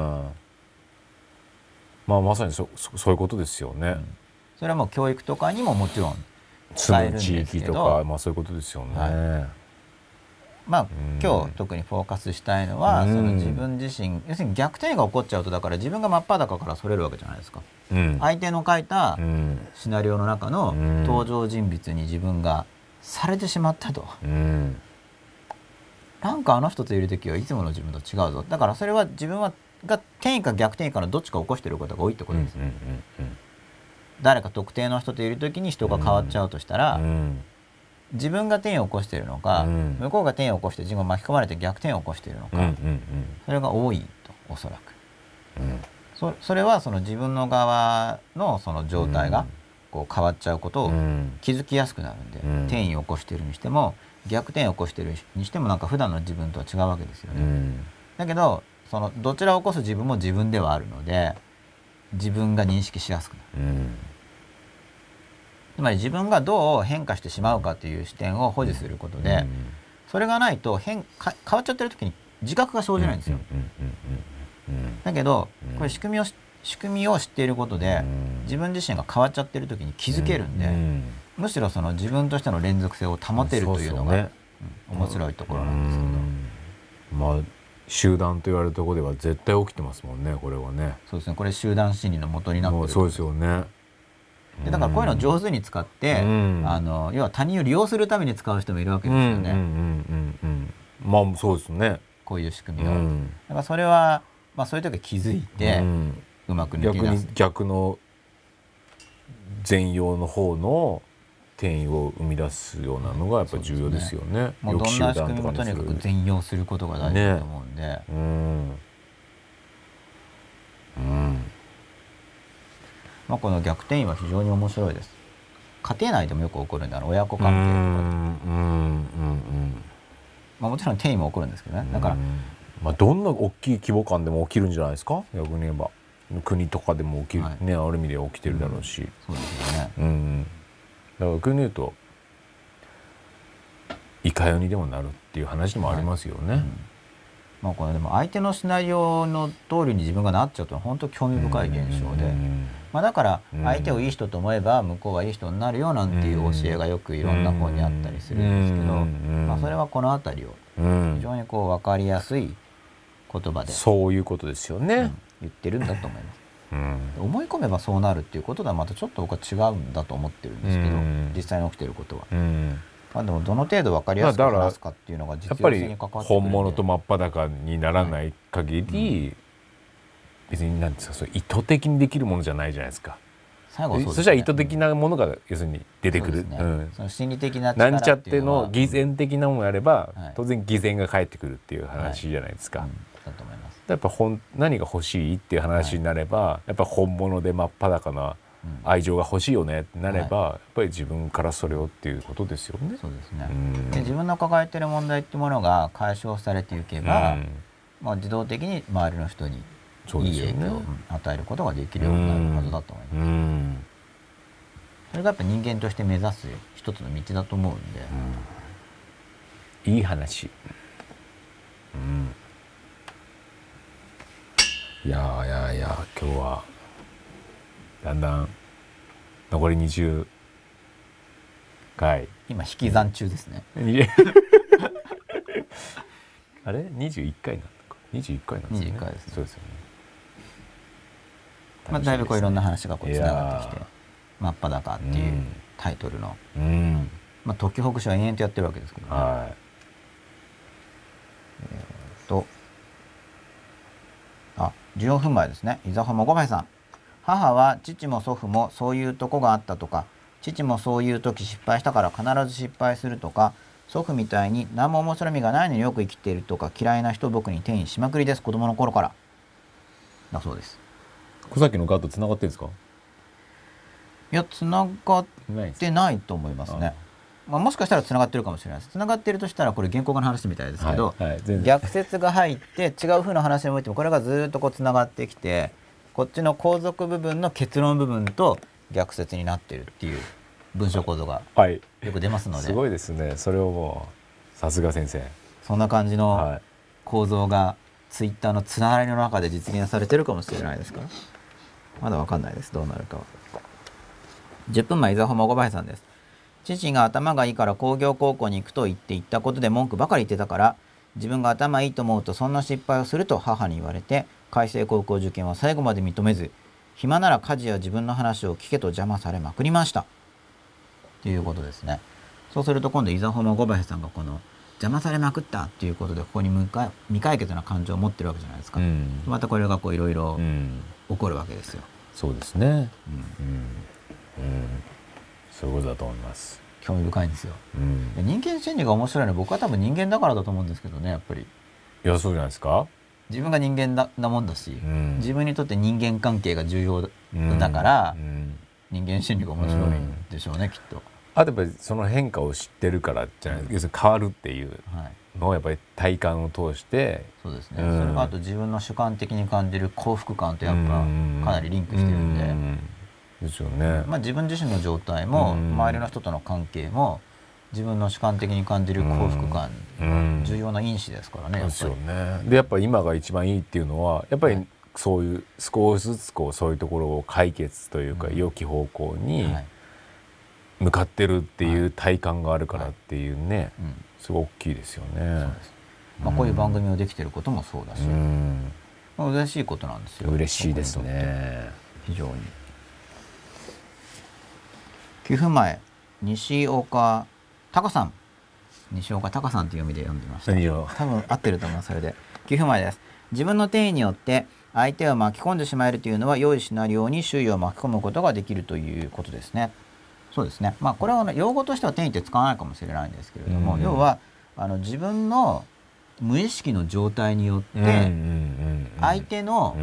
まあまさに そ, そういうことですよね、うん、 それはもう教育とかにももちろん使えるんですけど、 地域とか、まあ、そういうことですよね、はい、 まあ今日特にフォーカスしたいのは、その自分自身、要するに逆転が起こっちゃうと、だから自分が真っ裸からそれるわけじゃないですか、うん、相手の書いたシナリオの中の登場人物に自分がされてしまったと、うん、なんかあの人といる時はいつもの自分と違うぞ、だからそれは自分はが転移か逆転移かのどっちか起こしていることが多いってことです、うんうんうんうん、誰か特定の人といる時に人が変わっちゃうとしたら、うん、自分が転移を起こしているのか、うん、向こうが転移を起こして自分が巻き込まれて逆転を起こしているのか、うんうんうん、それが多いとおそらく、うん、そ, それはその自分の側 の, その状態がこう変わっちゃうことを気づきやすくなるんで、うん、転移を起こしているにしても逆転を起こしているにしてもなんか普段の自分とは違うわけですよね、うん、だけどそのどちらを起こす自分も自分ではあるので自分が認識しやすくなる、うん、つまり自分がどう変化してしまうかという視点を保持することで、うん、それがないと変か変わっちゃってる時に自覚が生じないんですよ。だけどこれ仕組みを仕組みを知っていることで自分自身が変わっちゃってる時に気づけるんで、うん、むしろその自分としての連続性を保てるというのが、ね、うん、面白いところなんですけど、 うん、まあ集団と言われるところでは絶対起きてますもんね、これはね。 そうですね、これ集団心理の元になってる。 そうですよね。 でだからこういうのを上手に使って、うん、あの要は他人を利用するために使う人もいるわけですよね。 まあそうですね。 こういう仕組みを、うん、だからそれは、まあ、そういう時は気づいて、うん、うまく抜け出す。 逆に逆の善用の方の転移を生み出すようなのがやっぱり重要ですよね。 もうどんな仕組みもとにかく善用することが大事だと思うんで、ね、うん、うん、 まあ、この逆転移は非常に面白いです。家庭内でもよく起こるんで、あの親子関係とかで、うんうんうん、まあ、もちろん転移も起こるんですけどね。だから、 まあ、どんな大きい規模感でも起きるんじゃないですか。逆に言えば国とかでも起きる、はい、ね、ある意味で起きてるだろうし、うん、 そうですよね、 うん、だから逆に言うといかようにでもなるっていう話でもありますよね、はい、うん、 まあ、これでも相手のシナリオの通りに自分がなっちゃうと本当興味深い現象で、まあ、だから相手をいい人と思えば向こうはいい人になるよなんていう教えがよくいろんな本にあったりするんですけど、まあ、それはこの辺りを非常にこう分かりやすい言葉でそういうことですよね、うん、 言ってるんだと思います、うん、思い込めばそうなるっていうこととはまたちょっと僕は違うんだと思ってるんですけど、うん、実際に起きてることは、うん、まあ、でもどの程度分かりやすく話すかっていうのが実用性に関わってくるんで、 やっぱり本物と真っ裸にならない限り、はい、うん、別に何ですか、それ意図的にできるものじゃないじゃないですか。 最後 そうですね、 そしたら意図的なものが要するに出てくる、 ね、うん、その心理的な力なんちゃっての偽善的なものをやれば、うん、当然偽善が返ってくるっていう話じゃないですか、はい、うん、 だと思います。 やっぱ本何が欲しいっていう話になれば、はい、やっぱ本物で真っ裸な愛情が欲しいよねってなれば、はい、やっぱり自分からそれをっていうことですよね。 そうですね、うん、で自分の抱えている問題っていうものが解消されていけば、うん、まあ、自動的に周りの人にいい影響を与えることができるようになるはずだと思います、うんうん、それがやっぱ人間として目指す一つの道だと思うんで、 うん、いい話、うん、いやいやいや今日はだんだん残りにじゅっかい、 今引き算中ですねあれにじゅういっかいなんだかにじゅういっかいなんですね。にじゅういっかいですね。そうですよね。 まあ、だいぶこういろんな話がこうつながってきて「真っ裸」っていうタイトルの、うん、まあ、特許北斎は延々とやってるわけですけどね、はい、えー、とあじゅうよんふんまえですね。伊沢浜ごばいさん、母は父も祖父もそういうとこがあったとか、父もそういう時失敗したから必ず失敗するとか、祖父みたいに何も面白みがないのによく生きているとか、嫌いな人僕に転移しまくりです、子供の頃からだそうです。 さっきのガッとつながってるんですか？ いや、つながってないと思いますね。まあ、もしかしたらつながってるかもしれないです。つながってるとしたらこれ原稿家の話みたいですけど、はいはい、逆説が入って違う風な話においてもこれがずっとこうつながってきて、こっちの後続部分の結論部分と逆説になってるっていう文章構造がよく出ますので、はい、 すごいですね。それをもうさすが先生、 そんな感じの構造がツイッターのつながりの中で実現されてるかもしれないですから、まだわかんないです、どうなるかは。じゅっぷんまえ、伊沢浜ごばいさんです。父が頭がいいから工業高校に行くと言って行ったことで文句ばかり言ってたから、自分が頭いいと思うとそんな失敗をすると母に言われて、開成高校受験は最後まで認めず、暇なら家事や自分の話を聞けと邪魔されまくりましたということですね。そうすると今度伊沢浜ごばいさんがこの邪魔されまくったっていうことでここに未解決な感情を持ってるわけじゃないですか、うん、またこれがこういろいろ起こるわけですよ、 うん、そうですね、うんうんうん、そういうことだと思います。 興味深いんですよ、うん、人間心理が面白いのは僕は多分人間だからだと思うんですけどね。やっぱりいや、そうじゃないですか。 自分が人間 だ, なもんだし、うん、自分にとって人間関係が重要だから、うん、人間心理が面白いんでしょうね、うん、きっと。 あとやっぱりその変化を知ってるからじゃない、うん、要するに変わるっていうのをやっぱり体感を通して、 そうですね、うん、それがあと自分の主観的に感じる幸福感とやっぱかなりリンクしてるんで、うん、 ですよね。 まあ、自分自身の状態も周りの人との関係も自分の主観的に感じる幸福感が重要な因子ですからね、やっぱり。 ですよね。でやっぱり今が一番いいっていうのはやっぱりそういう少しずつこうそういうところを解決というか良き方向に向かってるっていう体感があるからっていうね、はいはい、うん、すごい大きいですよね。そうです。 まあ、こういう番組をできてることもそうだし、うん、まあ、嬉しいことなんですよ。 嬉しいですね、 非常に。きゅうふんまえ、西岡タカさん、西岡タカさんという読みで読んでました。多分合ってると思います。それできゅうふんまえです。自分の転移によって相手を巻き込んでしまえるというのは良いシナリオに周囲を巻き込むことができるということですね。そうですね。まあこれは、ね、用語としては転移って使わないかもしれないんですけれども、うん、要はあの自分の無意識の状態によって相手の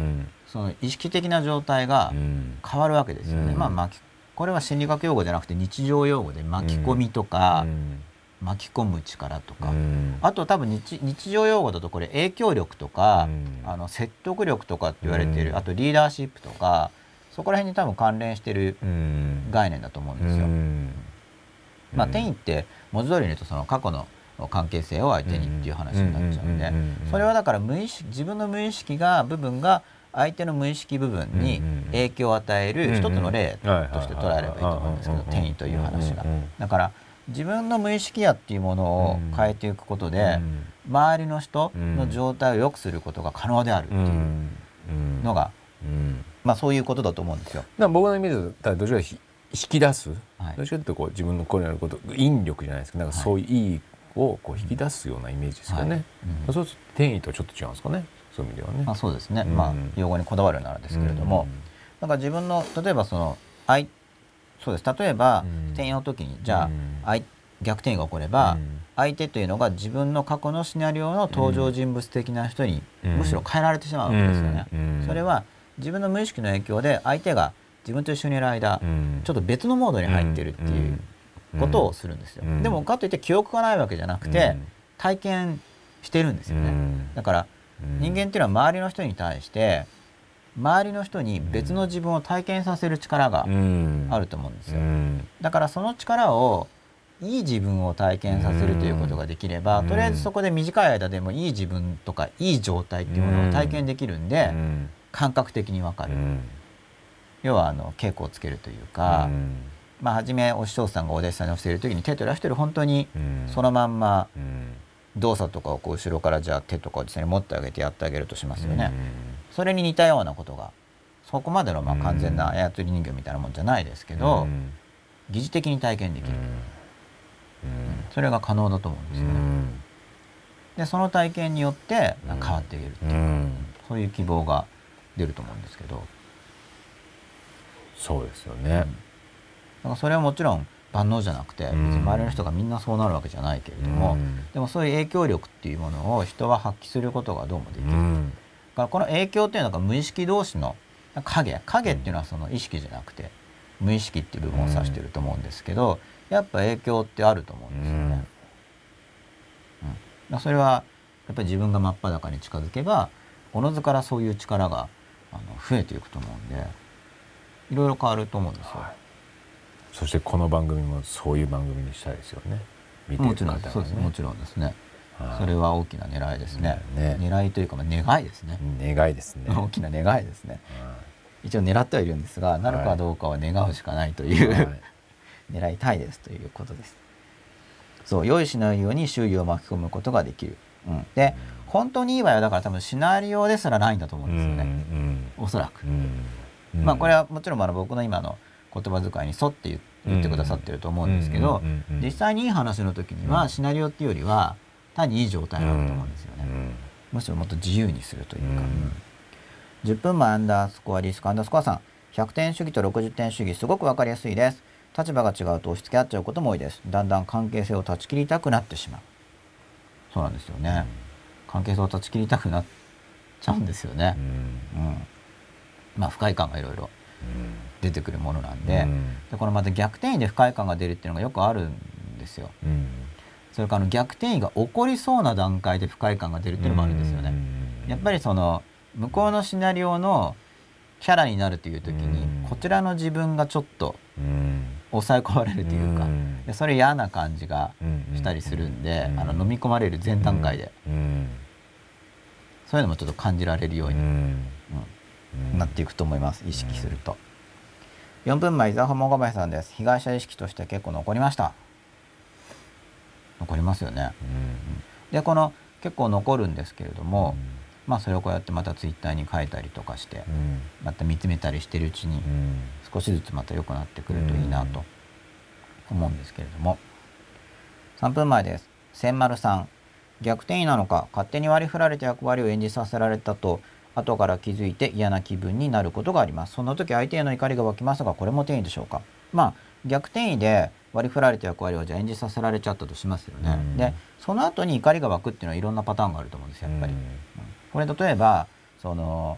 その意識的な状態が変わるわけですよね。うん、まあ巻きこれは心理学用語じゃなくて日常用語で巻き込みとか、うん、巻き込む力とか、うん、あと多分 日, 日常用語だとこれ影響力とか、うん、あの説得力とかって言われている、うん、あとリーダーシップとかそこら辺に多分関連している概念だと思うんですよ。うん、まあ、転移って文字通りに言うとその過去の関係性を相手にっていう話になっちゃうんで、それはだから無意識自分の無意識が部分が相手の無意識部分に影響を与える一つの例として捉えればいいと思うんですけど、転移という話が。だから自分の無意識やっていうものを変えていくことで周りの人の状態を良くすることが可能であるっていうのが、まあそういうことだと思うんですよ。 だから僕のイメージだとどちらか引き出す、はい、どちらかというとこう自分のこれやること引力じゃないですけど、なんかそういういいをこう引き出すようなイメージですよね。はい、うん、そうすると転移とちょっと違うんですかね。そういう意味ではね。 まあ、そうですね、うん、まあ用語にこだわるならですけれども、うん、だから自分の例えばその相そうです例えば、うん、転移の時にじゃあ、うん、逆転移が起これば、うん、相手というのが自分の過去のシナリオの登場人物的な人に、うん、むしろ変えられてしまうわけですよね。うん、それは自分の無意識の影響で相手が自分と一緒にいる間、うん、ちょっと別のモードに入ってるっていうことをするんですよ。うん、でもかといって記憶がないわけじゃなくて、うん、体験してるんですよね。うん、だから人間っていうのは周りの人に対して周りの人に別の自分を体験させる力があると思うんですよ。だからその力をいい自分を体験させるということができれば、とりあえずそこで短い間でもいい自分とかいい状態っていうものを体験できるんで、感覚的に分かる。要はあの稽古をつけるというか、まあ初めお師匠さんがお弟子さんに教える時に手とらしてる本当にそのまんま動作とかをこう後ろからじゃあ手とかを実際に持ってあげてやってあげるとしますよね。それに似たようなことがそこまでのまあ完全な操り人形みたいなもんじゃないですけど、疑似的に体験できる、それが可能だと思うんですよね。でその体験によって変わっていけるっていうか、そういう希望が出ると思うんですけど。 そうですよね。 だからそれはもちろん万能じゃなくて、別に周りの人がみんなそうなるわけじゃないけれども、でもそういう影響力っていうものを人は発揮することがどうもできる。だからこの影響っていうのが無意識同士の影影っていうのはその意識じゃなくて無意識っていう部分を指してると思うんですけど、やっぱ影響ってあると思うんですよね。うん、それはやっぱり自分が真っ裸に近づけばおのずからそういう力があの増えていくと思うんで、いろいろ変わると思うんですよ。はい、 そしてこの番組もそういう番組にしたいですよね。見ている方はね。 そうですね、もちろんですね。それは大きな狙いですね。ね、狙いというか、まあ、願いですね。 願いですね。 大きな願いですね。一応狙ってはいるんですが、なるかどうかは願うしかないという、はい、狙いたいですということです。そう、用意しないように周囲を巻き込むことができる。うん、で、うん、本当にいい場合はだから多分シナリオですらないんだと思うんですよね。うん、おそらく。うんうん、まあこれはもちろんまだ僕の今の言葉遣いに沿って言ってくださってると思うんですけど、実際にいい話の時にはシナリオっていうよりは単にいい状態なんだと思うんですよね。むしろもっと自由にするというか。うん、じゅっぷんまえアンダースコアリスクアンダースコアさん、ひゃくてん主義とろくじゅってん主義すごく分かりやすいです。立場が違うと押し付け合っちゃうことも多いです。だんだん関係性を断ち切りたくなってしまう。そうなんですよね。関係性を断ち切りたくなっちゃうんですよね。うん、うん、まあ不快感がいろいろ出てくるものなんで、うん、でこのまた逆転移で不快感が出るっていうのがよくあるんですよ。うん、それから逆転移が起こりそうな段階で不快感が出るっていうのもあるんですよね。うん、やっぱりその向こうのシナリオのキャラになるという時に、うん、こちらの自分がちょっと抑え込まれるというか、うん、でそれ嫌な感じがしたりするんで、うん、あの飲み込まれる前段階で、うん、そういうのもちょっと感じられるように、うんうん、なっていくと思います。意識すると。よんぷんまえ伊沢もごめさんです。被害者意識として結構残りました。残りますよね。うん、でこの結構残るんですけれども、うん、まあそれをこうやってまたツイッターに書いたりとかして、うん、また見つめたりしてるうちに、うん、少しずつまた良くなってくるといいなと思うんですけれども、さんぷんまえです。千丸さん、逆転移なのか勝手に割り振られた役割を演じさせられたと後から気づいて嫌な気分になることがあります。その時相手への怒りが湧きますが、これも転移でしょうか。まあ逆転移で割り振られた役割をじゃあ演じさせられちゃったとしますよね。うん、でその後に怒りが湧くっていうのはいろんなパターンがあると思うんですやっぱり。うん、これ例えばその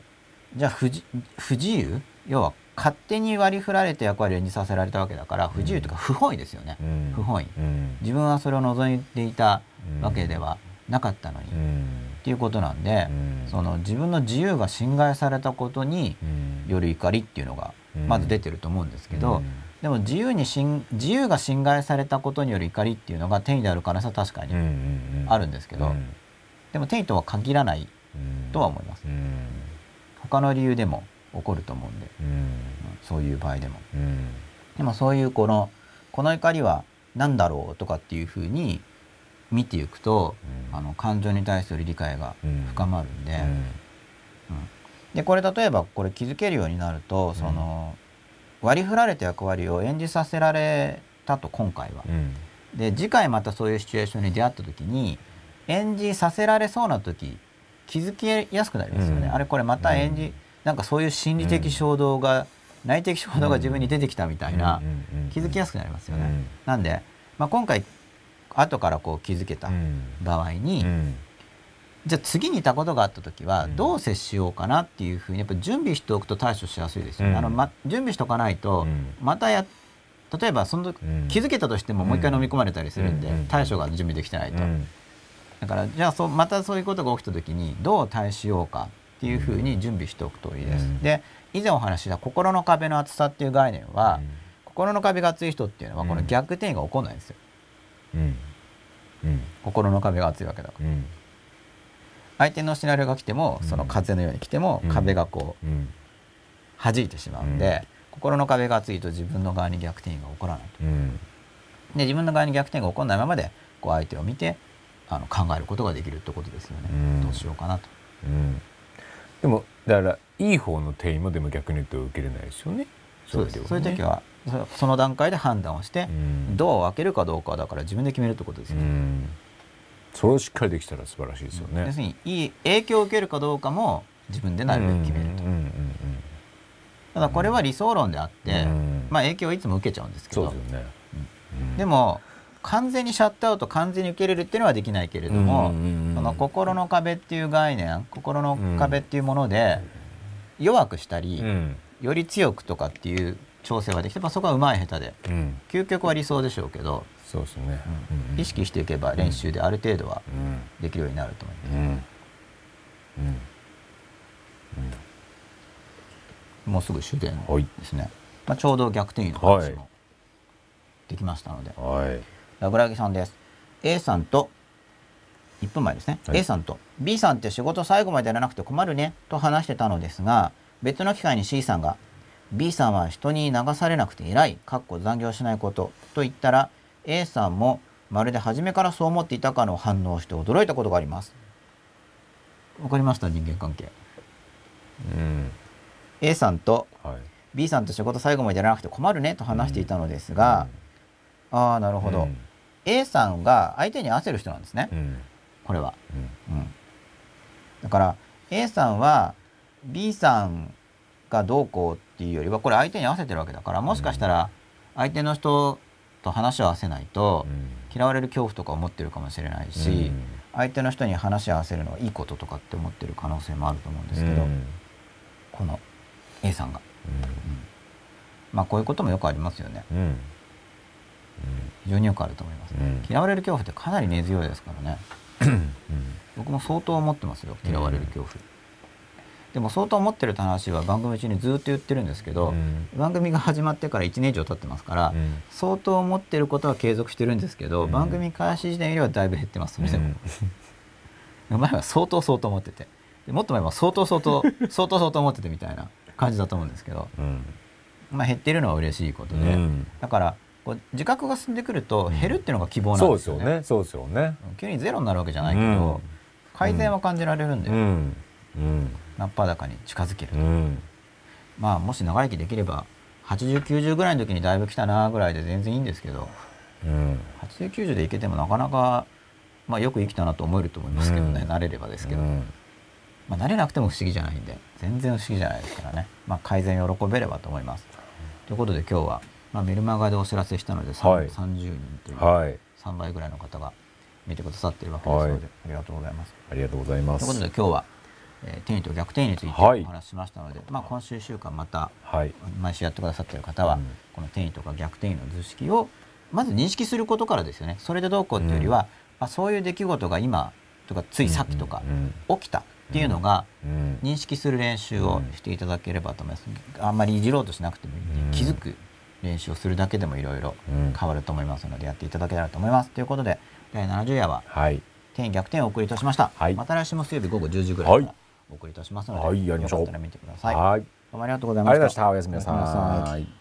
じゃあ不自、不自由、要は勝手に割り振られて役割を演じさせられたわけだから、不自由というか不本意ですよね、うん、不本意、うん、自分はそれを望んでいたわけではなかったのに、うん、っていうことなんで、うん、その自分の自由が侵害されたことによる怒りっていうのがまず出てると思うんですけど、うん、でも自由にしん自由が侵害されたことによる怒りっていうのが転移である可能性は確かにあるんですけど、うん、でも転移とは限らないとは思います、うん、他の理由でも起こると思うんで、うん、そういう場合でも、うん、でもそういうこのこの怒りは何だろうとかっていうふうに見ていくと、うん、あの感情に対する理解が深まるんで、うんうん、でこれ例えばこれ気づけるようになると、その割り振られた役割を演じさせられたと今回は、うん、で次回またそういうシチュエーションに出会った時に演じさせられそうな時気づきやすくなりますよね、うん、あれこれまた演じ、うん、なんかそういう心理的衝動が、うん、内的衝動が自分に出てきたみたいな、うん、気づきやすくなりますよね、うん、なんで、まあ、今回後からこう気づけた場合に、うん、じゃあ次にいたことがあった時はどう接しようかなっていうふうにやっぱ準備しておくと対処しやすいですよね、うん、あのま、準備しておかないとまたや例えばその時、うん、気づけたとしてももう一回飲み込まれたりするんで、うん、対処が準備できてないと、うん、だからじゃあそまたそういうことが起きた時にどう対処しようかっていうふうに準備しておくといいです、うん、で以前お話しした心の壁の厚さっていう概念は、うん、心の壁が厚い人っていうのはこの逆転移が起こらないんですよ、うんうん、心の壁が厚いわけだから、うん、相手のシナリオが来ても、うん、その風のように来ても、うん、壁がこう、うん、弾いてしまうんで、うん、心の壁が厚いと自分の側に逆転が起こらないと、うん、で自分の側に逆転が起こらないままでこう相手を見てあの考えることができるってことですよね、うん、どうしようかなと、うん、 でもだからいい方の転移もでも逆に言うと受けれないですよね。 そうです、そういう時はその段階で判断をして、うん、ドアを開けるかどうかはだから自分で決めるってことですよね、うん、 それをしっかりできたら素晴らしいですよね、 うん、要するにいい影響を受けるかどうかも自分でなるべく決めると、ただこれは理想論であって、うん、まあ影響をいつも受けちゃうんですけど、そうですよね、うん、でも完全にシャットアウト完全に受け入れるっていうのはできないけれども、うん、その心の壁っていう概念心の壁っていうもので弱くしたり、うん、より強くとかっていう調整ができて、まあ、そこはうまい下手で、うん、究極は理想でしょうけど、 そうですね、 うん、意識していけば練習である程度はできるようになると思います、うんうんうん、もうすぐ終電ですね、はい、まあ、ちょうど逆転移の話もできましたので、はい、ラブラギさんです。 A さんといっぷんまえですね、はい、A さんと B さんって仕事最後までやらなくて困るねと話してたのですが、別の機会に C さんがB さんは人に流されなくて偉い、かっこ残業しないことと言ったら A さんもまるで初めからそう思っていたかの反応をして驚いたことがあります。わかりました？人間関係、うん、A さんと B さんと仕事最後までやらなくて困るねと話していたのですが、うん、ああなるほど、うん、A さんが相手に合わせる人なんですね、うん、これは、うんうん、だから A さんは B さんがどうこうっていうよりはこれ相手に合わせてるわけだから、もしかしたら相手の人と話を合わせないと嫌われる恐怖とか思ってるかもしれないし、うん、相手の人に話を合わせるのはいいこととかって思ってる可能性もあると思うんですけど、うん、この A さんが、うんうん、まあこういうこともよくありますよね、うんうん、非常によくあると思います、うん、嫌われる恐怖ってかなり根強いですからね、うん、僕も相当思ってますよ、嫌われる恐怖、うん、でも相当思ってるって話は番組中にずっと言ってるんですけど、うん、番組が始まってからいちねん以上経ってますから、うん、相当思ってることは継続してるんですけど、うん、番組開始時点よりはだいぶ減ってます。それでも、うん、前は相当相当思ってて、でもっと前は相当相当相当相当思っててみたいな感じだと思うんですけど、うん、まあ減ってるのは嬉しいことで、うん、だからこう自覚が進んでくると減るっていうのが希望なんですよね。 そうですよね。そうですよね。 急にゼロになるわけじゃないけど、うん、改善は感じられるんで、うんうん、真っ裸に近づけると、うん、まあもし長生きできればはちじゅうきゅうじゅうぐらいの時にだいぶ来たなぐらいで全然いいんですけど、うん、はちじゅうきゅうじゅうでいけてもなかなか、まあ、よく生きたなと思えると思いますけどね、うん、慣れればですけど、うん、まあ、慣れなくても不思議じゃないんで全然不思議じゃないですからね、まあ、改善喜べればと思います。ということで今日は、まあ、メルマガでお知らせしたので、はい、さんじゅうにんという、はい、さんばいぐらいの方が見てくださっているわけですので、はい、ありがとうございます。 ありがとうございます。 ということで今日はえー、転移と逆転移についてお話ししましたので、はい、まあ、今週いっしゅうかんまた毎週やってくださっている方は、うん、この転移とか逆転移の図式をまず認識することからですよね。それでどうこうというよりは、うん、まあ、そういう出来事が今とかついさっきとか起きたっていうのが認識する練習をしていただければと思います。あんまりいじろうとしなくてもいい、気づく練習をするだけでもいろいろ変わると思いますので、やっていただけたらと思います。ということでだいななじゅう夜は、はい、転移逆転をお送りいたしました。はい、また来週も水曜日午後じゅうじぐらいからお送りいたしますので、はい、よかったら見てください。はい、どうもありがとうございました。 ありがとうございました。おやすみなさい。